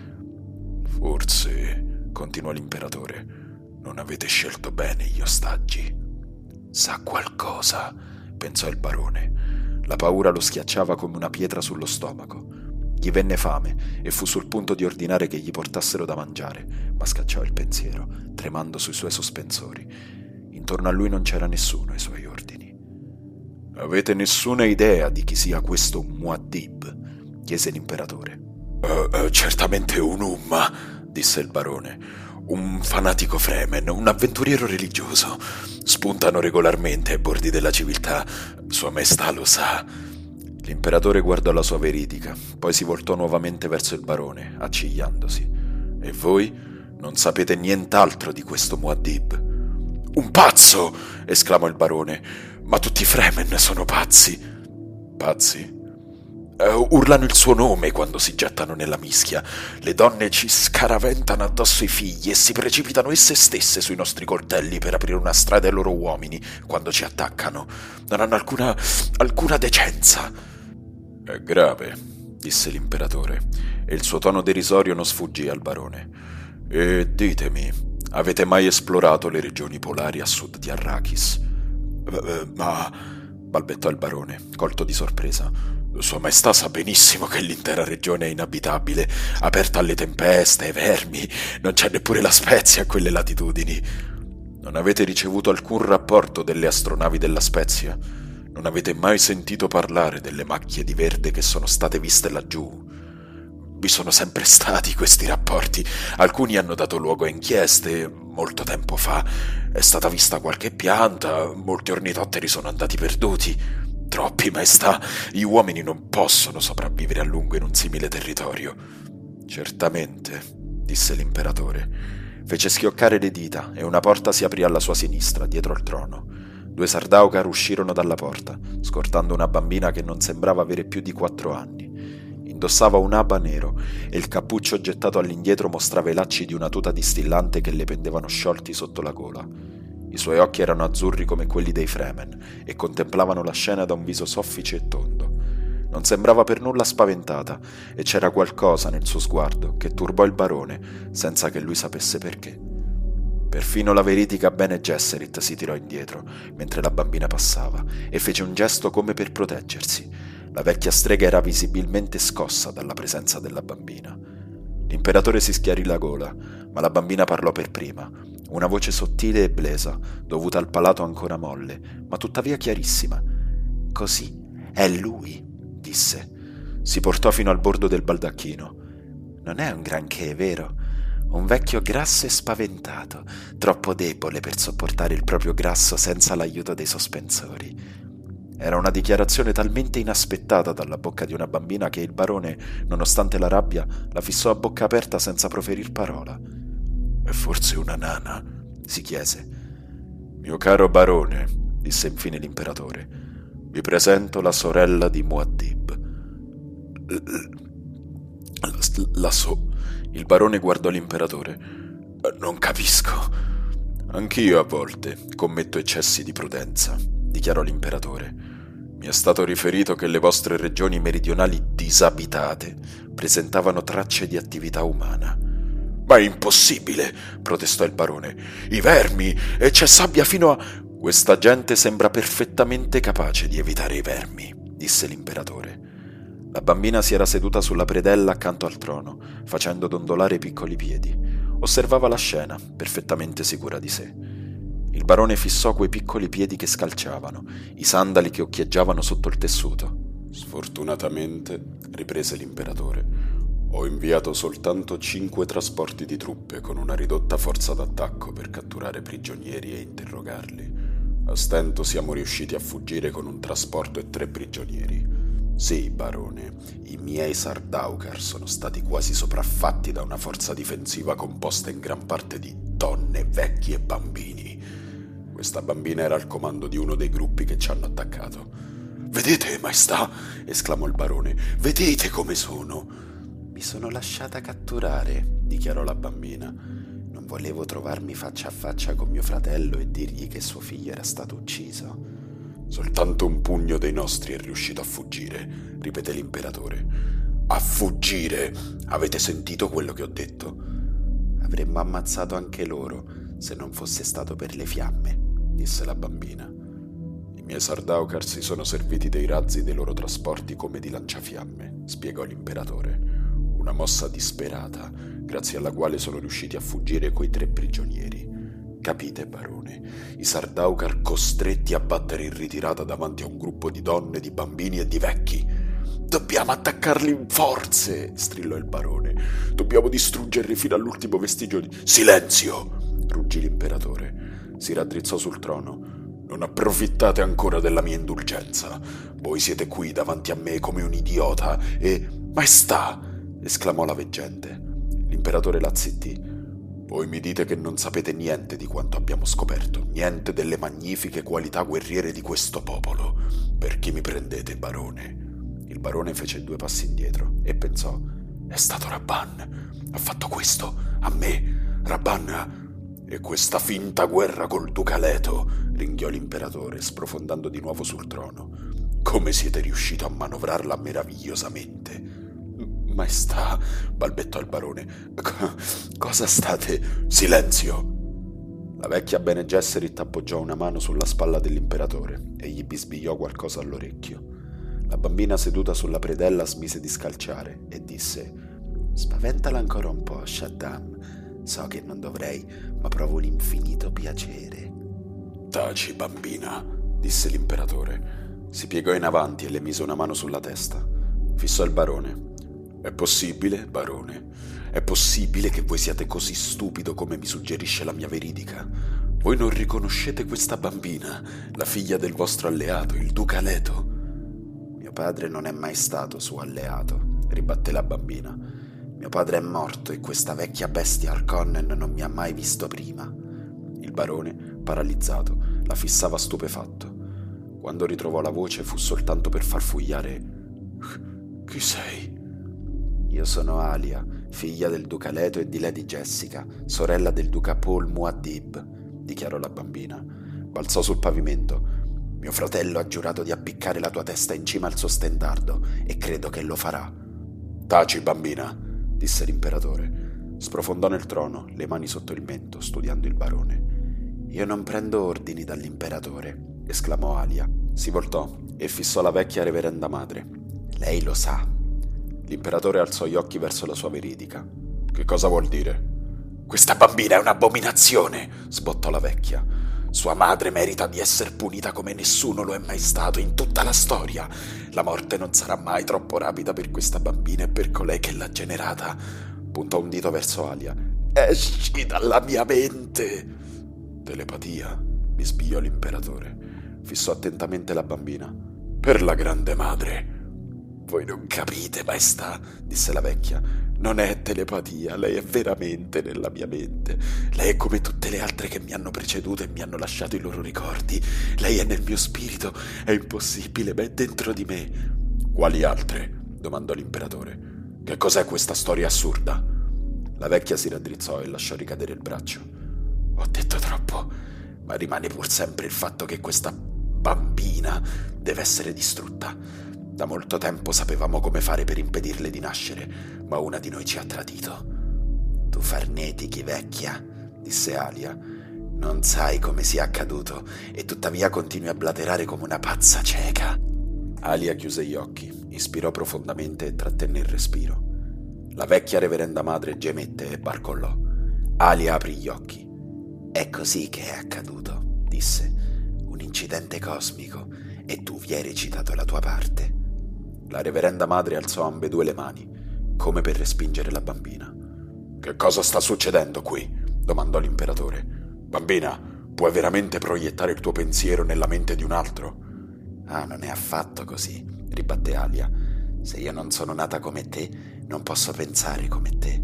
Forse, continuò l'imperatore, non avete scelto bene gli ostaggi. Sa qualcosa, pensò il barone. La paura lo schiacciava come una pietra sullo stomaco. Gli venne fame e fu sul punto di ordinare che gli portassero da mangiare, ma scacciò il pensiero, tremando sui suoi sospensori. Intorno a lui non c'era nessuno ai suoi ordini. Avete nessuna idea di chi sia questo Muad'Dib? Chiese l'imperatore. Uh, uh, certamente un Umma, disse il barone. Un fanatico Fremen, un avventuriero religioso. Spuntano regolarmente ai bordi della civiltà. Sua Maestà lo sa. L'imperatore guardò la sua veridica, poi si voltò nuovamente verso il barone, accigliandosi. E voi non sapete nient'altro di questo Muad'Dib? Un pazzo! Esclamò il barone. Ma tutti i Fremen sono pazzi. Pazzi? Uh, urlano il suo nome quando si gettano nella mischia. Le donne ci scaraventano addosso i figli e si precipitano esse stesse sui nostri coltelli per aprire una strada ai loro uomini quando ci attaccano. Non hanno alcuna, alcuna decenza. È grave, disse l'imperatore, e il suo tono derisorio non sfuggì al barone. E ditemi, avete mai esplorato le regioni polari a sud di Arrakis? Uh, ma... balbettò il barone, colto di sorpresa. Sua Maestà sa benissimo che l'intera regione è inabitabile, aperta alle tempeste, ai vermi, non c'è neppure la Spezia a quelle latitudini. Non avete ricevuto alcun rapporto delle astronavi della Spezia? Non avete mai sentito parlare delle macchie di verde che sono state viste laggiù? Vi sono sempre stati questi rapporti, alcuni hanno dato luogo a inchieste, molto tempo fa è stata vista qualche pianta, molti ornitotteri sono andati perduti. Troppi, Maestà, gli uomini non possono sopravvivere a lungo in un simile territorio. Certamente, disse l'imperatore. Fece schioccare le dita e una porta si aprì alla sua sinistra, dietro il trono. Due Sardaukar uscirono dalla porta, scortando una bambina che non sembrava avere più di quattro anni. Indossava un aba nero e il cappuccio gettato all'indietro mostrava i lacci di una tuta distillante che le pendevano sciolti sotto la gola. I suoi occhi erano azzurri come quelli dei Fremen e contemplavano la scena da un viso soffice e tondo. Non sembrava per nulla spaventata e c'era qualcosa nel suo sguardo che turbò il barone senza che lui sapesse perché. Perfino la veridica Bene Gesserit si tirò indietro mentre la bambina passava e fece un gesto come per proteggersi. La vecchia strega era visibilmente scossa dalla presenza della bambina. L'imperatore si schiarì la gola, ma la bambina parlò per prima. Una voce sottile e blesa, dovuta al palato ancora molle, ma tuttavia chiarissima. «Così, è lui», disse. Si portò fino al bordo del baldacchino. «Non è un granché, vero? Un vecchio grasso e spaventato, troppo debole per sopportare il proprio grasso senza l'aiuto dei sospensori». Era una dichiarazione talmente inaspettata dalla bocca di una bambina che il barone, nonostante la rabbia, la fissò a bocca aperta senza proferir parola. «È forse una nana?» si chiese. «Mio caro barone», disse infine l'imperatore, «vi presento la sorella di Muad'Dib». La, la so... Il barone guardò l'imperatore. «Non capisco». «Anch'io a volte commetto eccessi di prudenza», dichiarò l'imperatore. «Mi è stato riferito che le vostre regioni meridionali disabitate presentavano tracce di attività umana». «Ma è impossibile», protestò il barone. «I vermi, e c'è sabbia fino a...» «Questa gente sembra perfettamente capace di evitare i vermi», disse l'imperatore. La bambina si era seduta sulla predella accanto al trono, facendo dondolare i piccoli piedi. Osservava la scena, perfettamente sicura di sé. Il barone fissò quei piccoli piedi che scalciavano, i sandali che occhieggiavano sotto il tessuto. «Sfortunatamente», riprese l'imperatore, «ho inviato soltanto cinque trasporti di truppe con una ridotta forza d'attacco per catturare prigionieri e interrogarli. A stento siamo riusciti a fuggire con un trasporto e tre prigionieri. Sì, barone, i miei Sardaukar sono stati quasi sopraffatti da una forza difensiva composta in gran parte di donne, vecchi e bambini. Questa bambina era al comando di uno dei gruppi che ci hanno attaccato». «Vedete, maestà», esclamò il barone, «vedete come sono». «Mi sono lasciata catturare», dichiarò la bambina. «Non volevo trovarmi faccia a faccia con mio fratello e dirgli che suo figlio era stato ucciso». «Soltanto un pugno dei nostri è riuscito a fuggire», ripeté l'imperatore. «A fuggire? Avete sentito quello che ho detto?» «Avremmo ammazzato anche loro se non fosse stato per le fiamme», disse la bambina. «I miei Sardaukar si sono serviti dei razzi dei loro trasporti come di lanciafiamme», spiegò l'imperatore. «Una mossa disperata, grazie alla quale sono riusciti a fuggire quei tre prigionieri. Capite, barone? I Sardaukar costretti a battere in ritirata davanti a un gruppo di donne, di bambini e di vecchi. Dobbiamo attaccarli in forze, strillò il barone. Dobbiamo distruggerli fino all'ultimo vestigio di... Silenzio! Ruggì l'imperatore. Si raddrizzò sul trono. Non approfittate ancora della mia indulgenza. Voi siete qui davanti a me come un idiota e... Maestà! Esclamò la veggente. L'imperatore la zittì. Voi mi dite che non sapete niente di quanto abbiamo scoperto, niente delle magnifiche qualità guerriere di questo popolo. Per chi mi prendete, barone? Il barone fece due passi indietro e pensò: è stato Rabban. Ha fatto questo a me. Rabban. E questa finta guerra col duca Leto, ringhiò l'imperatore, sprofondando di nuovo sul trono. Come siete riuscito a manovrarla meravigliosamente? Maestà, balbettò il barone, cosa state... Silenzio! La vecchia Bene Gesserit appoggiò una mano sulla spalla dell'imperatore e gli bisbigliò qualcosa all'orecchio. La bambina seduta sulla predella smise di scalciare e disse: spaventala ancora un po', Shaddam. So che non dovrei, ma provo un infinito piacere. Taci, bambina, disse l'imperatore. Si piegò in avanti e le mise una mano sulla testa. Fissò il barone. È possibile, barone? È possibile che voi siate così stupido come mi suggerisce la mia veridica? Voi non riconoscete questa bambina, la figlia del vostro alleato, il duca Leto? Mio padre non è mai stato suo alleato, ribatté la bambina. Mio padre è morto e questa vecchia bestia Harkonnen non mi ha mai visto prima. Il barone, paralizzato, la fissava stupefatto. Quando ritrovò la voce fu soltanto per farfugliare: Chi sei? Io sono Alia, figlia del duca Leto e di Lady Jessica, sorella del duca Paul Muad'Dib, dichiarò la bambina. Balzò sul pavimento. Mio fratello ha giurato di appiccare la tua testa in cima al suo stendardo e credo che lo farà. Taci, bambina, disse l'imperatore. Sprofondò nel trono, le mani sotto il mento, studiando il barone. Io non prendo ordini dall'imperatore, esclamò Alia. Si voltò e fissò la vecchia reverenda madre. Lei lo sa. L'imperatore alzò gli occhi verso la sua veridica. Che cosa vuol dire? Questa bambina è un'abominazione, sbottò la vecchia. Sua madre merita di essere punita come nessuno lo è mai stato in tutta la storia. La morte non sarà mai troppo rapida per questa bambina e per colei che l'ha generata. Puntò un dito verso Alia. Esci dalla mia mente! Telepatia, bisbigliò l'imperatore. Fissò attentamente la bambina. Per la grande madre. Voi non capite, maestà, disse la vecchia. Non è telepatia, lei è veramente nella mia mente. Lei è come tutte le altre che mi hanno preceduto e mi hanno lasciato i loro ricordi. Lei è nel mio spirito, è impossibile, ma è dentro di me. Quali altre? Domandò l'imperatore. Che cos'è questa storia assurda? La vecchia si raddrizzò e lasciò ricadere il braccio. Ho detto troppo, ma rimane pur sempre il fatto che questa bambina deve essere distrutta. Da molto tempo sapevamo come fare per impedirle di nascere, ma una di noi ci ha tradito. Tu farnetichi, vecchia, disse Alia. Non sai come sia accaduto e tuttavia continui a blaterare come una pazza cieca. Alia chiuse gli occhi, ispirò profondamente e trattenne il respiro. La vecchia reverenda madre gemette e barcollò. Alia aprì gli occhi. È così che è accaduto, disse. Un incidente cosmico e tu vi hai recitato la tua parte. La reverenda madre alzò ambedue le mani, come per respingere la bambina. Che cosa sta succedendo qui? Domandò l'imperatore. Bambina, puoi veramente proiettare il tuo pensiero nella mente di un altro? Ah, non è affatto così, ribatté Alia. Se io non sono nata come te, non posso pensare come te.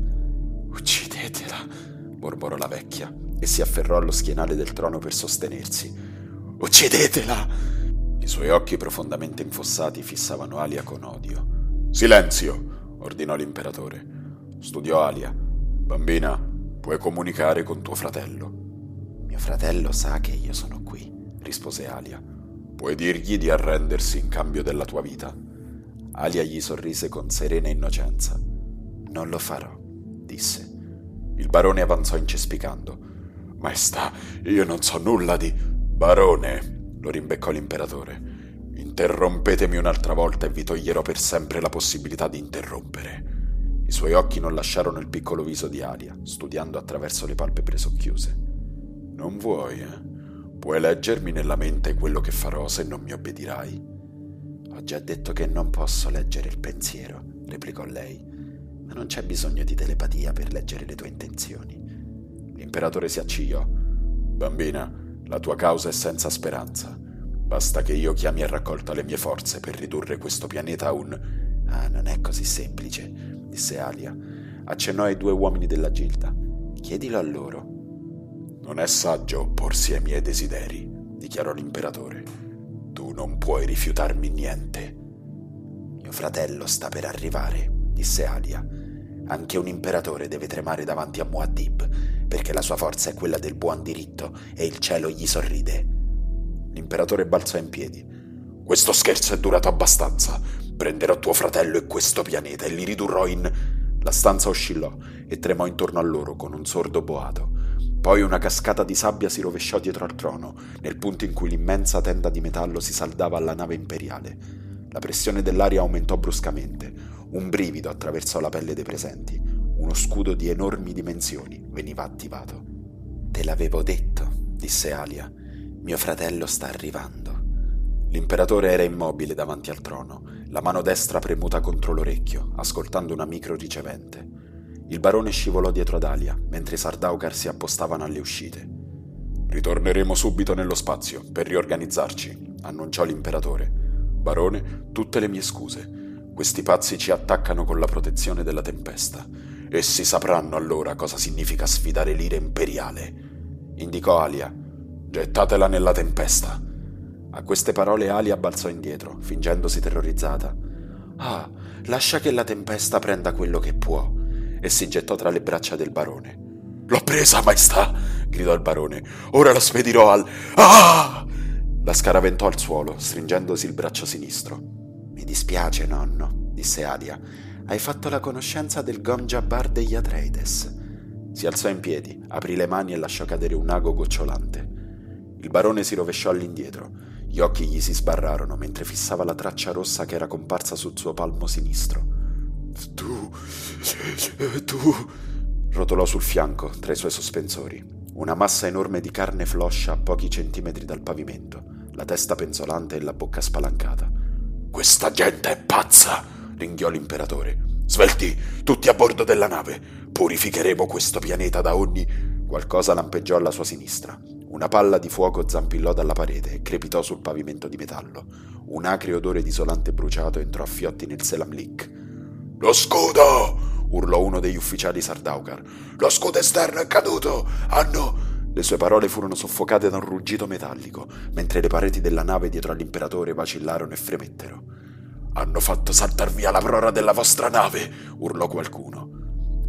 Uccidetela, mormorò la vecchia e si afferrò allo schienale del trono per sostenersi. Uccidetela! I suoi occhi profondamente infossati fissavano Alia con odio. Silenzio, ordinò l'imperatore. Studiò Alia. Bambina, puoi comunicare con tuo fratello. Mio fratello sa che io sono qui, rispose Alia. Puoi dirgli di arrendersi in cambio della tua vita? Alia gli sorrise con serena innocenza. Non lo farò, disse. Il barone avanzò incespicando. Maestà, io non so nulla di... Barone, lo rimbeccò l'imperatore. Interrompetemi un'altra volta e vi toglierò per sempre la possibilità di interrompere. I suoi occhi non lasciarono il piccolo viso di Alia, studiando attraverso le palpebre socchiuse. Non vuoi, eh? Puoi leggermi nella mente quello che farò se non mi obbedirai? Ho già detto che non posso leggere il pensiero, replicò lei, ma non c'è bisogno di telepatia per leggere le tue intenzioni. L'imperatore si accigliò. Bambina, la tua causa è senza speranza. Basta che io chiami a raccolta le mie forze per ridurre questo pianeta a un... Ah, non è così semplice, disse Alia. Accennò ai due uomini della gilda. Chiedilo a loro. Non è saggio opporsi ai miei desideri, dichiarò l'imperatore. Tu non puoi rifiutarmi niente. Mio fratello sta per arrivare, disse Alia. Anche un imperatore deve tremare davanti a Muad'Dib, perché la sua forza è quella del buon diritto e il cielo gli sorride. L'imperatore balzò in piedi. Questo scherzo è durato abbastanza. Prenderò tuo fratello e questo pianeta e li ridurrò in... La stanza oscillò e tremò intorno a loro con un sordo boato. Poi una cascata di sabbia si rovesciò dietro al trono, nel punto in cui l'immensa tenda di metallo si saldava alla nave imperiale. La pressione dell'aria aumentò bruscamente. Un brivido attraversò la pelle dei presenti. Uno scudo di enormi dimensioni veniva attivato. Te l'avevo detto, disse Alia. Mio fratello sta arrivando. L'imperatore era immobile davanti al trono, la mano destra premuta contro l'orecchio, ascoltando una micro ricevente. Il barone scivolò dietro ad Alia, mentre i Sardaukar si appostavano alle uscite. Ritorneremo subito nello spazio, per riorganizzarci, annunciò l'imperatore. Barone, tutte le mie scuse. Questi pazzi ci attaccano con la protezione della tempesta. Essi sapranno allora cosa significa sfidare l'ira imperiale. Indicò Alia. Gettatela nella tempesta. A queste parole Alia balzò indietro, fingendosi terrorizzata. Ah, lascia che la tempesta prenda quello che può. E si gettò tra le braccia del barone. L'ho presa, maestà! Gridò il barone. Ora la spedirò al... Ah! La scaraventò al suolo, stringendosi il braccio sinistro. Mi dispiace, nonno, disse Alia. Hai fatto la conoscenza del Gom Jabbar degli Atreides. Si alzò in piedi, aprì le mani e lasciò cadere un ago gocciolante. Il barone si rovesciò all'indietro. Gli occhi gli si sbarrarono mentre fissava la traccia rossa che era comparsa sul suo palmo sinistro. Tu... tu... rotolò sul fianco, tra i suoi sospensori. Una massa enorme di carne floscia a pochi centimetri dal pavimento, la testa penzolante e la bocca spalancata. Questa gente è pazza! Ringhiò l'imperatore. Svelti, tutti a bordo della nave! Purificheremo questo pianeta da ogni... Qualcosa lampeggiò alla sua sinistra. Una palla di fuoco zampillò dalla parete e crepitò sul pavimento di metallo. Un acre odore di isolante bruciato entrò a fiotti nel Selamlik. Lo scudo! Urlò uno degli ufficiali Sardaukar. Lo scudo esterno è caduto! Hanno... Le sue parole furono soffocate da un ruggito metallico, mentre le pareti della nave dietro all'imperatore vacillarono e fremettero. Hanno fatto saltar via la prora della vostra nave! Urlò qualcuno.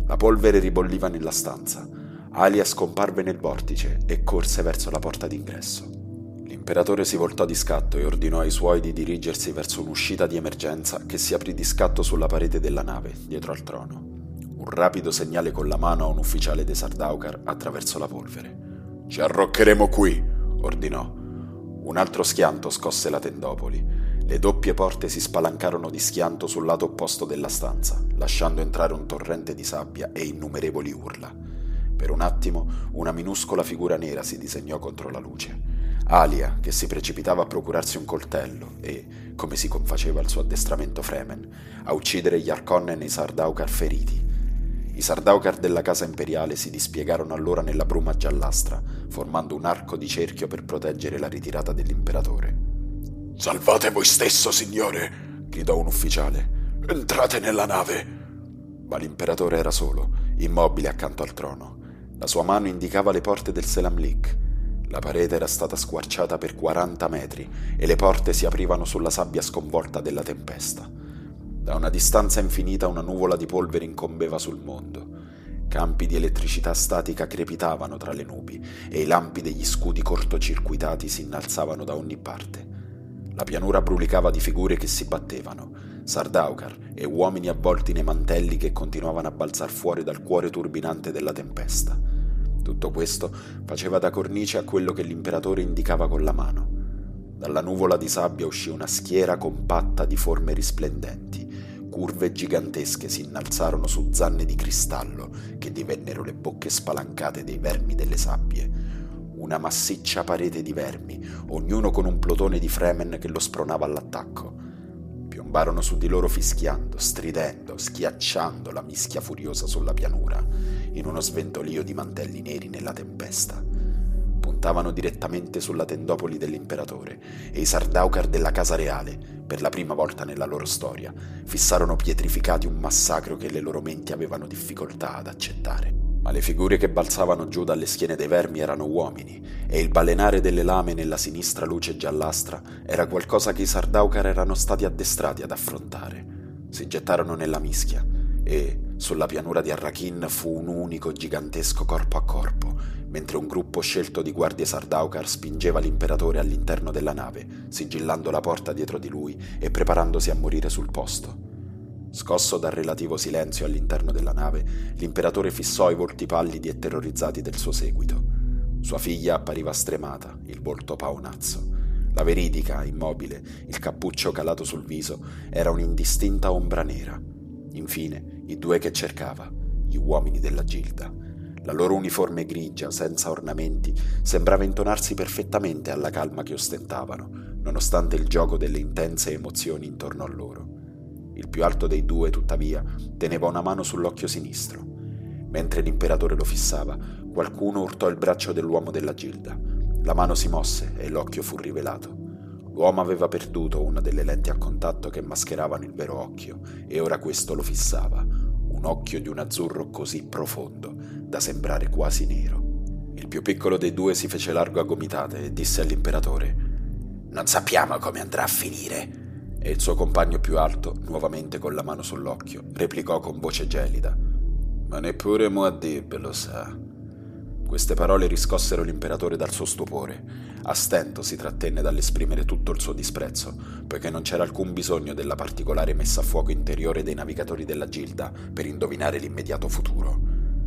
La polvere ribolliva nella stanza. Alia scomparve nel vortice e corse verso la porta d'ingresso. L'imperatore si voltò di scatto e ordinò ai suoi di dirigersi verso un'uscita di emergenza che si aprì di scatto sulla parete della nave, dietro al trono. Un rapido segnale con la mano a un ufficiale dei Sardaukar attraverso la polvere. «Ci arroccheremo qui», ordinò. Un altro schianto scosse la tendopoli. Le doppie porte si spalancarono di schianto sul lato opposto della stanza, lasciando entrare un torrente di sabbia e innumerevoli urla. Per un attimo una minuscola figura nera si disegnò contro la luce. Alia, che si precipitava a procurarsi un coltello e, come si confaceva al suo addestramento Fremen, a uccidere gli Harkonnen e i Sardaukar feriti. I Sardaukar della casa imperiale si dispiegarono allora nella bruma giallastra, formando un arco di cerchio per proteggere la ritirata dell'imperatore. «Salvate voi stesso, signore!» gridò un ufficiale. «Entrate nella nave!» Ma l'imperatore era solo, immobile accanto al trono. La sua mano indicava le porte del Selamlik. La parete era stata squarciata per quaranta metri e le porte si aprivano sulla sabbia sconvolta della tempesta. Da una distanza infinita una nuvola di polvere incombeva sul mondo. Campi di elettricità statica crepitavano tra le nubi e i lampi degli scudi cortocircuitati si innalzavano da ogni parte. La pianura brulicava di figure che si battevano, Sardaukar e uomini avvolti nei mantelli che continuavano a balzar fuori dal cuore turbinante della tempesta. Tutto questo faceva da cornice a quello che l'imperatore indicava con la mano. Dalla nuvola di sabbia uscì una schiera compatta di forme risplendenti. Curve gigantesche si innalzarono su zanne di cristallo che divennero le bocche spalancate dei vermi delle sabbie. Una massiccia parete di vermi, ognuno con un plotone di Fremen che lo spronava all'attacco. Piombarono su di loro fischiando, stridendo, schiacciando la mischia furiosa sulla pianura, in uno sventolio di mantelli neri nella tempesta. Puntavano direttamente sulla tendopoli dell'imperatore e i Sardaukar della casa reale, per la prima volta nella loro storia, fissarono pietrificati un massacro che le loro menti avevano difficoltà ad accettare. Ma le figure che balzavano giù dalle schiene dei vermi erano uomini, e il balenare delle lame nella sinistra luce giallastra era qualcosa che i Sardaukar erano stati addestrati ad affrontare. Si gettarono nella mischia, e sulla pianura di Arrakeen fu un unico gigantesco corpo a corpo, mentre un gruppo scelto di guardie Sardaukar spingeva l'imperatore all'interno della nave, sigillando la porta dietro di lui e preparandosi a morire sul posto. Scosso dal relativo silenzio all'interno della nave, l'imperatore fissò i volti pallidi e terrorizzati del suo seguito. Sua figlia appariva stremata, il volto paonazzo. La veridica, immobile, il cappuccio calato sul viso, era un'indistinta ombra nera. Infine, i due che cercava, gli uomini della Gilda. La loro uniforme grigia, senza ornamenti, sembrava intonarsi perfettamente alla calma che ostentavano, nonostante il gioco delle intense emozioni intorno a loro. Il più alto dei due, tuttavia, teneva una mano sull'occhio sinistro. Mentre l'imperatore lo fissava, qualcuno urtò il braccio dell'uomo della Gilda. La mano si mosse e l'occhio fu rivelato. L'uomo aveva perduto una delle lenti a contatto che mascheravano il vero occhio, e ora questo lo fissava, un occhio di un azzurro così profondo da sembrare quasi nero. Il più piccolo dei due si fece largo a gomitate e disse all'imperatore: «Non sappiamo come andrà a finire». E il suo compagno più alto, nuovamente con la mano sull'occhio, replicò con voce gelida: «Ma neppure Muad'Dib lo sa». Queste parole riscossero l'imperatore dal suo stupore. A stento si trattenne dall'esprimere tutto il suo disprezzo, poiché non c'era alcun bisogno della particolare messa a fuoco interiore dei navigatori della Gilda per indovinare l'immediato futuro.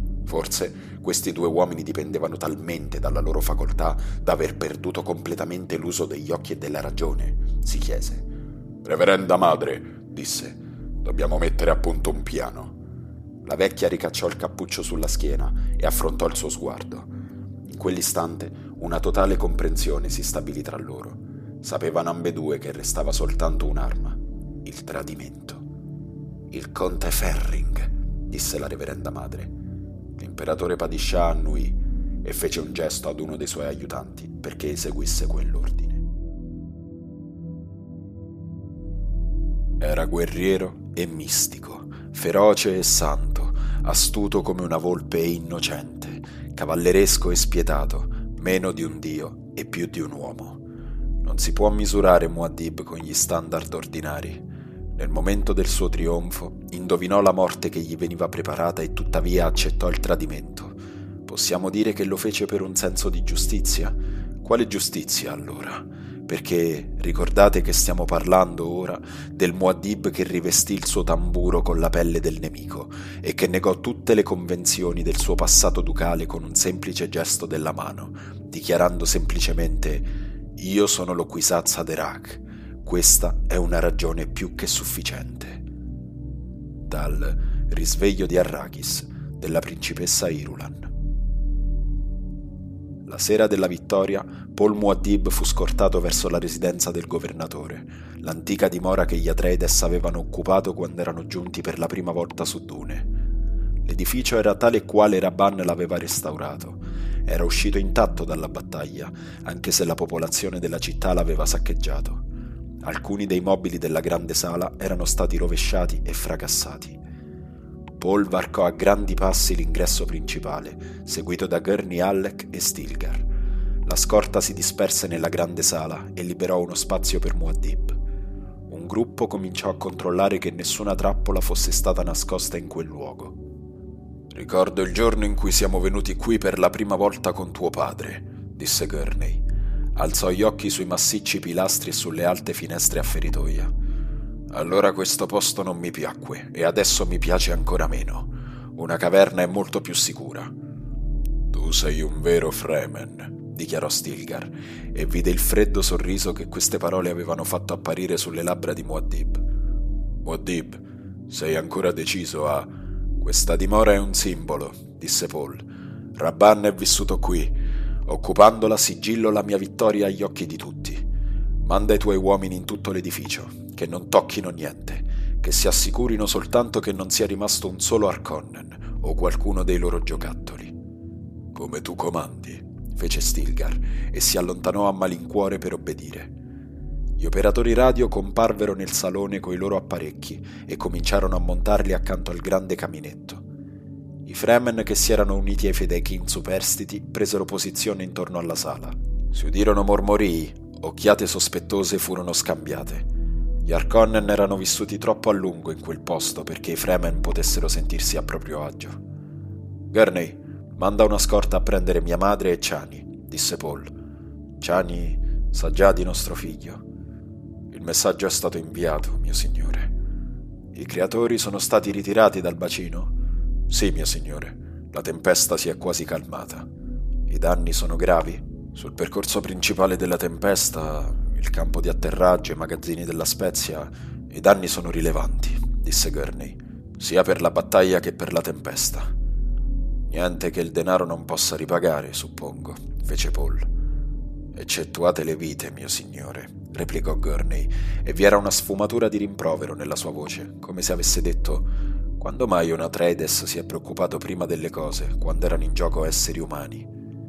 Forse questi due uomini dipendevano talmente dalla loro facoltà da aver perduto completamente l'uso degli occhi e della ragione, si chiese. «Reverenda madre», disse, «dobbiamo mettere a punto un piano». La vecchia ricacciò il cappuccio sulla schiena e affrontò il suo sguardo. In quell'istante una totale comprensione si stabilì tra loro. Sapevano ambedue che restava soltanto un'arma: il tradimento. «Il conte Ferring», disse la reverenda madre. L'imperatore Padishah annuì e fece un gesto ad uno dei suoi aiutanti perché eseguisse quell'ordine. Era guerriero e mistico, feroce e santo, astuto come una volpe e innocente, cavalleresco e spietato, meno di un dio e più di un uomo. Non si può misurare Muad'Dib con gli standard ordinari. Nel momento del suo trionfo, indovinò la morte che gli veniva preparata e tuttavia accettò il tradimento. Possiamo dire che lo fece per un senso di giustizia? Quale giustizia, allora? Perché ricordate che stiamo parlando ora del Muad'Dib che rivestì il suo tamburo con la pelle del nemico e che negò tutte le convenzioni del suo passato ducale con un semplice gesto della mano, dichiarando semplicemente «Io sono lo Kwisatz Haderach». Questa è una ragione più che sufficiente. Dal Risveglio di Arrakis della principessa Irulan. La sera della vittoria, Pol Muad'Dib fu scortato verso la residenza del governatore, l'antica dimora che gli Atreides avevano occupato quando erano giunti per la prima volta su Dune. L'edificio era tale e quale Rabban l'aveva restaurato. Era uscito intatto dalla battaglia, anche se la popolazione della città l'aveva saccheggiato. Alcuni dei mobili della grande sala erano stati rovesciati e fracassati. Paul varcò a grandi passi l'ingresso principale, seguito da Gurney Halleck e Stilgar. La scorta si disperse nella grande sala e liberò uno spazio per Muad'Dib. Un gruppo cominciò a controllare che nessuna trappola fosse stata nascosta in quel luogo. «Ricordo il giorno in cui siamo venuti qui per la prima volta con tuo padre», disse Gurney. Alzò gli occhi sui massicci pilastri e sulle alte finestre a feritoia. «Allora questo posto non mi piacque e adesso mi piace ancora meno. Una caverna è molto più sicura». «Tu sei un vero Fremen», dichiarò Stilgar, e vide il freddo sorriso che queste parole avevano fatto apparire sulle labbra di Muad'Dib. «Muad'Dib, sei ancora deciso a...» «Questa dimora è un simbolo», disse Paul. «Rabban è vissuto qui. Occupandola sigillo la mia vittoria agli occhi di tutti. Manda i tuoi uomini in tutto l'edificio, che non tocchino niente, che si assicurino soltanto che non sia rimasto un solo Harkonnen o qualcuno dei loro giocattoli». «Come tu comandi», fece Stilgar e si allontanò a malincuore per obbedire. Gli operatori radio comparvero nel salone coi loro apparecchi e cominciarono a montarli accanto al grande caminetto. I Fremen che si erano uniti ai Fedaykin superstiti presero posizione intorno alla sala. Si udirono mormorii, occhiate sospettose furono scambiate. Gli Harkonnen erano vissuti troppo a lungo in quel posto perché i Fremen potessero sentirsi a proprio agio. «Gurney, manda una scorta a prendere mia madre e Chani», disse Paul. «Chani sa già di nostro figlio». «Il messaggio è stato inviato, mio signore». «I creatori sono stati ritirati dal bacino?» «Sì, mio signore, la tempesta si è quasi calmata. I danni sono gravi. Sul percorso principale della tempesta, il campo di atterraggio e i magazzini della Spezia, i danni sono rilevanti», disse Gurney, «sia per la battaglia che per la tempesta». «Niente che il denaro non possa ripagare, suppongo», fece Paul. «Eccettuate le vite, mio signore», replicò Gurney, e vi era una sfumatura di rimprovero nella sua voce, come se avesse detto: «Quando mai un Atreides si è preoccupato prima delle cose, quando erano in gioco esseri umani?»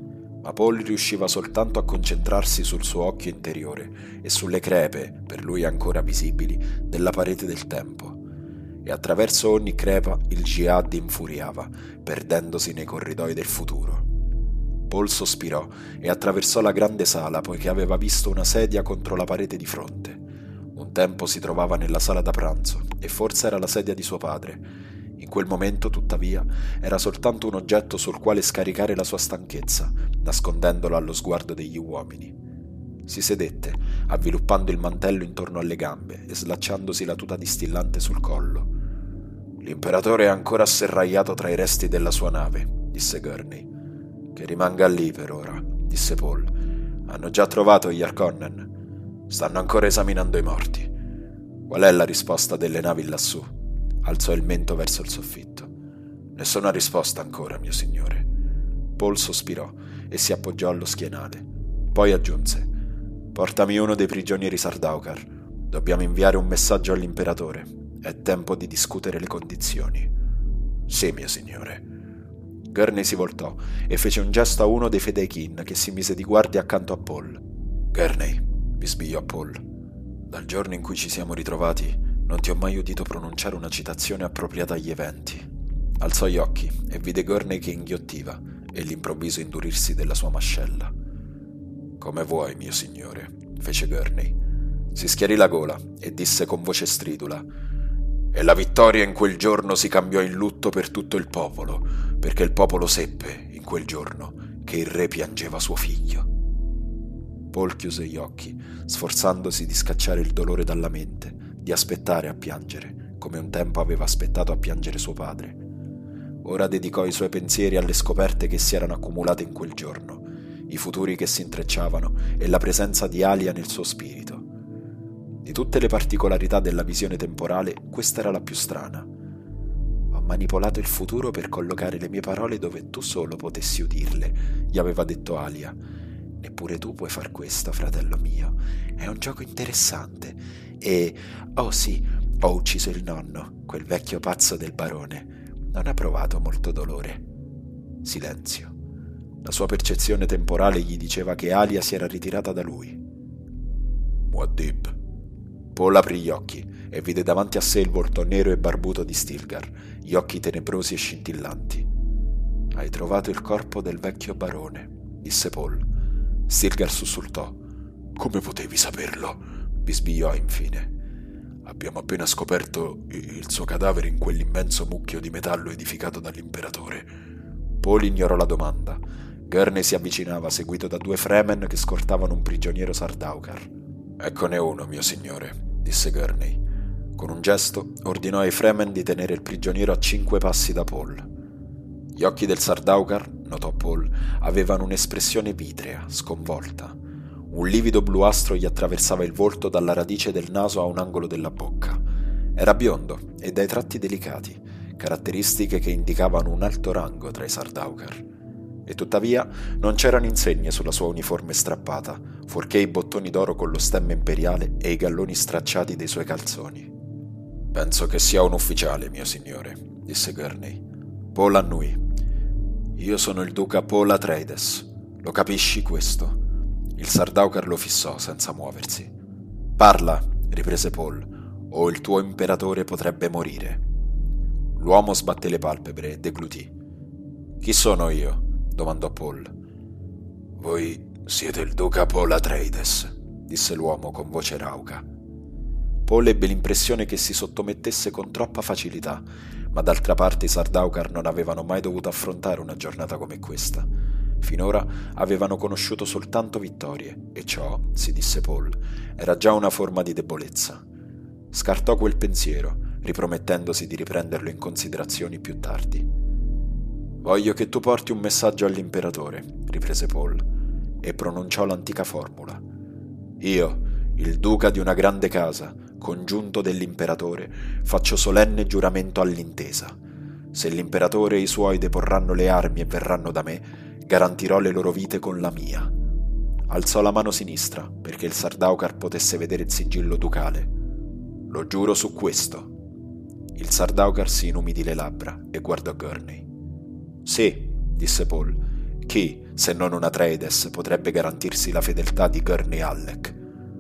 Ma Paul riusciva soltanto a concentrarsi sul suo occhio interiore e sulle crepe, per lui ancora visibili, della parete del tempo. E attraverso ogni crepa il Jihad infuriava, perdendosi nei corridoi del futuro. Paul sospirò e attraversò la grande sala poiché aveva visto una sedia contro la parete di fronte. Un tempo si trovava nella sala da pranzo e forse era la sedia di suo padre. In quel momento, tuttavia, era soltanto un oggetto sul quale scaricare la sua stanchezza, nascondendolo allo sguardo degli uomini. Si sedette, avviluppando il mantello intorno alle gambe e slacciandosi la tuta distillante sul collo. «L'imperatore è ancora asserragliato tra i resti della sua nave», disse Gurney. «Che rimanga lì per ora», disse Paul. «Hanno già trovato gli Harkonnen. Stanno ancora esaminando i morti. Qual è la risposta delle navi lassù?» Alzò il mento verso il soffitto. «Nessuna risposta ancora, mio signore». Paul sospirò e si appoggiò allo schienale. Poi aggiunse: «Portami uno dei prigionieri Sardaukar. Dobbiamo inviare un messaggio all'imperatore. È tempo di discutere le condizioni». «Sì, mio signore». Gurney si voltò e fece un gesto a uno dei Fedaykin che si mise di guardia accanto a Paul. «Gurney», bisbigliò Paul, «dal giorno in cui ci siamo ritrovati non ti ho mai udito pronunciare una citazione appropriata agli eventi». Alzò gli occhi e vide Gurney che inghiottiva e l'improvviso indurirsi della sua mascella. «Come vuoi, mio signore», fece Gurney. Si schiarì la gola e disse con voce stridula: «E la vittoria in quel giorno si cambiò in lutto per tutto il popolo, perché il popolo seppe, in quel giorno, che il re piangeva suo figlio». Paul chiuse gli occhi, sforzandosi di scacciare il dolore dalla mente, di aspettare a piangere, come un tempo aveva aspettato a piangere suo padre. Ora dedicò i suoi pensieri alle scoperte che si erano accumulate in quel giorno, i futuri che si intrecciavano e la presenza di Alia nel suo spirito. Di tutte le particolarità della visione temporale, questa era la più strana. «Ho manipolato il futuro per collocare le mie parole dove tu solo potessi udirle», gli aveva detto Alia. «Neppure tu puoi far questo, fratello mio. È un gioco interessante. E, oh sì, ho ucciso il nonno, quel vecchio pazzo del barone. Non ha provato molto dolore». Silenzio. La sua percezione temporale gli diceva che Alia si era ritirata da lui. «Muad'Dib». Paul aprì gli occhi e vide davanti a sé il volto nero e barbuto di Stilgar, gli occhi tenebrosi e scintillanti. «Hai trovato il corpo del vecchio barone», disse Paul. Stilgar sussultò. «Come potevi saperlo?» bisbigliò infine. «Abbiamo appena scoperto il suo cadavere in quell'immenso mucchio di metallo edificato dall'imperatore». Paul ignorò la domanda. Gurney si avvicinava, seguito da due Fremen che scortavano un prigioniero Sardaukar. «Eccone uno, mio signore», disse Gurney. Con un gesto ordinò ai Fremen di tenere il prigioniero a cinque passi da Paul. Gli occhi del Sardaukar, notò Paul, avevano un'espressione vitrea, sconvolta. Un livido bluastro gli attraversava il volto dalla radice del naso a un angolo della bocca. Era biondo e dai tratti delicati, caratteristiche che indicavano un alto rango tra i Sardaukar. E tuttavia non c'erano insegne sulla sua uniforme strappata, fuorché i bottoni d'oro con lo stemma imperiale e i galloni stracciati dei suoi calzoni. «Penso che sia un ufficiale, mio signore», disse Gurney. Paul annui. «Io sono il duca Paul Atreides. Lo capisci questo?» Il Sardaukar lo fissò senza muoversi. «Parla», riprese Paul, «o il tuo imperatore potrebbe morire». L'uomo sbatté le palpebre e deglutì. «Chi sono io?» domandò Paul. «Voi siete il duca Paul Atreides», disse l'uomo con voce rauca. Paul ebbe l'impressione che si sottomettesse con troppa facilità, ma d'altra parte i Sardaukar non avevano mai dovuto affrontare una giornata come questa. Finora avevano conosciuto soltanto vittorie, e ciò, si disse Paul, era già una forma di debolezza. Scartò quel pensiero, ripromettendosi di riprenderlo in considerazione più tardi. «Voglio che tu porti un messaggio all'imperatore», riprese Paul, e pronunciò l'antica formula. «Io, il duca di una grande casa, congiunto dell'imperatore, faccio solenne giuramento all'intesa. Se l'imperatore e i suoi deporranno le armi e verranno da me, garantirò le loro vite con la mia». Alzò la mano sinistra perché il Sardaukar potesse vedere il sigillo ducale. «Lo giuro su questo». Il Sardaukar si inumidì le labbra e guardò Gurney. «Sì», disse Paul, «chi, se non un Atreides, potrebbe garantirsi la fedeltà di Gurney Halleck?»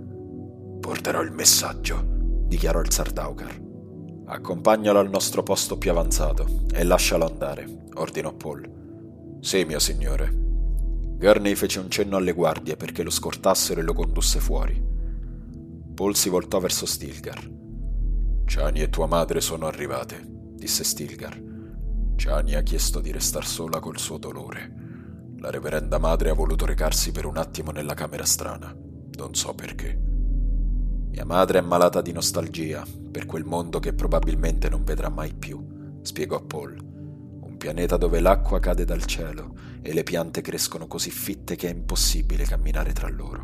«Porterò il messaggio», dichiarò il Sardaukar. «Accompagnalo al nostro posto più avanzato e lascialo andare», ordinò Paul. «Sì, mio signore». Gurney fece un cenno alle guardie perché lo scortassero e lo condusse fuori. Paul si voltò verso Stilgar. «Chani e tua madre sono arrivate», disse Stilgar. Chani ha chiesto di restar sola col suo dolore. La reverenda madre ha voluto recarsi per un attimo nella camera strana. Non so perché. Mia madre è malata di nostalgia per quel mondo che probabilmente non vedrà mai più, spiegò Paul. Un pianeta dove l'acqua cade dal cielo e le piante crescono così fitte che è impossibile camminare tra loro.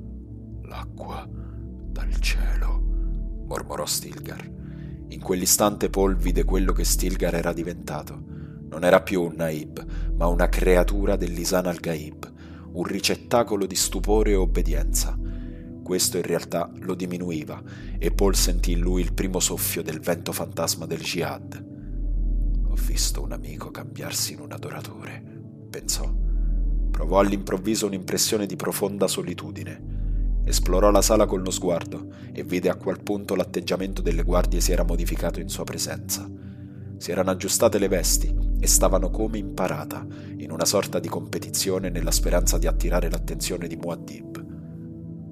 «L'acqua dal cielo», mormorò Stilgar. In quell'istante Paul vide quello che Stilgar era diventato. Non era più un Naib, ma una creatura dell'Isan al-Gaib, un ricettacolo di stupore e obbedienza. Questo in realtà lo diminuiva, e Paul sentì in lui il primo soffio del vento fantasma del Jihad. «Ho visto un amico cambiarsi in un adoratore», pensò. Provò all'improvviso un'impressione di profonda solitudine. Esplorò la sala con lo sguardo e vide a qual punto l'atteggiamento delle guardie si era modificato in sua presenza. Si erano aggiustate le vesti e stavano come in parata, in una sorta di competizione nella speranza di attirare l'attenzione di Muad'Dib.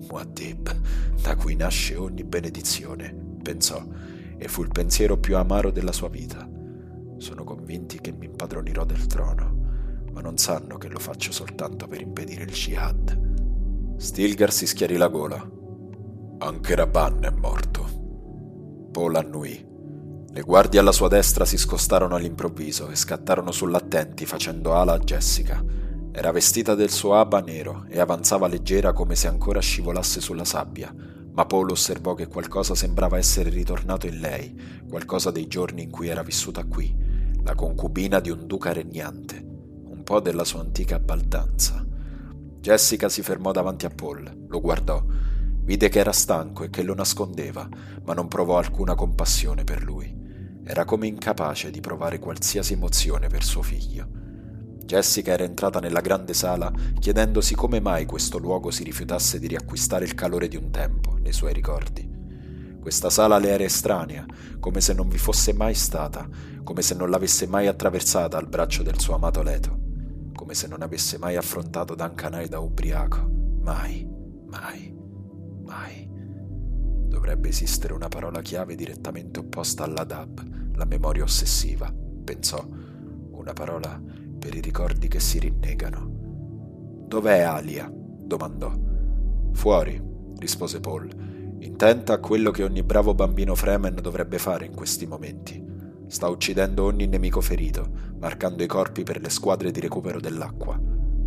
Muad'Dib, da cui nasce ogni benedizione, pensò, e fu il pensiero più amaro della sua vita. Sono convinti che mi impadronirò del trono, ma non sanno che lo faccio soltanto per impedire il jihad. Stilgar si schiarì la gola. Anche Rabban è morto. Paul annuì. Le guardie alla sua destra si scostarono all'improvviso e scattarono sull'attenti facendo ala a Jessica. Era vestita del suo abba nero e avanzava leggera come se ancora scivolasse sulla sabbia, ma Paul osservò che qualcosa sembrava essere ritornato in lei, qualcosa dei giorni in cui era vissuta qui, la concubina di un duca regnante, un po' della sua antica baldanza. Jessica si fermò davanti a Paul, lo guardò, vide che era stanco e che lo nascondeva, ma non provò alcuna compassione per lui. Era come incapace di provare qualsiasi emozione per suo figlio. Jessica era entrata nella grande sala chiedendosi come mai questo luogo si rifiutasse di riacquistare il calore di un tempo nei suoi ricordi. Questa sala le era estranea, come se non vi fosse mai stata, come se non l'avesse mai attraversata al braccio del suo amato Leto, come se non avesse mai affrontato Dankanai da ubriaco. Mai, mai, mai. Dovrebbe esistere una parola chiave direttamente opposta all'adab, la memoria ossessiva, pensò, una parola per i ricordi che si rinnegano. «Dov'è Alia?» domandò. «Fuori», rispose Paul, intenta a quello che ogni bravo bambino Fremen dovrebbe fare in questi momenti. Sta uccidendo ogni nemico ferito, marcando i corpi per le squadre di recupero dell'acqua.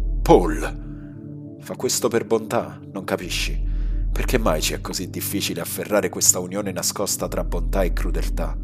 «Paul! Fa questo per bontà, non capisci? Perché mai ci è così difficile afferrare questa unione nascosta tra bontà e crudeltà?»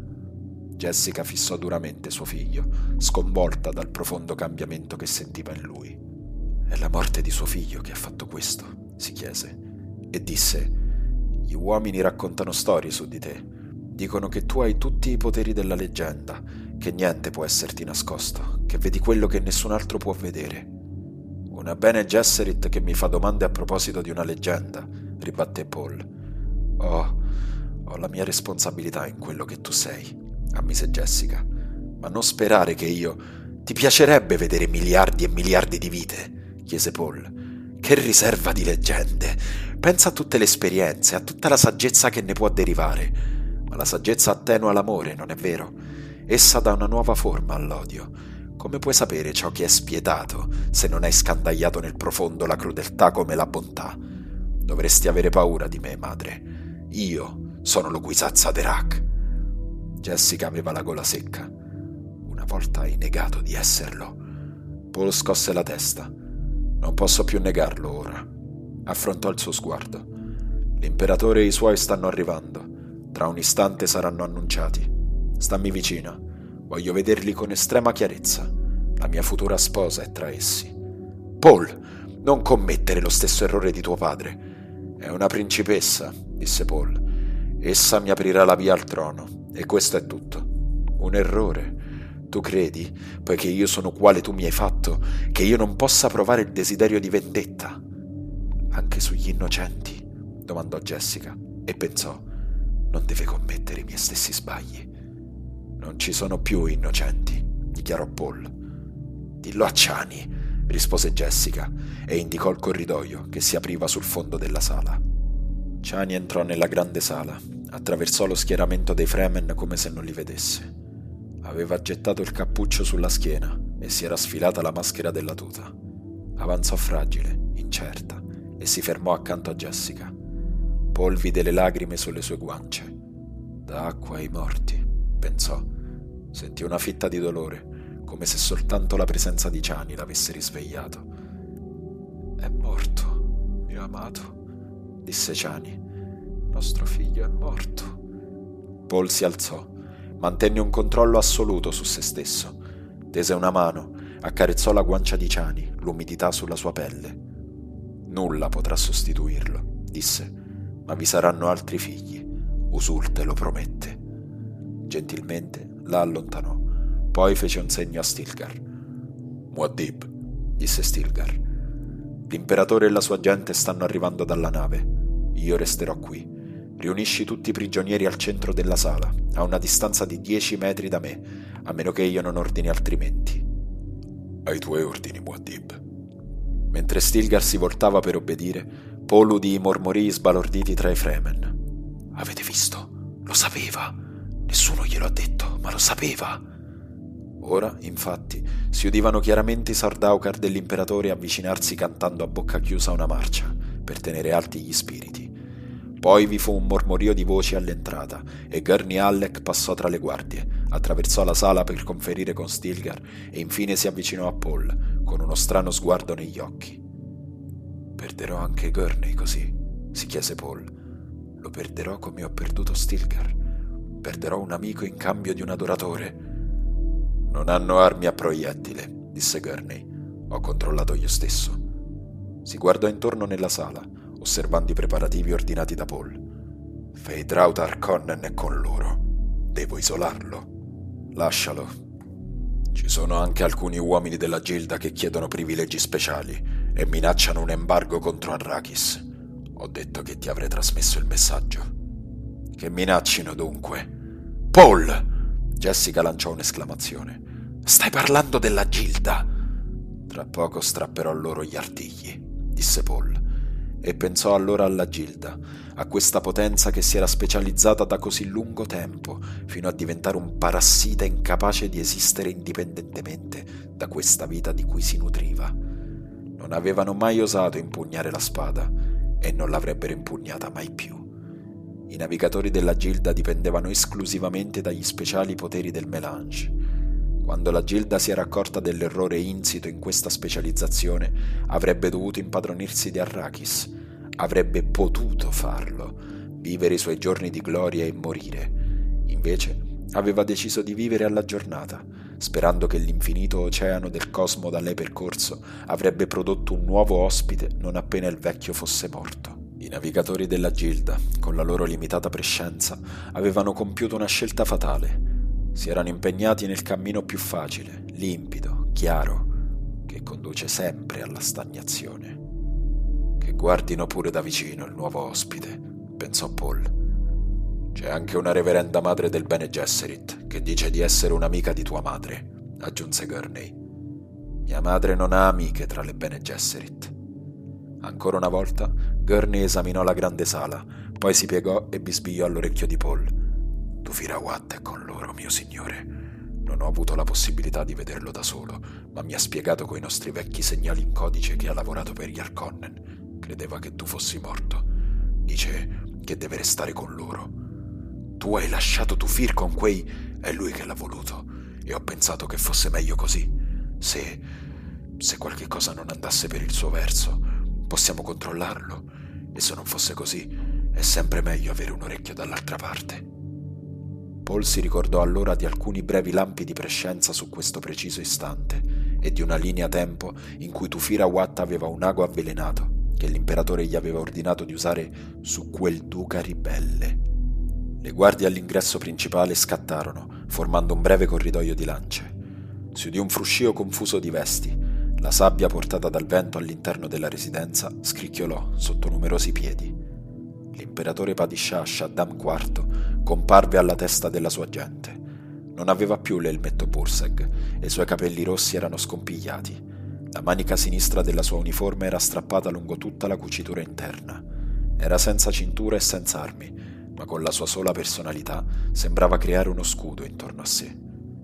Jessica fissò duramente suo figlio, sconvolta dal profondo cambiamento che sentiva in lui. «È la morte di suo figlio che ha fatto questo», si chiese, e disse: «Gli uomini raccontano storie su di te. Dicono che tu hai tutti i poteri della leggenda, che niente può esserti nascosto, che vedi quello che nessun altro può vedere». «Una Bene Gesserit che mi fa domande a proposito di una leggenda», ribatté Paul. «Ho, ho la mia responsabilità in quello che tu sei», ammise Jessica, «ma non sperare che io...» «Ti piacerebbe vedere miliardi e miliardi di vite?» chiese Paul. «Che riserva di leggende! Pensa a tutte le esperienze, a tutta la saggezza che ne può derivare. Ma la saggezza attenua l'amore, non è vero? Essa dà una nuova forma all'odio. Come puoi sapere ciò che è spietato se non hai scandagliato nel profondo la crudeltà come la bontà? Dovresti avere paura di me, madre. Io sono l'Oguizazza Derac». Jessica aveva la gola secca. «Una volta hai negato di esserlo». Paul scosse la testa. «Non posso più negarlo ora». Affrontò il suo sguardo. «L'imperatore e i suoi stanno arrivando. Tra un istante saranno annunciati. Stammi vicina. Voglio vederli con estrema chiarezza. La mia futura sposa è tra essi». «Paul, non commettere lo stesso errore di tuo padre». «È una principessa», disse Paul. «Essa mi aprirà la via al trono. E questo è tutto. Un errore. Tu credi, poiché io sono quale tu mi hai fatto, che io non possa provare il desiderio di vendetta?» «Anche sugli innocenti?» domandò Jessica e pensò: «Non deve commettere i miei stessi sbagli». «Non ci sono più innocenti», dichiarò Paul. «Dillo a Chani», rispose Jessica e indicò il corridoio che si apriva sul fondo della sala. Chani entrò nella grande sala, attraversò lo schieramento dei Fremen come se non li vedesse. Aveva gettato il cappuccio sulla schiena e si era sfilata la maschera della tuta. Avanzò fragile, incerta, e si fermò accanto a Jessica. Paul vide le lagrime sulle sue guance. «Da acqua ai morti», pensò. Sentì una fitta di dolore, come se soltanto la presenza di Chani l'avesse risvegliato. «È morto, mio amato», disse Chani. «Nostro figlio è morto». Paul si alzò, mantenne un controllo assoluto su se stesso. Tese una mano, accarezzò la guancia di Chani, l'umidità sulla sua pelle. «Nulla potrà sostituirlo», disse, «ma vi saranno altri figli. Usul te lo promette». Gentilmente la allontanò, poi fece un segno a Stilgar. «Muad'Dib», disse Stilgar. «L'imperatore e la sua gente stanno arrivando dalla nave. Io resterò qui. Riunisci tutti i prigionieri al centro della sala, a una distanza di dieci metri da me, a meno che io non ordini altrimenti». «Ai tuoi ordini, Muad'Dib». Mentre Stilgar si voltava per obbedire, Paul udì i mormorii sbalorditi tra i Fremen. «Avete visto? Lo sapeva! Nessuno glielo ha detto, ma lo sapeva!» Ora, infatti, si udivano chiaramente i Sardaukar dell'imperatore avvicinarsi cantando a bocca chiusa una marcia, per tenere alti gli spiriti. Poi vi fu un mormorio di voci all'entrata e Gurney Halleck passò tra le guardie, attraversò la sala per conferire con Stilgar e infine si avvicinò a Paul, con uno strano sguardo negli occhi. «Perderò anche Gurney così?» si chiese Paul. «Lo perderò come ho perduto Stilgar? Perderò un amico in cambio di un adoratore?» «Non hanno armi a proiettile», disse Gurney. «Ho controllato io stesso». Si guardò intorno nella sala, osservando i preparativi ordinati da Paul. «Feyd-Rautha Harkonnen è con loro. Devo isolarlo». «Lascialo. Ci sono anche alcuni uomini della Gilda che chiedono privilegi speciali e minacciano un embargo contro Arrakis. Ho detto che ti avrei trasmesso il messaggio». «Che minaccino dunque?» «Paul!» Jessica lanciò un'esclamazione. «Stai parlando della Gilda?» «Tra poco strapperò loro gli artigli», disse Paul, e pensò allora alla Gilda, a questa potenza che si era specializzata da così lungo tempo, fino a diventare un parassita incapace di esistere indipendentemente da questa vita di cui si nutriva. Non avevano mai osato impugnare la spada e non l'avrebbero impugnata mai più. I navigatori della Gilda dipendevano esclusivamente dagli speciali poteri del Melange. Quando la Gilda si era accorta dell'errore insito in questa specializzazione, avrebbe dovuto impadronirsi di Arrakis. Avrebbe potuto farlo, vivere i suoi giorni di gloria e morire. Invece aveva deciso di vivere alla giornata, sperando che l'infinito oceano del cosmo da lei percorso avrebbe prodotto un nuovo ospite non appena il vecchio fosse morto. I navigatori della Gilda, con la loro limitata prescienza, avevano compiuto una scelta fatale. Si erano impegnati nel cammino più facile, limpido, chiaro, che conduce sempre alla stagnazione. «Che guardino pure da vicino il nuovo ospite», pensò Paul. «C'è anche una reverenda madre del Bene Gesserit che dice di essere un'amica di tua madre», aggiunse Gurney. «Mia madre non ha amiche tra le Bene Gesserit». Ancora una volta Gurney esaminò la grande sala, poi si piegò e bisbigliò all'orecchio di Paul. «Thufir Hawat è con loro, mio signore. Non ho avuto la possibilità di vederlo da solo, ma mi ha spiegato coi nostri vecchi segnali in codice che ha lavorato per gli Harkonnen. Credeva che tu fossi morto. Dice che deve restare con loro. Tu hai lasciato Thufir con quei... È lui che l'ha voluto, e ho pensato che fosse meglio così. Se... se qualche cosa non andasse per il suo verso, possiamo controllarlo, e se non fosse così, è sempre meglio avere un orecchio dall'altra parte». Paul si ricordò allora di alcuni brevi lampi di prescienza su questo preciso istante e di una linea tempo in cui Thufir Hawat aveva un ago avvelenato che l'imperatore gli aveva ordinato di usare su quel duca ribelle. Le guardie all'ingresso principale scattarono, formando un breve corridoio di lance. Si udì un fruscio confuso di vesti. La sabbia portata dal vento all'interno della residenza scricchiolò sotto numerosi piedi. L'imperatore Padishah Shaddam quarto comparve alla testa della sua gente. Non aveva più l'elmetto Burseg e i suoi capelli rossi erano scompigliati. La manica sinistra della sua uniforme era strappata lungo tutta la cucitura interna. Era senza cintura e senza armi, ma con la sua sola personalità sembrava creare uno scudo intorno a sé.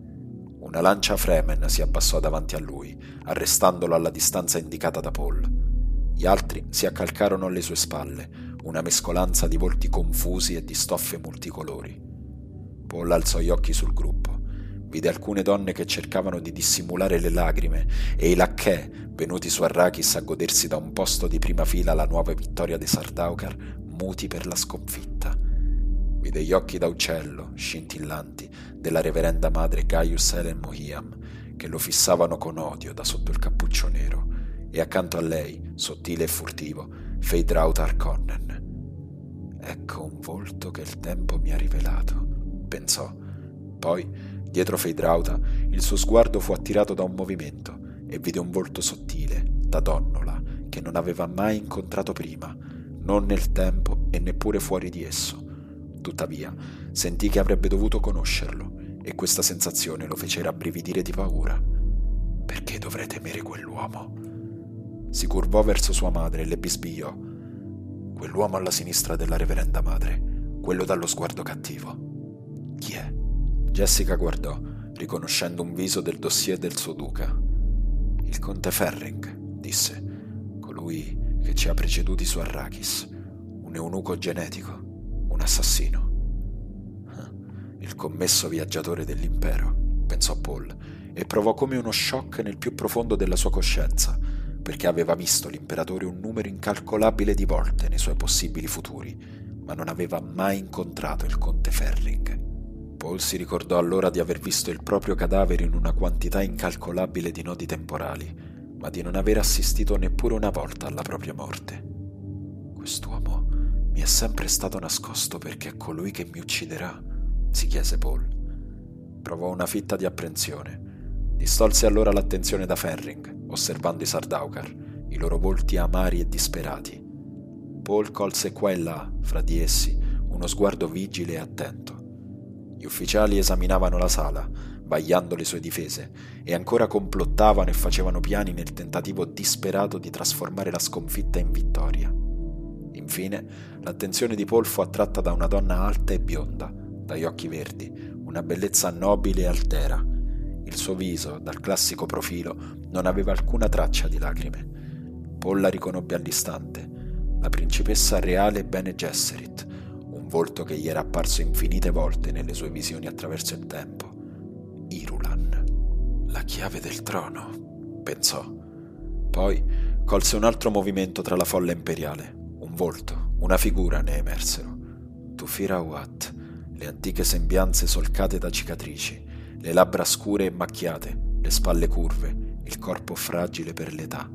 Una lancia Fremen si abbassò davanti a lui, arrestandolo alla distanza indicata da Paul. Gli altri si accalcarono alle sue spalle, una mescolanza di volti confusi e di stoffe multicolori. Paul alzò gli occhi sul gruppo. Vide alcune donne che cercavano di dissimulare le lacrime e i lacchè venuti su Arrakis a godersi da un posto di prima fila la nuova vittoria dei Sardaukar, muti per la sconfitta. Vide gli occhi da uccello, scintillanti, della reverenda madre Gaius Helen Mohiam, che lo fissavano con odio da sotto il cappuccio nero, e accanto a lei, sottile e furtivo, Feyd-Rautha Harkonnen. «Ecco un volto che il tempo mi ha rivelato», pensò. Poi, dietro Feyd-Rautha, il suo sguardo fu attirato da un movimento e vide un volto sottile, da donnola, che non aveva mai incontrato prima, non nel tempo e neppure fuori di esso. Tuttavia, sentì che avrebbe dovuto conoscerlo, e questa sensazione lo fece rabbrividire di paura. «Perché dovrei temere quell'uomo?» Si curvò verso sua madre e le bisbigliò. Quell'uomo alla sinistra della reverenda madre, quello dallo sguardo cattivo. Chi è? Jessica guardò, riconoscendo un viso del dossier del suo duca. Il conte Ferring, disse, colui che ci ha preceduti su Arrakis, un eunuco genetico, un assassino. Il commesso viaggiatore dell'impero, pensò Paul, e provò come uno shock nel più profondo della sua coscienza, perché aveva visto l'imperatore un numero incalcolabile di volte nei suoi possibili futuri, ma non aveva mai incontrato il conte Ferring. Paul si ricordò allora di aver visto il proprio cadavere in una quantità incalcolabile di nodi temporali, ma di non aver assistito neppure una volta alla propria morte. Quest'uomo mi è sempre stato nascosto perché è colui che mi ucciderà, si chiese Paul. Provò una fitta di apprensione. Distolse allora l'attenzione da Ferring, osservando i Sardaukar, i loro volti amari e disperati. Paul colse qua e là, fra di essi, uno sguardo vigile e attento. Gli ufficiali esaminavano la sala, vagliando le sue difese, e ancora complottavano e facevano piani nel tentativo disperato di trasformare la sconfitta in vittoria. Infine, l'attenzione di Paul fu attratta da una donna alta e bionda, dagli occhi verdi, una bellezza nobile e altera. Il suo viso, dal classico profilo, non aveva alcuna traccia di lacrime. Paul la riconobbe all'istante, la principessa reale Bene Gesserit, un volto che gli era apparso infinite volte nelle sue visioni attraverso il tempo. Irulan, la chiave del trono, pensò. Poi colse un altro movimento tra la folla imperiale. Un volto, una figura ne emersero. Thufir Hawat, le antiche sembianze solcate da cicatrici, le labbra scure e macchiate, le spalle curve, il corpo fragile per l'età.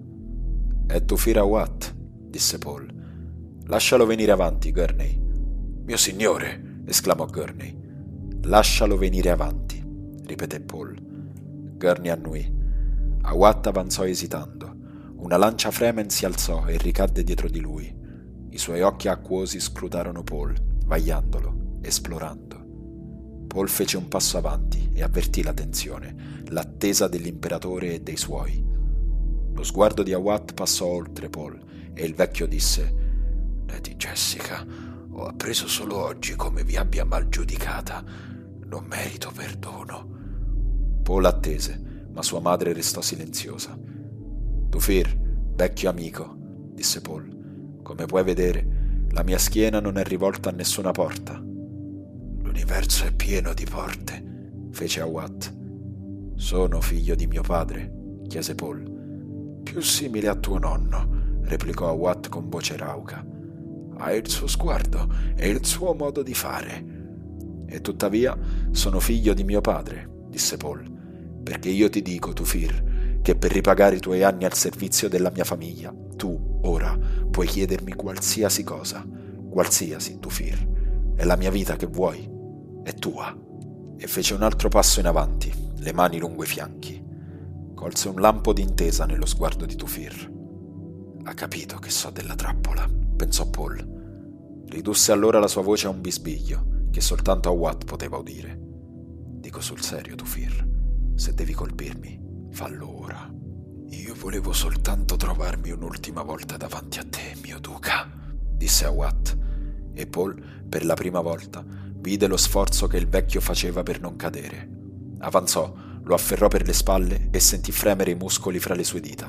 «È Thufir Hawat», disse Paul. «Lascialo venire avanti, Gurney». «Mio signore», esclamò Gurney. «Lascialo venire avanti», ripeté Paul. Gurney annui. Hawat avanzò esitando. Una lancia Fremen si alzò e ricadde dietro di lui. I suoi occhi acquosi scrutarono Paul, vagliandolo, esplorando. Paul fece un passo avanti e avvertì la tensione, l'attesa dell'imperatore e dei suoi. Lo sguardo di Hawat passò oltre Paul e il vecchio disse: «Lady Jessica, ho appreso solo oggi come vi abbia mal giudicata. Non merito perdono». Paul attese, ma sua madre restò silenziosa. «Thufir, vecchio amico», disse Paul, «come puoi vedere, la mia schiena non è rivolta a nessuna porta». «L'universo è pieno di porte», fece Hawat. «Sono figlio di mio padre», chiese Paul. «Più simile a tuo nonno», replicò Hawat con voce rauca. «Hai il suo sguardo e il suo modo di fare». «E tuttavia sono figlio di mio padre», disse Paul, «perché io ti dico, Thufir, che per ripagare i tuoi anni al servizio della mia famiglia, tu, ora, puoi chiedermi qualsiasi cosa. Qualsiasi, Thufir. È la mia vita che vuoi. È tua». E fece un altro passo in avanti, le mani lungo i fianchi. Colse un lampo di intesa nello sguardo di Thufir. «Ha capito che so della trappola», pensò Paul. Ridusse allora la sua voce a un bisbiglio, che soltanto Hawat poteva udire. «Dico sul serio, Thufir, se devi colpirmi, fallo ora». «Io volevo soltanto trovarmi un'ultima volta davanti a te, mio duca», disse Hawat, e Paul, per la prima volta, vide lo sforzo che il vecchio faceva per non cadere. Avanzò, lo afferrò per le spalle e sentì fremere i muscoli fra le sue dita.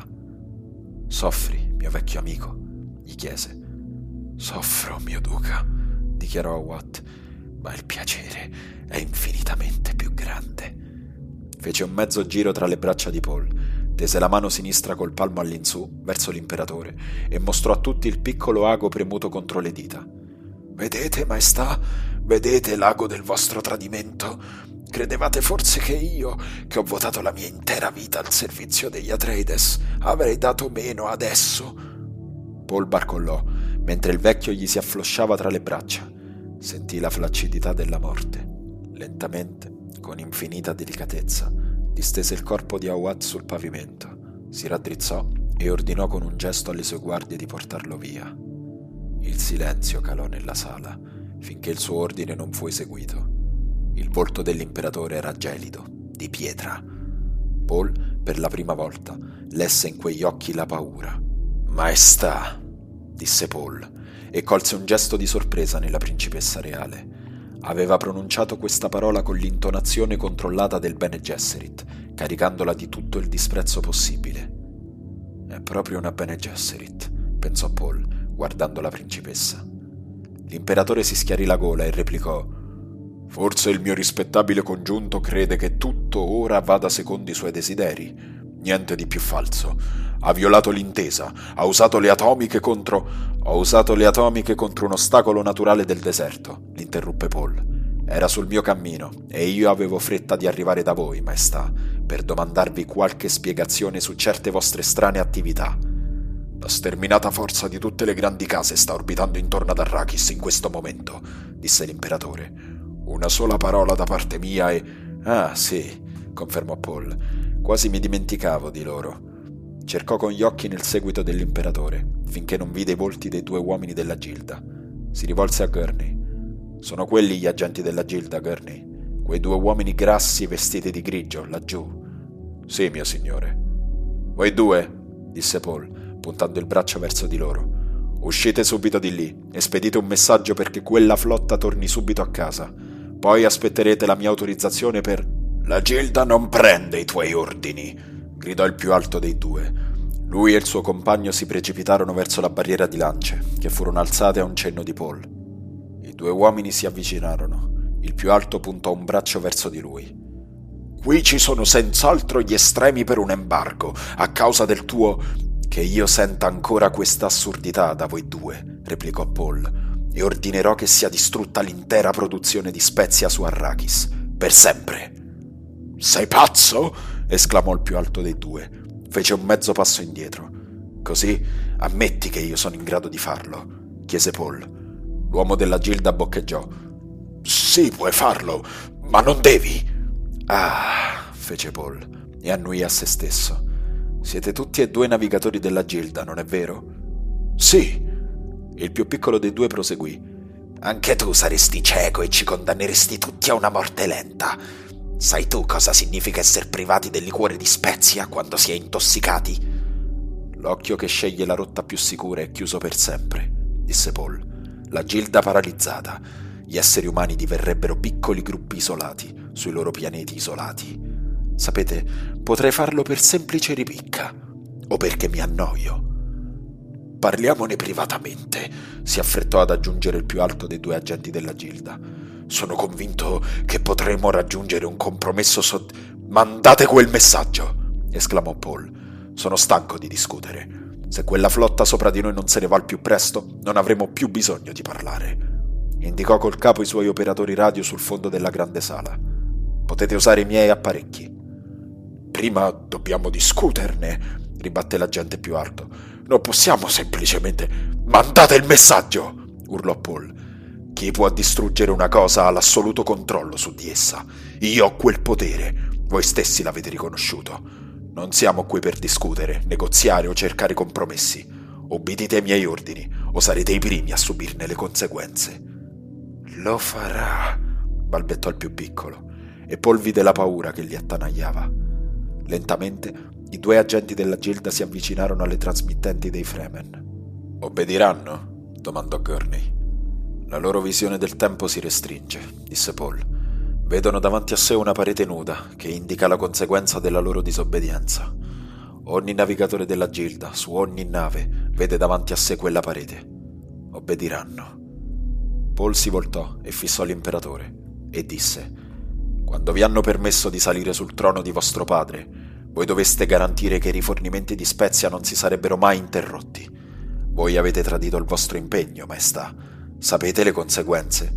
«Soffri, mio vecchio amico?» gli chiese. «Soffro, mio duca», dichiarò Hawat, «ma il piacere è infinitamente più grande». Fece un mezzo giro tra le braccia di Paul, tese la mano sinistra col palmo all'insù verso l'imperatore e mostrò a tutti il piccolo ago premuto contro le dita. «Vedete, maestà? Vedete l'ago del vostro tradimento? Credevate forse che io, che ho votato la mia intera vita al servizio degli Atreides, avrei dato meno adesso?» Paul barcollò, mentre il vecchio gli si afflosciava tra le braccia. Sentì la flaccidità della morte. Lentamente, con infinita delicatezza, distese il corpo di Hawat sul pavimento, si raddrizzò e ordinò con un gesto alle sue guardie di portarlo via. Il silenzio calò nella sala, finché il suo ordine non fu eseguito. Il volto dell'imperatore era gelido, di pietra. Paul, per la prima volta, lesse in quegli occhi la paura. «Maestà», disse Paul, e colse un gesto di sorpresa nella principessa reale. Aveva pronunciato questa parola con l'intonazione controllata del Bene Gesserit, caricandola di tutto il disprezzo possibile. «È proprio una Bene Gesserit», pensò Paul, guardando la principessa. L'imperatore si schiarì la gola e replicò: «Forse il mio rispettabile congiunto crede che tutto ora vada secondo i suoi desideri. Niente di più falso. Ha violato l'intesa, ha usato le atomiche contro... Ho usato le atomiche contro un ostacolo naturale del deserto», l'interruppe Paul. «Era sul mio cammino e io avevo fretta di arrivare da voi, maestà, per domandarvi qualche spiegazione su certe vostre strane attività. La sterminata forza di tutte le grandi case sta orbitando intorno ad Arrakis in questo momento», disse l'imperatore. «Una sola parola da parte mia e...» «Ah, sì», confermò Paul. «Quasi mi dimenticavo di loro». Cercò con gli occhi nel seguito dell'imperatore, finché non vide i volti dei due uomini della Gilda. Si rivolse a Gurney. «Sono quelli gli agenti della Gilda, Gurney? Quei due uomini grassi vestiti di grigio, laggiù?» «Sì, mio signore». «Voi due», disse Paul, puntando il braccio verso di loro. «Uscite subito di lì e spedite un messaggio perché quella flotta torni subito a casa. Poi aspetterete la mia autorizzazione per...» «La Gilda non prende i tuoi ordini», gridò il più alto dei due. Lui e il suo compagno si precipitarono verso la barriera di lance, che furono alzate a un cenno di Paul. I due uomini si avvicinarono. Il più alto puntò un braccio verso di lui. «Qui ci sono senz'altro gli estremi per un embargo, a causa del tuo...» «Che io senta ancora questa assurdità da voi due», replicò Paul, «e ordinerò che sia distrutta l'intera produzione di Spezia su Arrakis, per sempre». «Sei pazzo?» esclamò il più alto dei due. Fece un mezzo passo indietro. «Così ammetti che io sono in grado di farlo?» chiese Paul. L'uomo della Gilda boccheggiò. «Sì, puoi farlo, ma non devi!» «Ah!» fece Paul e annuì a se stesso. «Siete tutti e due navigatori della Gilda, non è vero?» «Sì!» Il più piccolo dei due proseguì. «Anche tu saresti cieco e ci condanneresti tutti a una morte lenta. Sai tu cosa significa essere privati del liquore di Spezia quando si è intossicati?» «L'occhio che sceglie la rotta più sicura è chiuso per sempre», disse Paul. «La Gilda paralizzata. Gli esseri umani diverrebbero piccoli gruppi isolati, sui loro pianeti isolati. Sapete, potrei farlo per semplice ripicca, o perché mi annoio». «Parliamone privatamente», si affrettò ad aggiungere il più alto dei due agenti della Gilda. «Sono convinto che potremo raggiungere un compromesso sot... «Mandate quel messaggio!» esclamò Paul. «Sono stanco di discutere. Se quella flotta sopra di noi non se ne va al più presto, non avremo più bisogno di parlare». Indicò col capo i suoi operatori radio sul fondo della grande sala. «Potete usare i miei apparecchi». «Prima dobbiamo discuterne», ribatté l'agente più alto. «Non possiamo semplicemente...» «Mandate il messaggio!» urlò Paul. «Chi può distruggere una cosa ha l'assoluto controllo su di essa. Io ho quel potere, voi stessi l'avete riconosciuto. Non siamo qui per discutere, negoziare o cercare compromessi. Obbedite ai miei ordini, o sarete i primi a subirne le conseguenze». «Lo farà», balbettò il più piccolo, e Paul vide la paura che gli attanagliava. Lentamente i due agenti della Gilda si avvicinarono alle trasmittenti dei Fremen. «Obbediranno?» domandò Gurney. «La loro visione del tempo si restringe», disse Paul. «Vedono davanti a sé una parete nuda che indica la conseguenza della loro disobbedienza. Ogni navigatore della Gilda, su ogni nave, vede davanti a sé quella parete. Obbediranno». Paul si voltò e fissò l'imperatore e disse: «Quando vi hanno permesso di salire sul trono di vostro padre, voi doveste garantire che i rifornimenti di Spezia non si sarebbero mai interrotti. Voi avete tradito il vostro impegno, maestà. Sapete le conseguenze?»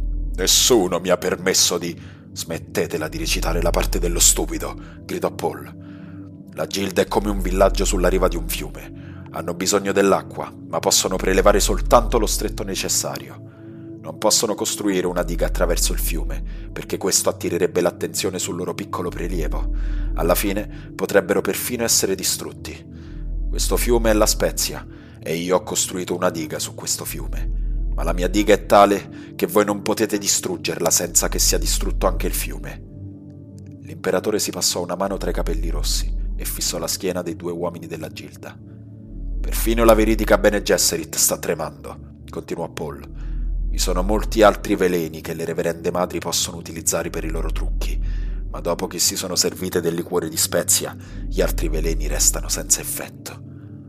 «Nessuno mi ha permesso di...» «Smettetela di recitare la parte dello stupido», gridò Paul. «La Gilda è come un villaggio sulla riva di un fiume. Hanno bisogno dell'acqua, ma possono prelevare soltanto lo stretto necessario. Non possono costruire una diga attraverso il fiume, perché questo attirerebbe l'attenzione sul loro piccolo prelievo. Alla fine potrebbero perfino essere distrutti. Questo fiume è la Spezia, e io ho costruito una diga su questo fiume. Ma la mia diga è tale che voi non potete distruggerla senza che sia distrutto anche il fiume». L'imperatore si passò una mano tra i capelli rossi e fissò la schiena dei due uomini della Gilda. «Perfino la veridica Bene Gesserit sta tremando», continuò Paul, vi sono molti altri veleni che le reverende madri possono utilizzare per i loro trucchi, ma dopo che si sono servite del liquore di spezia, gli altri veleni restano senza effetto.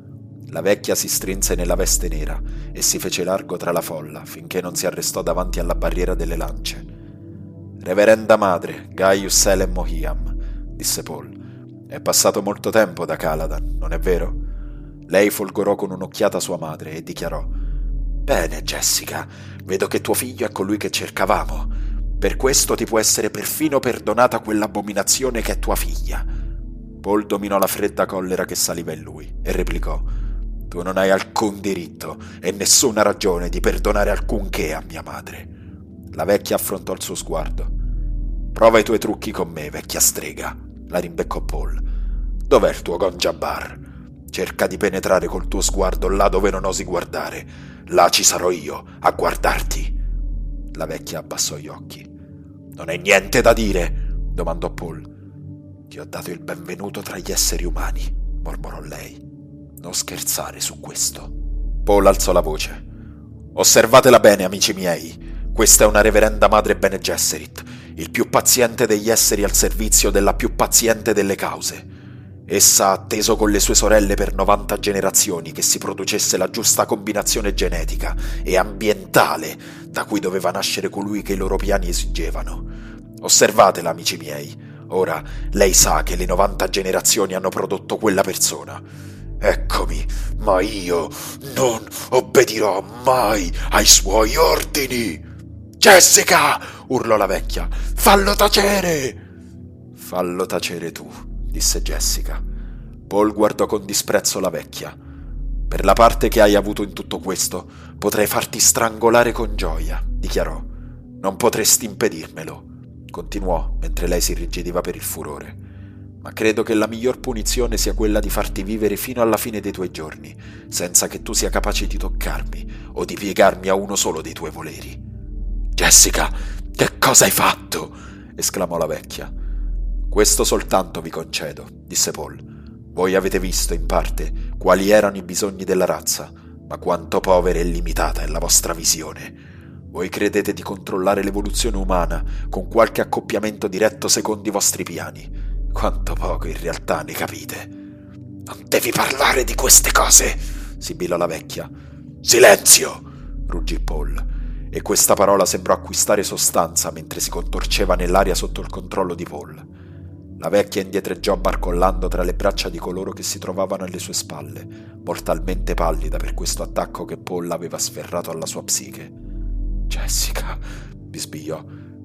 La vecchia si strinse nella veste nera e si fece largo tra la folla finché non si arrestò davanti alla barriera delle lance. «Reverenda madre, Gaius Elem Mohiam», disse Paul, «è passato molto tempo da Caladan, non è vero?» Lei folgorò con un'occhiata sua madre e dichiarò: «Bene, Jessica, vedo che tuo figlio è colui che cercavamo. Per questo ti può essere perfino perdonata quell'abominazione che è tua figlia». Paul dominò la fredda collera che saliva in lui e replicò: «Tu non hai alcun diritto e nessuna ragione di perdonare alcunché a mia madre». La vecchia affrontò il suo sguardo. «Prova i tuoi trucchi con me, vecchia strega», la rimbeccò Paul. «Dov'è il tuo Gonjabar? Cerca di penetrare col tuo sguardo là dove non osi guardare. Là ci sarò io a guardarti». La vecchia abbassò gli occhi. «Non hai niente da dire?» domandò Paul. «Ti ho dato il benvenuto tra gli esseri umani», mormorò lei. «Non scherzare su questo». Paul alzò la voce. «Osservatela bene, amici miei. Questa è una reverenda madre Bene Gesserit, il più paziente degli esseri al servizio della più paziente delle cause. Essa ha atteso con le sue sorelle per novanta generazioni che si producesse la giusta combinazione genetica e ambientale da cui doveva nascere colui che i loro piani esigevano. Osservatela, amici miei. Ora lei sa che le novanta generazioni hanno prodotto quella persona. Eccomi, ma io non obbedirò mai ai suoi ordini!» «Jessica!» urlò la vecchia. «Fallo tacere!» «Fallo tacere tu», disse Jessica. Paul guardò con disprezzo la vecchia. «Per la parte che hai avuto in tutto questo, potrei farti strangolare con gioia», dichiarò. «Non potresti impedirmelo», continuò mentre lei si irrigidiva per il furore. «Ma credo che la miglior punizione sia quella di farti vivere fino alla fine dei tuoi giorni, senza che tu sia capace di toccarmi o di piegarmi a uno solo dei tuoi voleri». «Jessica, che cosa hai fatto?» esclamò la vecchia. «Questo soltanto vi concedo», disse Paul. «Voi avete visto, in parte, quali erano i bisogni della razza, ma quanto povera e limitata è la vostra visione. Voi credete di controllare l'evoluzione umana con qualche accoppiamento diretto secondo i vostri piani. Quanto poco in realtà ne capite». «Non devi parlare di queste cose!» sibilò la vecchia. «Silenzio!» ruggì Paul. E questa parola sembrò acquistare sostanza mentre si contorceva nell'aria sotto il controllo di Paul. La vecchia indietreggiò barcollando tra le braccia di coloro che si trovavano alle sue spalle, mortalmente pallida per questo attacco che Paul aveva sferrato alla sua psiche. «Jessica», bisbigliò.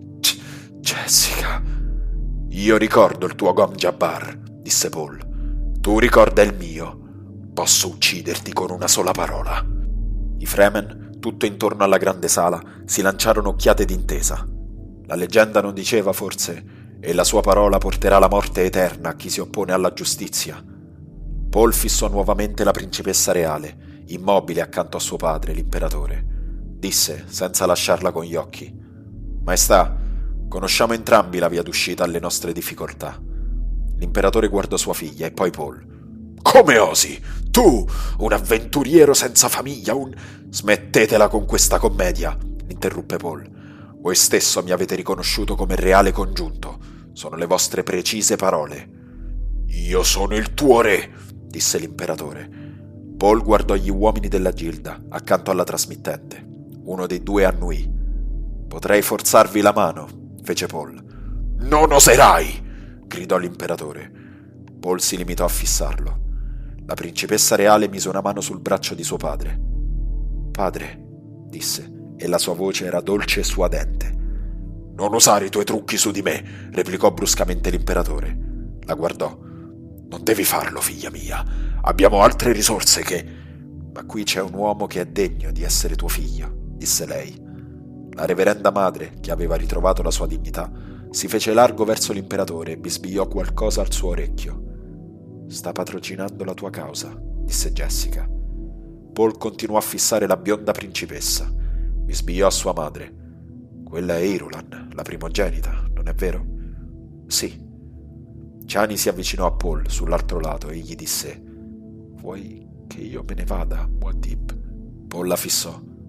«Jessica». «Io ricordo il tuo Gonjabar», disse Paul. «Tu ricorda il mio. Posso ucciderti con una sola parola». I Fremen, tutto intorno alla grande sala, si lanciarono occhiate d'intesa. La leggenda non diceva, forse, «e la sua parola porterà la morte eterna a chi si oppone alla giustizia». Paul fissò nuovamente la principessa reale, immobile accanto a suo padre, l'imperatore. Disse, senza lasciarla con gli occhi: «Maestà, conosciamo entrambi la via d'uscita alle nostre difficoltà». L'imperatore guardò sua figlia e poi Paul. «Come osi? Tu, un avventuriero senza famiglia, un...» «Smettetela con questa commedia», interruppe Paul. «Voi stesso mi avete riconosciuto come reale congiunto. Sono le vostre precise parole». «Io sono il tuo re», disse l'imperatore. Paul guardò gli uomini della gilda, accanto alla trasmittente. Uno dei due annuì. «Potrei forzarvi la mano», fece Paul. «Non oserai!» gridò l'imperatore. Paul si limitò a fissarlo. La principessa reale mise una mano sul braccio di suo padre. «Padre», disse, e la sua voce era dolce e suadente. «Non usare i tuoi trucchi su di me», replicò bruscamente l'imperatore. La guardò. «Non devi farlo, figlia mia. Abbiamo altre risorse che...» «Ma qui c'è un uomo che è degno di essere tuo figlio», disse lei. La reverenda madre, che aveva ritrovato la sua dignità, si fece largo verso l'imperatore e bisbigliò qualcosa al suo orecchio. «Sta patrocinando la tua causa», disse Jessica. Paul continuò a fissare la bionda principessa. Bisbigliò a sua madre. «Quella è Irulan, la primogenita, non è vero?» «Sì». Chani si avvicinò a Paul sull'altro lato e gli disse: «Vuoi che io me ne vada, Muad'Dib?» Paul la fissò.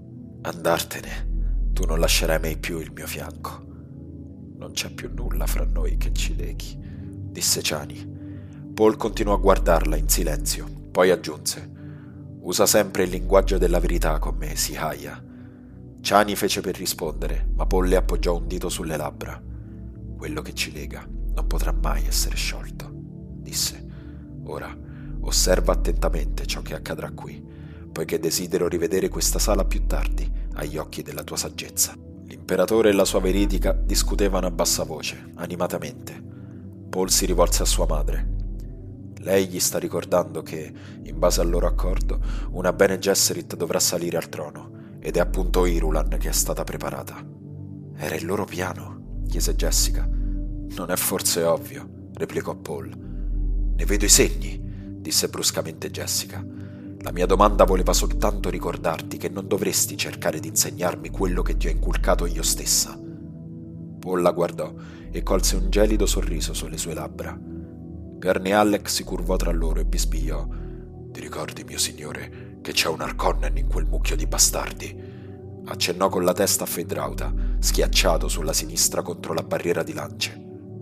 Andartene, tu non lascerai mai più il mio fianco. Non c'è più nulla fra noi che ci leghi, disse Chani. Paul continuò a guardarla in silenzio, poi aggiunse: usa sempre il linguaggio della verità con me, Sihaya. Chani fece per rispondere, ma Paul le appoggiò un dito sulle labbra. Quello che ci lega non potrà mai essere sciolto, disse. Ora osserva attentamente ciò che accadrà qui, poiché desidero rivedere questa sala più tardi agli occhi della tua saggezza. L'imperatore e la sua veridica discutevano a bassa voce, animatamente. Paul si rivolse a sua madre. Lei gli sta ricordando che, in base al loro accordo, una Bene Gesserit dovrà salire al trono, ed è appunto Irulan che è stata preparata. Era il loro piano? Chiese Jessica. Non è forse ovvio, replicò Paul. Ne vedo i segni, disse bruscamente Jessica. La mia domanda voleva soltanto ricordarti che non dovresti cercare di insegnarmi quello che ti ho inculcato io stessa. Paul la guardò e colse un gelido sorriso sulle sue labbra. Gurney Halleck si curvò tra loro e bisbigliò: ti ricordi, mio signore, che c'è un Harkonnen in quel mucchio di bastardi? Accennò con la testa a Feyd-Rautha, schiacciato sulla sinistra contro la barriera di lance.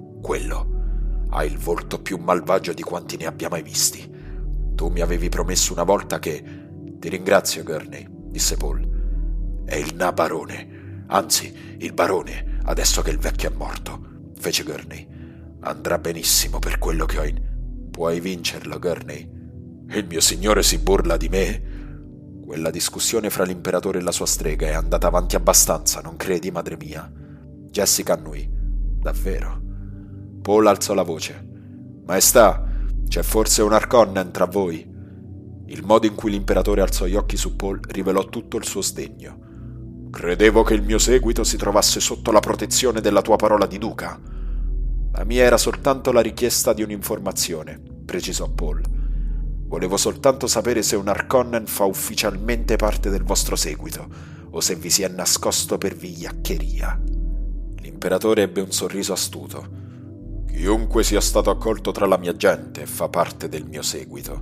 Quello ha il volto più malvagio di quanti ne abbia mai visti. Tu mi avevi promesso una volta che... Ti ringrazio, Gurney, disse Paul. È il Na Barone, anzi, il barone, adesso che il vecchio è morto, fece Gurney. Andrà benissimo per quello che ho in... Puoi vincerlo, Gurney. Il mio signore si burla di me. Quella discussione fra l'imperatore e la sua strega è andata avanti abbastanza, non credi, madre mia? Jessica annui. Davvero? Paul alzò la voce. Maestà, c'è forse un Harkonnen tra voi? Il modo in cui l'imperatore alzò gli occhi su Paul rivelò tutto il suo sdegno. Credevo che il mio seguito si trovasse sotto la protezione della tua parola di duca. La mia era soltanto la richiesta di un'informazione, precisò Paul. Volevo soltanto sapere se un Harkonnen fa ufficialmente parte del vostro seguito, o se vi si è nascosto per vigliaccheria. L'imperatore ebbe un sorriso astuto. Chiunque sia stato accolto tra la mia gente fa parte del mio seguito.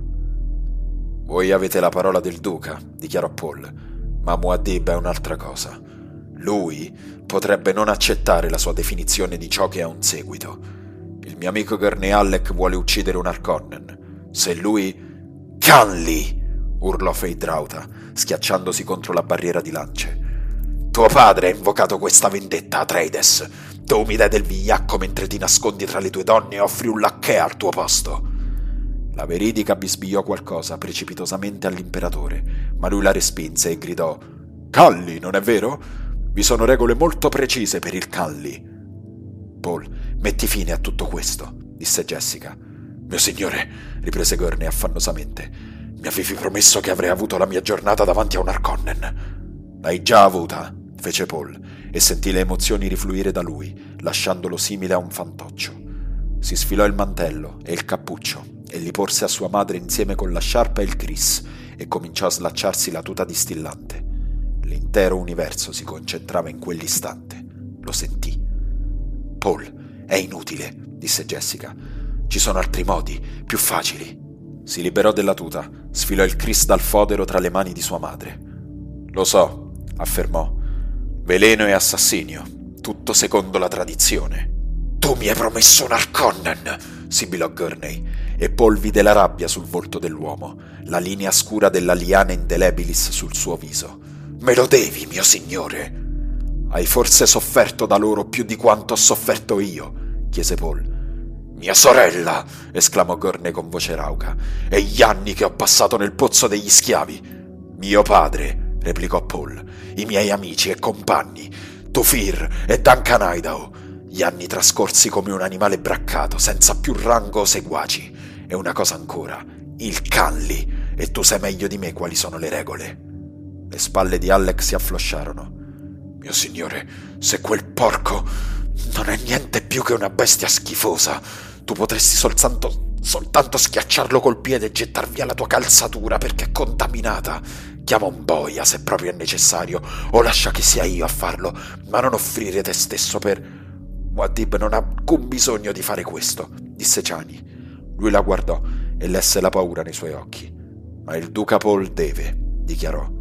Voi avete la parola del duca, dichiarò Paul, ma Muad'Dib è un'altra cosa. Lui potrebbe non accettare la sua definizione di ciò che è un seguito. Il mio amico Gurney Halleck vuole uccidere un Harkonnen. Se lui... Canli! Urlò Feyd-Rautha, schiacciandosi contro la barriera di lance. Tuo padre ha invocato questa vendetta, Atreides. Tu mi dai del vigliacco mentre ti nascondi tra le tue donne e offri un lacchè al tuo posto. La veridica bisbigliò qualcosa precipitosamente all'imperatore, ma lui la respinse e gridò: Calli, non è vero? Vi sono regole molto precise per il Calli. Paul, metti fine a tutto questo, disse Jessica. Mio signore, riprese Gurney affannosamente, mi avevi promesso che avrei avuto la mia giornata davanti a un Harkonnen. L'hai già avuta, fece Paul, e sentì le emozioni rifluire da lui, lasciandolo simile a un fantoccio. Si sfilò il mantello e il cappuccio e li porse a sua madre insieme con la sciarpa e il kris e cominciò a slacciarsi la tuta distillante. L'intero universo si concentrava in quell'istante. Lo sentì. Paul, è inutile, disse Jessica. Ci sono altri modi, più facili. Si liberò della tuta, sfilò il kris dal fodero tra le mani di sua madre. Lo so, affermò. Veleno e assassinio, tutto secondo la tradizione. Tu mi hai promesso un Harkonnen, sibilò Gurney, e Paul vide la rabbia sul volto dell'uomo, la linea scura della liana indelebilis sul suo viso. Me lo devi, mio signore. Hai forse sofferto da loro più di quanto ho sofferto io? Chiese Paul. Mia sorella, esclamò Gurney con voce rauca, e gli anni che ho passato nel pozzo degli schiavi. Mio padre, replicò Paul, i miei amici e compagni, Tufir e Duncan Idaho, gli anni trascorsi come un animale braccato, senza più rango o seguaci, e una cosa ancora, il Canli, e tu sai meglio di me quali sono le regole. Le spalle di Halleck si afflosciarono. Mio signore, se quel porco non è niente più che una bestia schifosa, tu potresti soltanto, soltanto schiacciarlo col piede e gettar via la tua calzatura perché è contaminata. Chiama un boia se proprio è necessario, o lascia che sia io a farlo, ma non offrire te stesso per... Muad'Dib non ha alcun bisogno di fare questo, disse Chani. Lui la guardò e lesse la paura nei suoi occhi. Ma il duca Paul deve, dichiarò.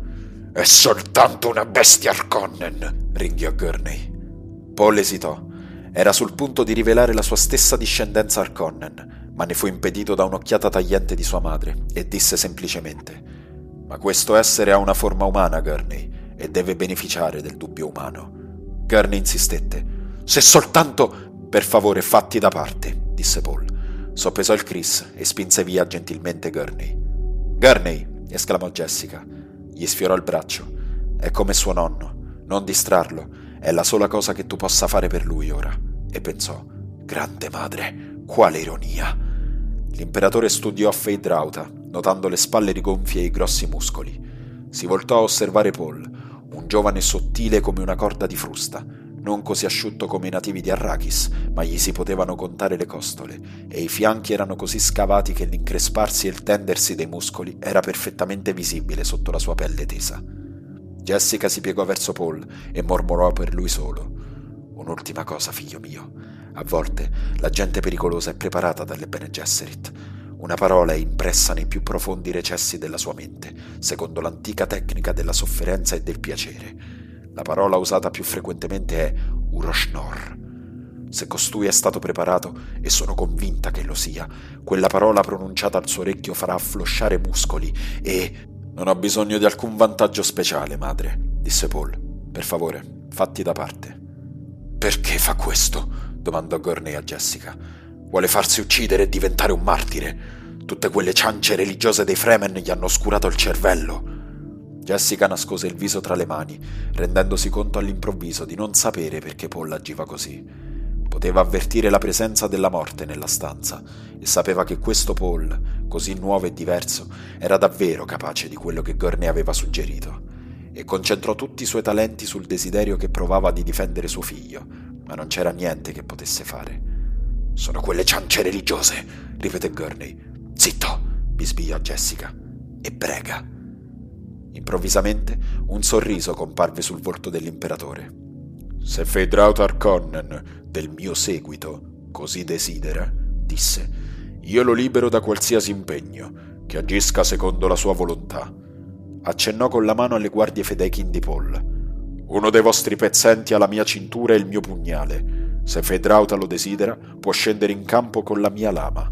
È soltanto una bestia Harkonnen, ringhiò Gurney. Paul esitò. Era sul punto di rivelare la sua stessa discendenza Harkonnen, ma ne fu impedito da un'occhiata tagliente di sua madre, e disse semplicemente: «Ma questo essere ha una forma umana, Gurney, e deve beneficiare del dubbio umano». Gurney insistette: «Se soltanto...» «Per favore, fatti da parte», disse Paul. Soppesò il Chris e spinse via gentilmente Gurney. «Gurney!» esclamò Jessica. Gli sfiorò il braccio. «È come suo nonno. Non distrarlo. È la sola cosa che tu possa fare per lui ora». E pensò: «Grande madre, quale ironia!» L'imperatore studiò Feyd-Rautha, notando le spalle rigonfie e i grossi muscoli. Si voltò a osservare Paul, un giovane sottile come una corda di frusta, non così asciutto come i nativi di Arrakis, ma gli si potevano contare le costole, e i fianchi erano così scavati che l'incresparsi e il tendersi dei muscoli era perfettamente visibile sotto la sua pelle tesa. Jessica si piegò verso Paul e mormorò per lui solo: «Un'ultima cosa, figlio mio. A volte la gente pericolosa è preparata dalle Bene Gesserit. Una parola è impressa nei più profondi recessi della sua mente, secondo l'antica tecnica della sofferenza e del piacere. La parola usata più frequentemente è Uroshnor. Se costui è stato preparato, e sono convinta che lo sia, quella parola pronunciata al suo orecchio farà afflosciare muscoli e... Non ho bisogno di alcun vantaggio speciale, madre», disse Paul. «Per favore, fatti da parte». «Perché fa questo?» domandò Gurney a Jessica. «Vuole farsi uccidere e diventare un martire? Tutte quelle ciance religiose dei Fremen gli hanno oscurato il cervello». Jessica nascose il viso tra le mani, rendendosi conto all'improvviso di non sapere perché Paul agiva così. Poteva avvertire la presenza della morte nella stanza e sapeva che questo Paul, così nuovo e diverso, era davvero capace di quello che Gurney aveva suggerito, e concentrò tutti i suoi talenti sul desiderio che provava di difendere suo figlio, ma non c'era niente che potesse fare. «Sono quelle ciance religiose», ripeté Gurney. «Zitto», bisbigliò Jessica, «e prega». Improvvisamente un sorriso comparve sul volto dell'imperatore. «Se Feyd-Rautha Harkonnen, del mio seguito, così desidera», disse, «io lo libero da qualsiasi impegno, che agisca secondo la sua volontà». Accennò con la mano alle guardie Fedaykin di Paul. «Uno dei vostri pezzenti ha la mia cintura e il mio pugnale. Se Feyd-Rautha lo desidera, può scendere in campo con la mia lama».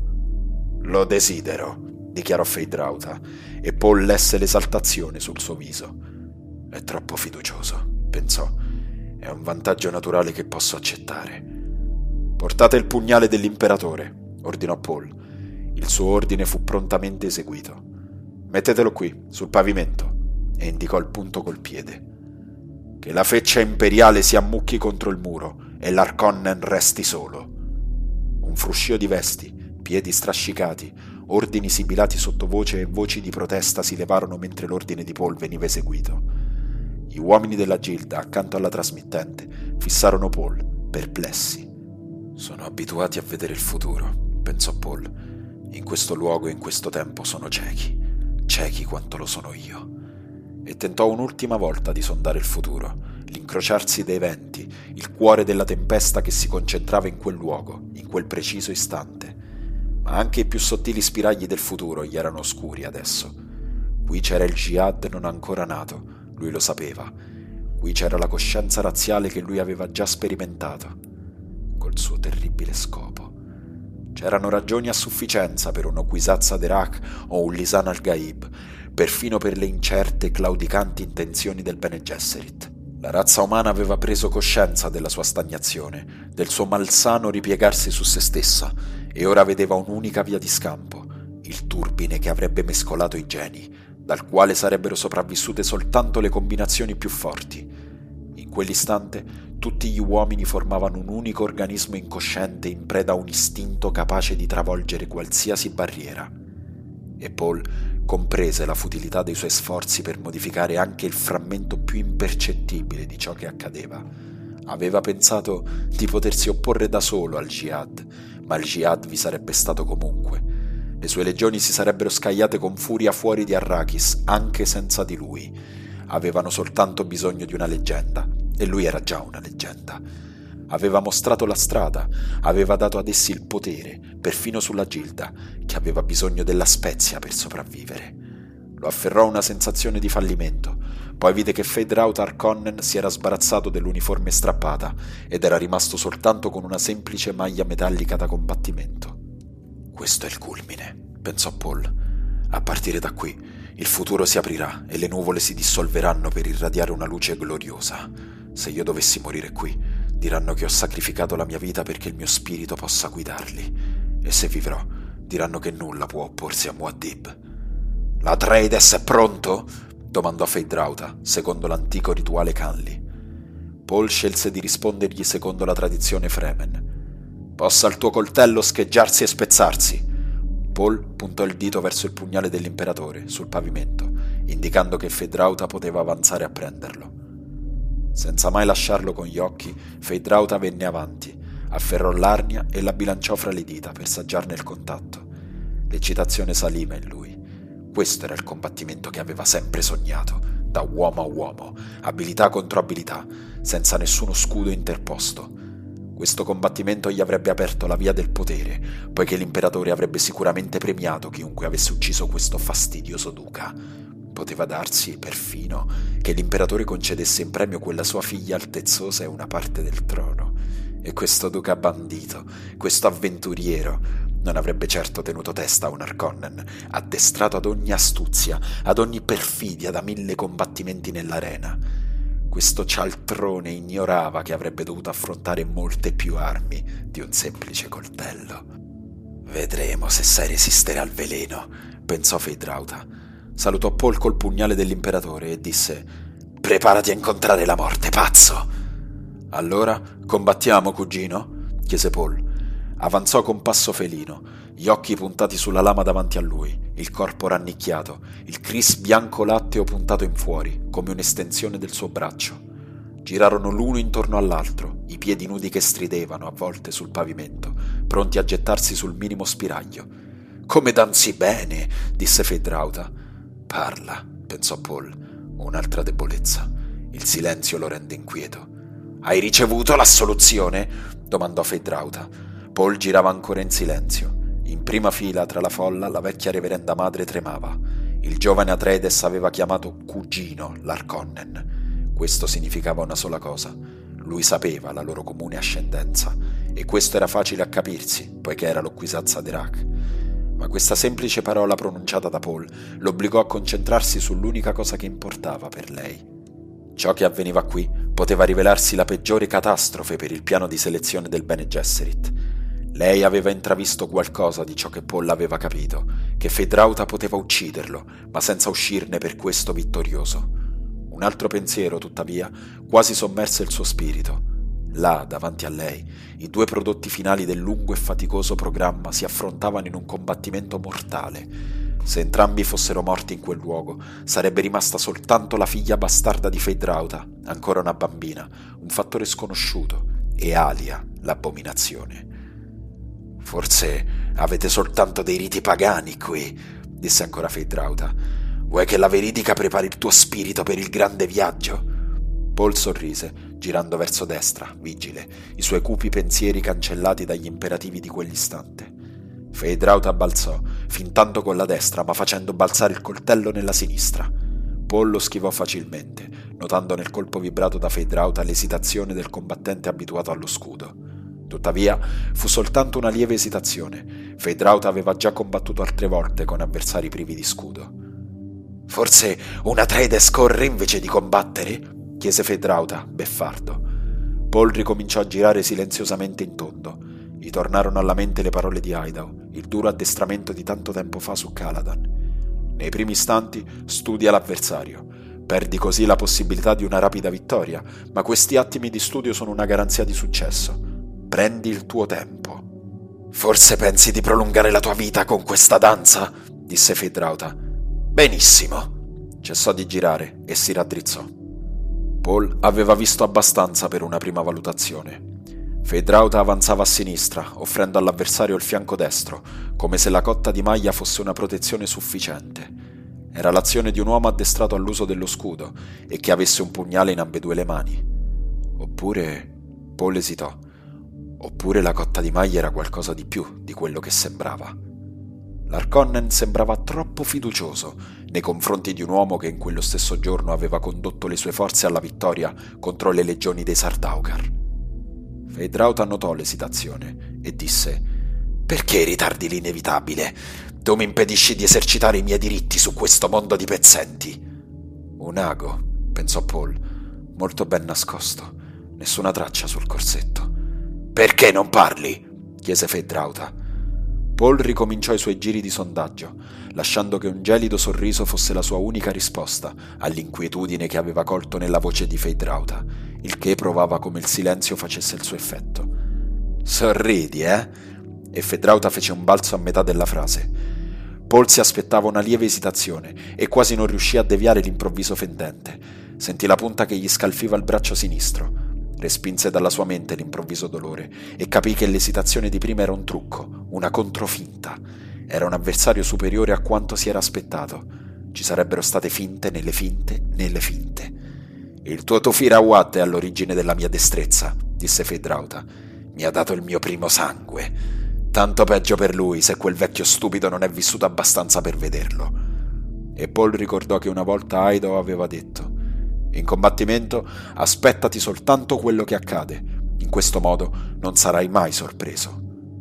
«Lo desidero», dichiarò Feyd-Rautha, e Paul lesse l'esaltazione sul suo viso. «È troppo fiducioso», pensò. «È un vantaggio naturale che posso accettare». «Portate il pugnale dell'imperatore», ordinò Paul. Il suo ordine fu prontamente eseguito. «Mettetelo qui, sul pavimento», e indicò il punto col piede. «Che la feccia imperiale si ammucchi contro il muro e l'Harkonnen resti solo». Un fruscio di vesti, piedi strascicati, ordini sibilati sottovoce e voci di protesta si levarono mentre l'ordine di Paul veniva eseguito. Gli uomini della gilda, accanto alla trasmittente, fissarono Paul, perplessi. «Sono abituati a vedere il futuro», pensò Paul. «In questo luogo e in questo tempo sono ciechi, ciechi quanto lo sono io». E tentò un'ultima volta di sondare il futuro, l'incrociarsi dei venti, il cuore della tempesta che si concentrava in quel luogo, in quel preciso istante. Ma anche i più sottili spiragli del futuro gli erano oscuri adesso. Qui c'era il Jihad non ancora nato, lui lo sapeva. Qui c'era la coscienza razziale che lui aveva già sperimentato, col suo terribile scopo. C'erano ragioni a sufficienza per uno Kwisatz Haderach o un Lisan al-Gaib, perfino per le incerte e claudicanti intenzioni del Bene Gesserit. La razza umana aveva preso coscienza della sua stagnazione, del suo malsano ripiegarsi su se stessa, e ora vedeva un'unica via di scampo, il turbine che avrebbe mescolato i geni, dal quale sarebbero sopravvissute soltanto le combinazioni più forti. In quell'istante tutti gli uomini formavano un unico organismo incosciente in preda a un istinto capace di travolgere qualsiasi barriera. E Paul comprese la futilità dei suoi sforzi per modificare anche il frammento più impercettibile di ciò che accadeva. Aveva pensato di potersi opporre da solo al Jihad, ma il Jihad vi sarebbe stato comunque. Le sue legioni si sarebbero scagliate con furia fuori di Arrakis, anche senza di lui. Avevano soltanto bisogno di una leggenda, e lui era già una leggenda. Aveva mostrato la strada, aveva dato ad essi il potere, perfino sulla gilda, che aveva bisogno della spezia per sopravvivere. Lo afferrò una sensazione di fallimento. Poi vide che Feyd-Rautha Harkonnen si era sbarazzato dell'uniforme strappata ed era rimasto soltanto con una semplice maglia metallica da combattimento. Questo è il culmine, pensò Paul. A partire da qui, il futuro si aprirà e le nuvole si dissolveranno per irradiare una luce gloriosa. Se io dovessi morire qui, diranno che ho sacrificato la mia vita perché il mio spirito possa guidarli. E se vivrò, diranno che nulla può opporsi a Muad'Dib. «L'Atreides è pronto?» domandò Feyd-Rautha, secondo l'antico rituale Canli. Paul scelse di rispondergli secondo la tradizione Fremen. «Possa il tuo coltello scheggiarsi e spezzarsi!» Paul puntò il dito verso il pugnale dell'imperatore, sul pavimento, indicando che Feyd-Rautha poteva avanzare a prenderlo. Senza mai lasciarlo con gli occhi, Feyd-Rautha venne avanti, afferrò l'arnia e la bilanciò fra le dita per saggiarne il contatto. L'eccitazione saliva in lui. Questo era il combattimento che aveva sempre sognato, da uomo a uomo, abilità contro abilità, senza nessuno scudo interposto. Questo combattimento gli avrebbe aperto la via del potere, poiché l'imperatore avrebbe sicuramente premiato chiunque avesse ucciso questo fastidioso duca. Poteva darsi, perfino, che l'imperatore concedesse in premio quella sua figlia altezzosa e una parte del trono. E questo duca bandito, questo avventuriero, non avrebbe certo tenuto testa a un Harkonnen, addestrato ad ogni astuzia, ad ogni perfidia da mille combattimenti nell'arena. Questo cialtrone ignorava che avrebbe dovuto affrontare molte più armi di un semplice coltello. «Vedremo se sai resistere al veleno», pensò Feyd-Rautha. Salutò Paul col pugnale dell'imperatore e disse: «Preparati a incontrare la morte, pazzo!» «Allora, combattiamo, cugino?» chiese Paul. Avanzò con passo felino, gli occhi puntati sulla lama davanti a lui, il corpo rannicchiato, il cris bianco latteo puntato in fuori, come un'estensione del suo braccio. Girarono l'uno intorno all'altro, i piedi nudi che stridevano a volte sul pavimento, pronti a gettarsi sul minimo spiraglio. «Come danzi bene!» disse Feyd-Rautha. «Parla», pensò Paul, un'altra debolezza. Il silenzio lo rende inquieto. «Hai ricevuto l'assoluzione?» domandò Feyd-Rautha. Paul girava ancora in silenzio. In prima fila tra la folla la vecchia reverenda madre tremava. Il giovane Atreides aveva chiamato cugino l'Harkonnen. Questo significava una sola cosa. Lui sapeva la loro comune ascendenza, e questo era facile a capirsi, poiché era lo Kwisatz Haderach. Ma questa semplice parola pronunciata da Paul l'obbligò a concentrarsi sull'unica cosa che importava per lei. Ciò che avveniva qui poteva rivelarsi la peggiore catastrofe per il piano di selezione del Bene Gesserit. Lei aveva intravisto qualcosa di ciò che Paul aveva capito, che Feyd-Rautha poteva ucciderlo, ma senza uscirne per questo vittorioso. Un altro pensiero, tuttavia, quasi sommerse il suo spirito. Là, davanti a lei, i due prodotti finali del lungo e faticoso programma si affrontavano in un combattimento mortale. Se entrambi fossero morti in quel luogo, sarebbe rimasta soltanto la figlia bastarda di Feyd-Rautha, ancora una bambina, un fattore sconosciuto, e Alia, l'abominazione. «Forse avete soltanto dei riti pagani qui», disse ancora Feyd-Rautha. «Vuoi che la veridica prepari il tuo spirito per il grande viaggio?» Paul sorrise, girando verso destra, vigile, i suoi cupi pensieri cancellati dagli imperativi di quell'istante. Feyd-Rautha balzò, fintando con la destra ma facendo balzare il coltello nella sinistra. Paul lo schivò facilmente, notando nel colpo vibrato da Feyd-Rautha l'esitazione del combattente abituato allo scudo. Tuttavia, fu soltanto una lieve esitazione. Feyd-Rautha aveva già combattuto altre volte con avversari privi di scudo. «Forse un Atreides corre invece di combattere?» chiese Feyd-Rautha, beffardo. Paul ricominciò a girare silenziosamente in tondo. Gli tornarono alla mente le parole di Idaho, il duro addestramento di tanto tempo fa su Caladan. Nei primi istanti studia l'avversario. Perdi così la possibilità di una rapida vittoria, ma questi attimi di studio sono una garanzia di successo. Prendi il tuo tempo. «Forse pensi di prolungare la tua vita con questa danza?» disse Feyd-Rautha. «Benissimo!» Cessò di girare e si raddrizzò. Paul aveva visto abbastanza per una prima valutazione. Feyd-Rautha avanzava a sinistra, offrendo all'avversario il fianco destro, come se la cotta di maglia fosse una protezione sufficiente. Era l'azione di un uomo addestrato all'uso dello scudo e che avesse un pugnale in ambedue le mani. Oppure... Paul esitò. Oppure la cotta di maglia era qualcosa di più di quello che sembrava. L'Harkonnen sembrava troppo fiducioso, nei confronti di un uomo che in quello stesso giorno aveva condotto le sue forze alla vittoria contro le legioni dei Sardaukar. Feyd-Rautha notò l'esitazione e disse: «Perché ritardi l'inevitabile? Tu mi impedisci di esercitare i miei diritti su questo mondo di pezzenti». «Un ago», pensò Paul, molto ben nascosto, nessuna traccia sul corsetto. «Perché non parli?» chiese Feyd-Rautha. Paul ricominciò i suoi giri di sondaggio, lasciando che un gelido sorriso fosse la sua unica risposta all'inquietudine che aveva colto nella voce di Feyd-Rautha, il che provava come il silenzio facesse il suo effetto. «Sorridi, eh?» E Feyd-Rautha fece un balzo a metà della frase. Paul si aspettava una lieve esitazione e quasi non riuscì a deviare l'improvviso fendente. Sentì la punta che gli scalfiva il braccio sinistro. Respinse dalla sua mente l'improvviso dolore e capì che l'esitazione di prima era un trucco, una controfinta. Era un avversario superiore a quanto si era aspettato. Ci sarebbero state finte nelle finte nelle finte. «Il tuo Tufir Awad è all'origine della mia destrezza», disse Feyd-Rautha. «Mi ha dato il mio primo sangue. Tanto peggio per lui se quel vecchio stupido non è vissuto abbastanza per vederlo». E Paul ricordò che una volta Aido aveva detto: «In combattimento aspettati soltanto quello che accade, in questo modo non sarai mai sorpreso».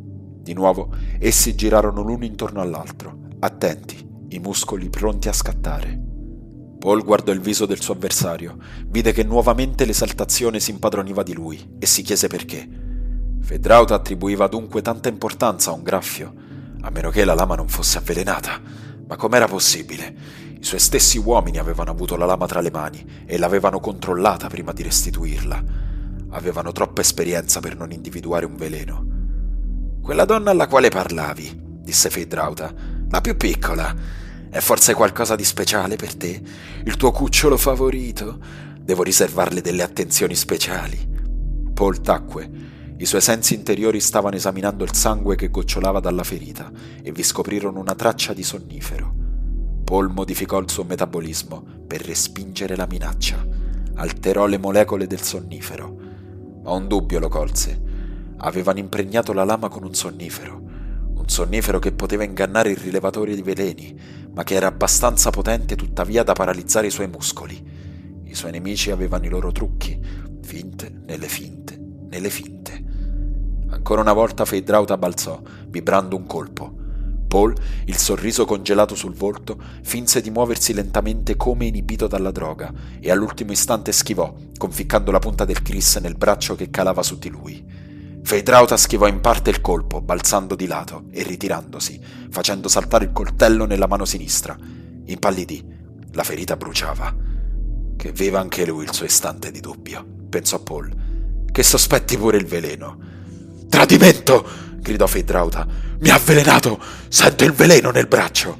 Di nuovo essi girarono l'uno intorno all'altro, attenti, i muscoli pronti a scattare. Paul guardò il viso del suo avversario, vide che nuovamente l'esaltazione si impadroniva di lui e si chiese perché. Feyd-Rautha attribuiva dunque tanta importanza a un graffio, a meno che la lama non fosse avvelenata. Ma com'era possibile? I suoi stessi uomini avevano avuto la lama tra le mani e l'avevano controllata prima di restituirla. Avevano troppa esperienza per non individuare un veleno. «Quella donna alla quale parlavi», disse Feyd-Rautha, «la più piccola, è forse qualcosa di speciale per te? Il tuo cucciolo favorito? Devo riservarle delle attenzioni speciali». Paul tacque. I suoi sensi interiori stavano esaminando il sangue che gocciolava dalla ferita e vi scoprirono una traccia di sonnifero. Paul modificò il suo metabolismo per respingere la minaccia. Alterò le molecole del sonnifero. Ma un dubbio lo colse. Avevano impregnato la lama con un sonnifero. Un sonnifero che poteva ingannare il rilevatore di veleni, ma che era abbastanza potente tuttavia da paralizzare i suoi muscoli. I suoi nemici avevano i loro trucchi, finte nelle finte nelle finte. Ancora una volta Feyd-Rautha balzò, vibrando un colpo. Paul, il sorriso congelato sul volto, finse di muoversi lentamente come inibito dalla droga e all'ultimo istante schivò, conficcando la punta del Kris nel braccio che calava su di lui. Feyd-Rautha schivò in parte il colpo, balzando di lato e ritirandosi, facendo saltare il coltello nella mano sinistra. Impallidì. La ferita bruciava. Che viva anche lui il suo istante di dubbio, pensò Paul. Che sospetti pure il veleno. «Tradimento!» gridò Feyd-Rautha. «Mi ha avvelenato! Sento il veleno nel braccio!»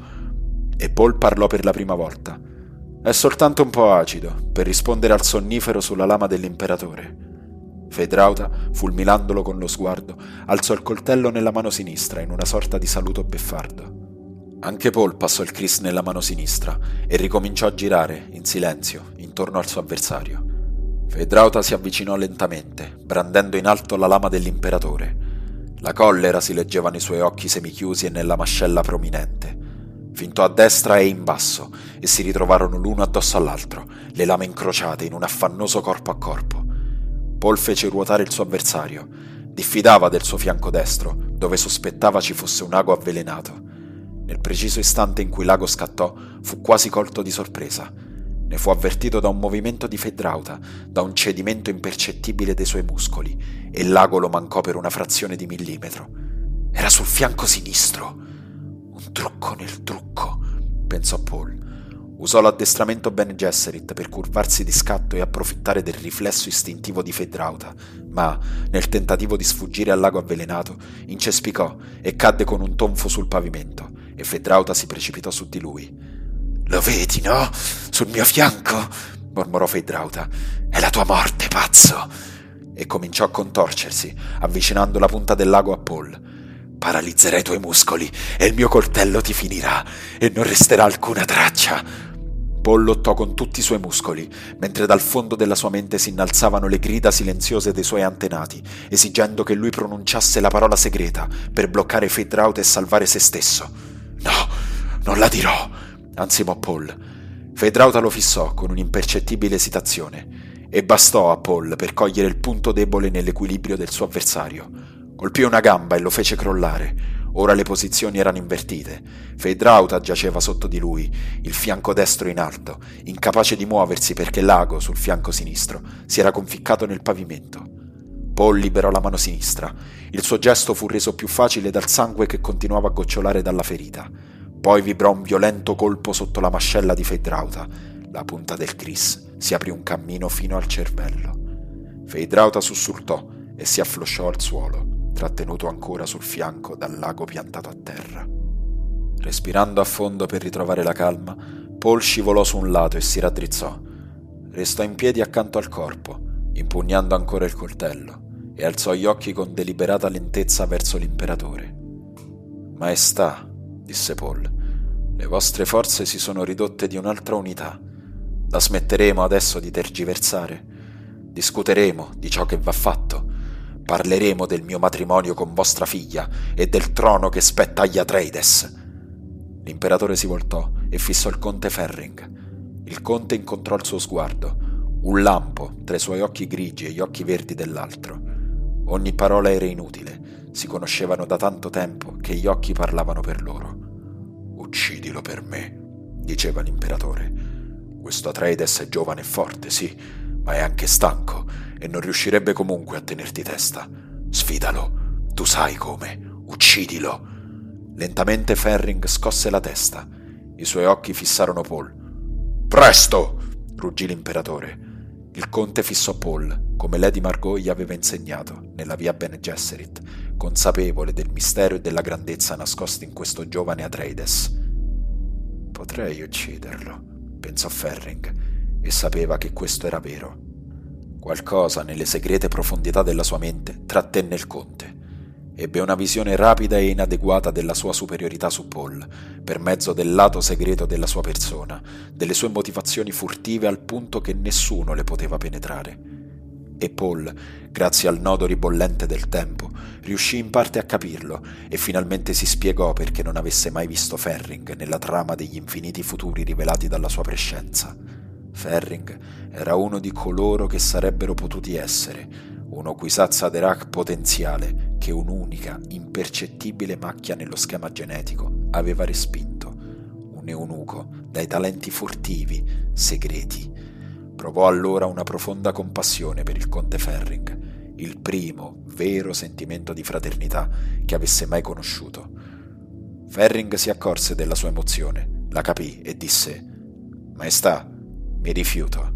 E Paul parlò per la prima volta. «È soltanto un po' acido, per rispondere al sonnifero sulla lama dell'imperatore». Feyd-Rautha, fulminandolo con lo sguardo, alzò il coltello nella mano sinistra in una sorta di saluto beffardo. Anche Paul passò il Kris nella mano sinistra e ricominciò a girare, in silenzio, intorno al suo avversario. Feyd-Rautha si avvicinò lentamente, brandendo in alto la lama dell'imperatore. La collera si leggeva nei suoi occhi semichiusi e nella mascella prominente. Fintò a destra e in basso, e si ritrovarono l'uno addosso all'altro, le lame incrociate in un affannoso corpo a corpo. Paul fece ruotare il suo avversario. Diffidava del suo fianco destro, dove sospettava ci fosse un ago avvelenato. Nel preciso istante in cui l'ago scattò, fu quasi colto di sorpresa. Ne fu avvertito da un movimento di Feyd-Rautha, da un cedimento impercettibile dei suoi muscoli, e l'ago lo mancò per una frazione di millimetro. Era sul fianco sinistro. Un trucco nel trucco, pensò Paul. Usò l'addestramento Bene Gesserit per curvarsi di scatto e approfittare del riflesso istintivo di Feyd-Rautha, ma, nel tentativo di sfuggire al lago avvelenato, incespicò e cadde con un tonfo sul pavimento, e Feyd-Rautha si precipitò su di lui. «Lo vedi, no? Sul mio fianco?» mormorò Feyd-Rautha. «È la tua morte, pazzo!» E cominciò a contorcersi, avvicinando la punta del lago a Paul. «Paralizzerai i tuoi muscoli e il mio coltello ti finirà e non resterà alcuna traccia!» Paul lottò con tutti i suoi muscoli, mentre dal fondo della sua mente si innalzavano le grida silenziose dei suoi antenati, esigendo che lui pronunciasse la parola segreta per bloccare Feyd-Rautha e salvare se stesso. «No, non la dirò!» ansimò Paul. Fedrauta lo fissò con un'impercettibile esitazione e bastò a Paul per cogliere il punto debole nell'equilibrio del suo avversario. Colpì una gamba e lo fece crollare. Ora le posizioni erano invertite. Fedrauta giaceva sotto di lui, il fianco destro in alto, incapace di muoversi perché l'ago, sul fianco sinistro, si era conficcato nel pavimento. Paul liberò la mano sinistra. Il suo gesto fu reso più facile dal sangue che continuava a gocciolare dalla ferita. Poi vibrò un violento colpo sotto la mascella di Fedrauta. La punta del Kris si aprì un cammino fino al cervello. Fedrauta sussultò e si afflosciò al suolo, trattenuto ancora sul fianco dal lago piantato a terra. Respirando a fondo per ritrovare la calma, Paul scivolò su un lato e si raddrizzò. Restò in piedi accanto al corpo, impugnando ancora il coltello, e alzò gli occhi con deliberata lentezza verso l'imperatore. «Maestà», disse Paul, «le vostre forze si sono ridotte di un'altra unità. La smetteremo adesso di tergiversare? Discuteremo di ciò che va fatto? Parleremo del mio matrimonio con vostra figlia e del trono che spetta agli Atreides?» L'imperatore si voltò e fissò il conte Ferring. Il conte incontrò il suo sguardo, un lampo tra i suoi occhi grigi e gli occhi verdi dell'altro. Ogni parola era inutile, si conoscevano da tanto tempo che gli occhi parlavano per loro. «Uccidilo per me», diceva l'imperatore. «Questo Atreides è giovane e forte, sì, ma è anche stanco e non riuscirebbe comunque a tenerti testa. Sfidalo, tu sai come, uccidilo». Lentamente Ferring scosse la testa. I suoi occhi fissarono Paul. «Presto!» ruggì l'imperatore. Il conte fissò Paul, come Lady Margot gli aveva insegnato, nella via Bene Gesserit, consapevole del mistero e della grandezza nascosti in questo giovane Atreides. «Potrei ucciderlo», pensò Ferring, e sapeva che questo era vero. Qualcosa nelle segrete profondità della sua mente trattenne il conte. Ebbe una visione rapida e inadeguata della sua superiorità su Paul, per mezzo del lato segreto della sua persona, delle sue motivazioni furtive al punto che nessuno le poteva penetrare. E Paul, grazie al nodo ribollente del tempo, riuscì in parte a capirlo e finalmente si spiegò perché non avesse mai visto Ferring nella trama degli infiniti futuri rivelati dalla sua prescienza. Ferring era uno di coloro che sarebbero potuti essere, uno Kwisatz Haderach potenziale che un'unica, impercettibile macchia nello schema genetico aveva respinto, un eunuco dai talenti furtivi, segreti. Provò allora una profonda compassione per il conte Ferring, il primo vero sentimento di fraternità che avesse mai conosciuto. Ferring si accorse della sua emozione, la capì e disse: «Maestà, mi rifiuto».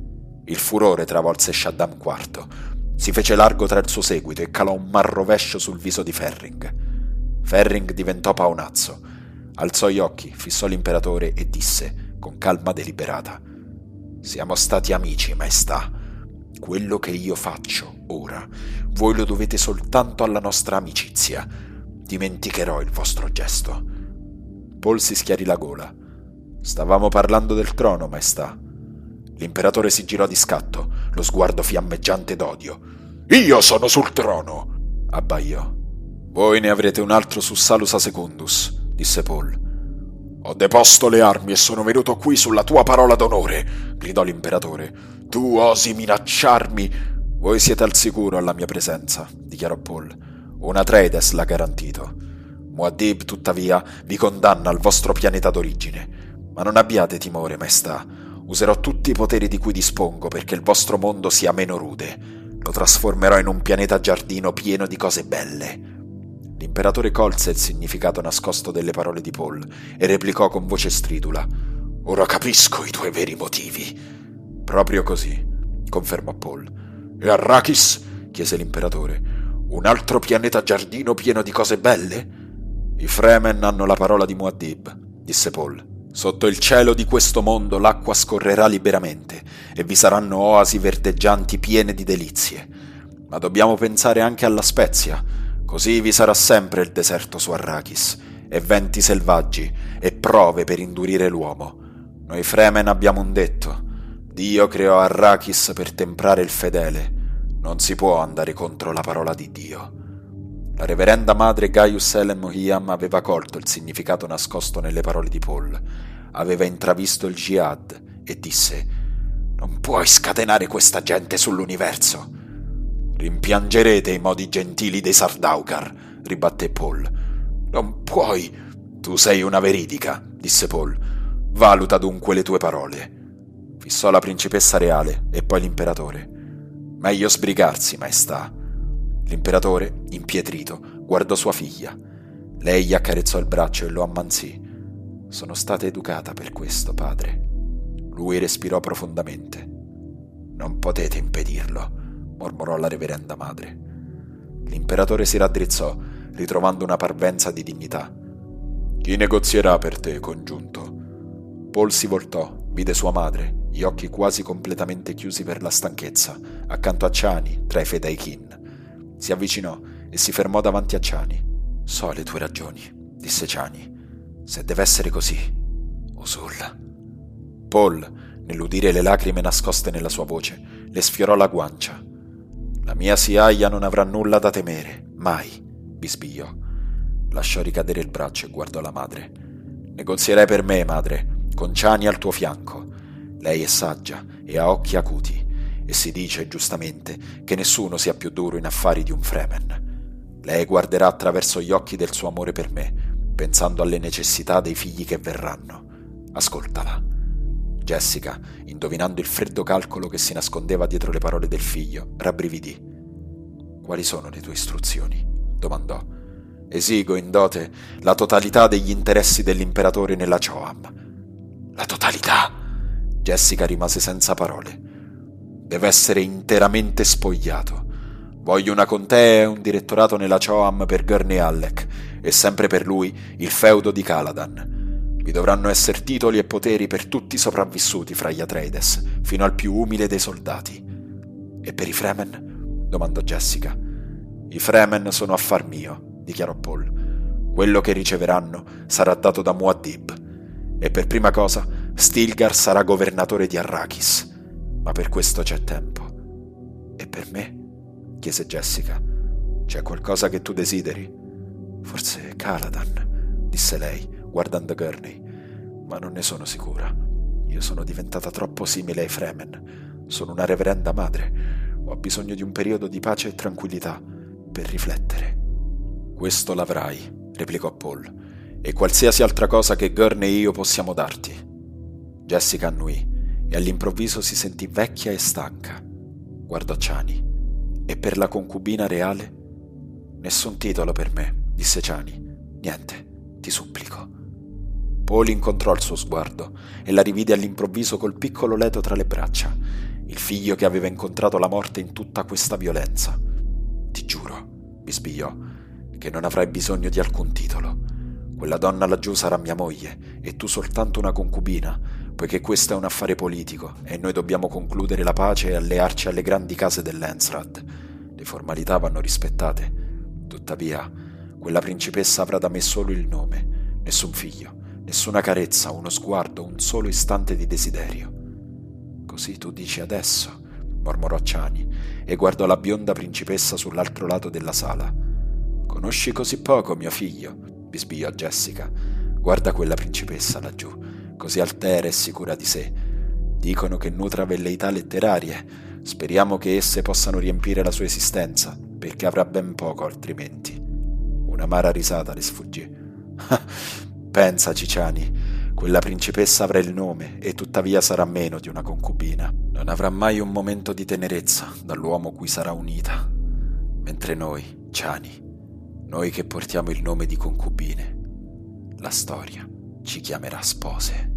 Il furore travolse Shaddam quarto. Si fece largo tra il suo seguito e calò un marrovescio sul viso di Ferring. Ferring diventò paonazzo. Alzò gli occhi, fissò l'imperatore e disse, con calma deliberata: «Siamo stati amici, maestà. Quello che io faccio ora, voi lo dovete soltanto alla nostra amicizia. Dimenticherò il vostro gesto». Paul si schiarì la gola. «Stavamo parlando del trono, maestà». L'imperatore si girò di scatto, lo sguardo fiammeggiante d'odio. «Io sono sul trono!» abbaiò. «Voi ne avrete un altro su Salusa Secundus», disse Paul. «Ho deposto le armi e sono venuto qui sulla tua parola d'onore», gridò l'imperatore. «Tu osi minacciarmi?» «Voi siete al sicuro alla mia presenza», dichiarò Paul. «Un Atreides l'ha garantito. Muad'Dib, tuttavia, vi condanna al vostro pianeta d'origine. Ma non abbiate timore, maestà. Userò tutti i poteri di cui dispongo perché il vostro mondo sia meno rude. Lo trasformerò in un pianeta giardino pieno di cose belle». L'imperatore colse il significato nascosto delle parole di Paul e replicò con voce stridula: «Ora capisco i tuoi veri motivi». «Proprio così», confermò Paul. «E Arrakis?» chiese l'imperatore. «Un altro pianeta giardino pieno di cose belle?» «I Fremen hanno la parola di Muad'Dib», disse Paul. «Sotto il cielo di questo mondo l'acqua scorrerà liberamente e vi saranno oasi verdeggianti piene di delizie. Ma dobbiamo pensare anche alla Spezia. Così vi sarà sempre il deserto su Arrakis, e venti selvaggi, e prove per indurire l'uomo. Noi Fremen abbiamo un detto: Dio creò Arrakis per temprare il fedele. Non si può andare contro la parola di Dio». La reverenda madre Gaius Helen Mohiam aveva colto il significato nascosto nelle parole di Paul. aveva intravisto il jihad e disse: «Non puoi scatenare questa gente sull'universo!» «Rimpiangerete i modi gentili dei Sardaukar», ribatté Paul. «Non puoi!» «Tu sei una veridica», disse Paul. «Valuta dunque le tue parole». Fissò la principessa reale e poi l'imperatore. «Meglio sbrigarsi, maestà». L'imperatore, impietrito, guardò sua figlia. Lei gli accarezzò il braccio e lo ammansì. «Sono stata educata per questo, padre». Lui respirò profondamente. «Non potete impedirlo», mormorò la reverenda madre. L'imperatore si raddrizzò, ritrovando una parvenza di dignità. «Chi negozierà per te, congiunto?» Paul si voltò, vide sua madre, gli occhi quasi completamente chiusi per la stanchezza, accanto a Chani, tra i Fedaykin. Si avvicinò e si fermò davanti a Chani. «So le tue ragioni», disse Chani. «Se deve essere così, Usul». Paul, nell'udire le lacrime nascoste nella sua voce, le sfiorò la guancia. «La mia Siaia non avrà nulla da temere, mai», bisbigliò. Lasciò ricadere il braccio e guardò la madre. «Negozierai per me, madre, con Chani al tuo fianco. Lei è saggia e ha occhi acuti, e si dice, giustamente, che nessuno sia più duro in affari di un Fremen. Lei guarderà attraverso gli occhi del suo amore per me, pensando alle necessità dei figli che verranno. Ascoltala». Jessica, indovinando il freddo calcolo che si nascondeva dietro le parole del figlio, rabbrividì. «Quali sono le tue istruzioni?» domandò. «Esigo in dote la totalità degli interessi dell'imperatore nella Choam». «La totalità?» Jessica rimase senza parole. «Deve essere interamente spogliato. Voglio una contea e un direttorato nella Choam per Gurney Halleck e sempre per lui il feudo di Caladan. Vi dovranno essere titoli e poteri per tutti i sopravvissuti fra gli Atreides, fino al più umile dei soldati». «E per i Fremen?» domandò Jessica. «I Fremen sono affar mio», dichiarò Paul. «Quello che riceveranno sarà dato da Muad'Dib. E per prima cosa Stilgar sarà governatore di Arrakis. Ma per questo c'è tempo». «E per me?» chiese Jessica. «C'è qualcosa che tu desideri?» «Forse Caladan», disse lei, guardando Gurney. «Ma non ne sono sicura. Io sono diventata troppo simile ai Fremen. Sono una reverenda madre. Ho bisogno di un periodo di pace e tranquillità per riflettere». «Questo l'avrai», replicò Paul, «e qualsiasi altra cosa che Gurney e io possiamo darti». Jessica annuì e all'improvviso si sentì vecchia e stanca. Guardò Chani. «E per la concubina reale?» «Nessun titolo per me», disse Chani. «Niente, ti supplico». Paul incontrò il suo sguardo e la rivide all'improvviso col piccolo Leto tra le braccia, il figlio che aveva incontrato la morte in tutta questa violenza. «Ti giuro», bisbigliò, «che non avrai bisogno di alcun titolo. Quella donna laggiù sarà mia moglie e tu soltanto una concubina, poiché questo è un affare politico e noi dobbiamo concludere la pace e allearci alle grandi case dell'Ensrad. Le formalità vanno rispettate. Tuttavia, quella principessa avrà da me solo il nome, nessun figlio, nessuna carezza, uno sguardo, un solo istante di desiderio». «Così tu dici adesso», mormorò Chani e guardò la bionda principessa sull'altro lato della sala. «Conosci così poco mio figlio», bisbigliò Jessica. «Guarda quella principessa laggiù, così altera e sicura di sé. Dicono che nutra velleità letterarie. Speriamo che esse possano riempire la sua esistenza, perché avrà ben poco altrimenti». Un'amara risata le sfuggì. «Pensaci, Chani, quella principessa avrà il nome e tuttavia sarà meno di una concubina. Non avrà mai un momento di tenerezza dall'uomo cui sarà unita. Mentre noi, Chani, noi che portiamo il nome di concubine, la storia ci chiamerà spose».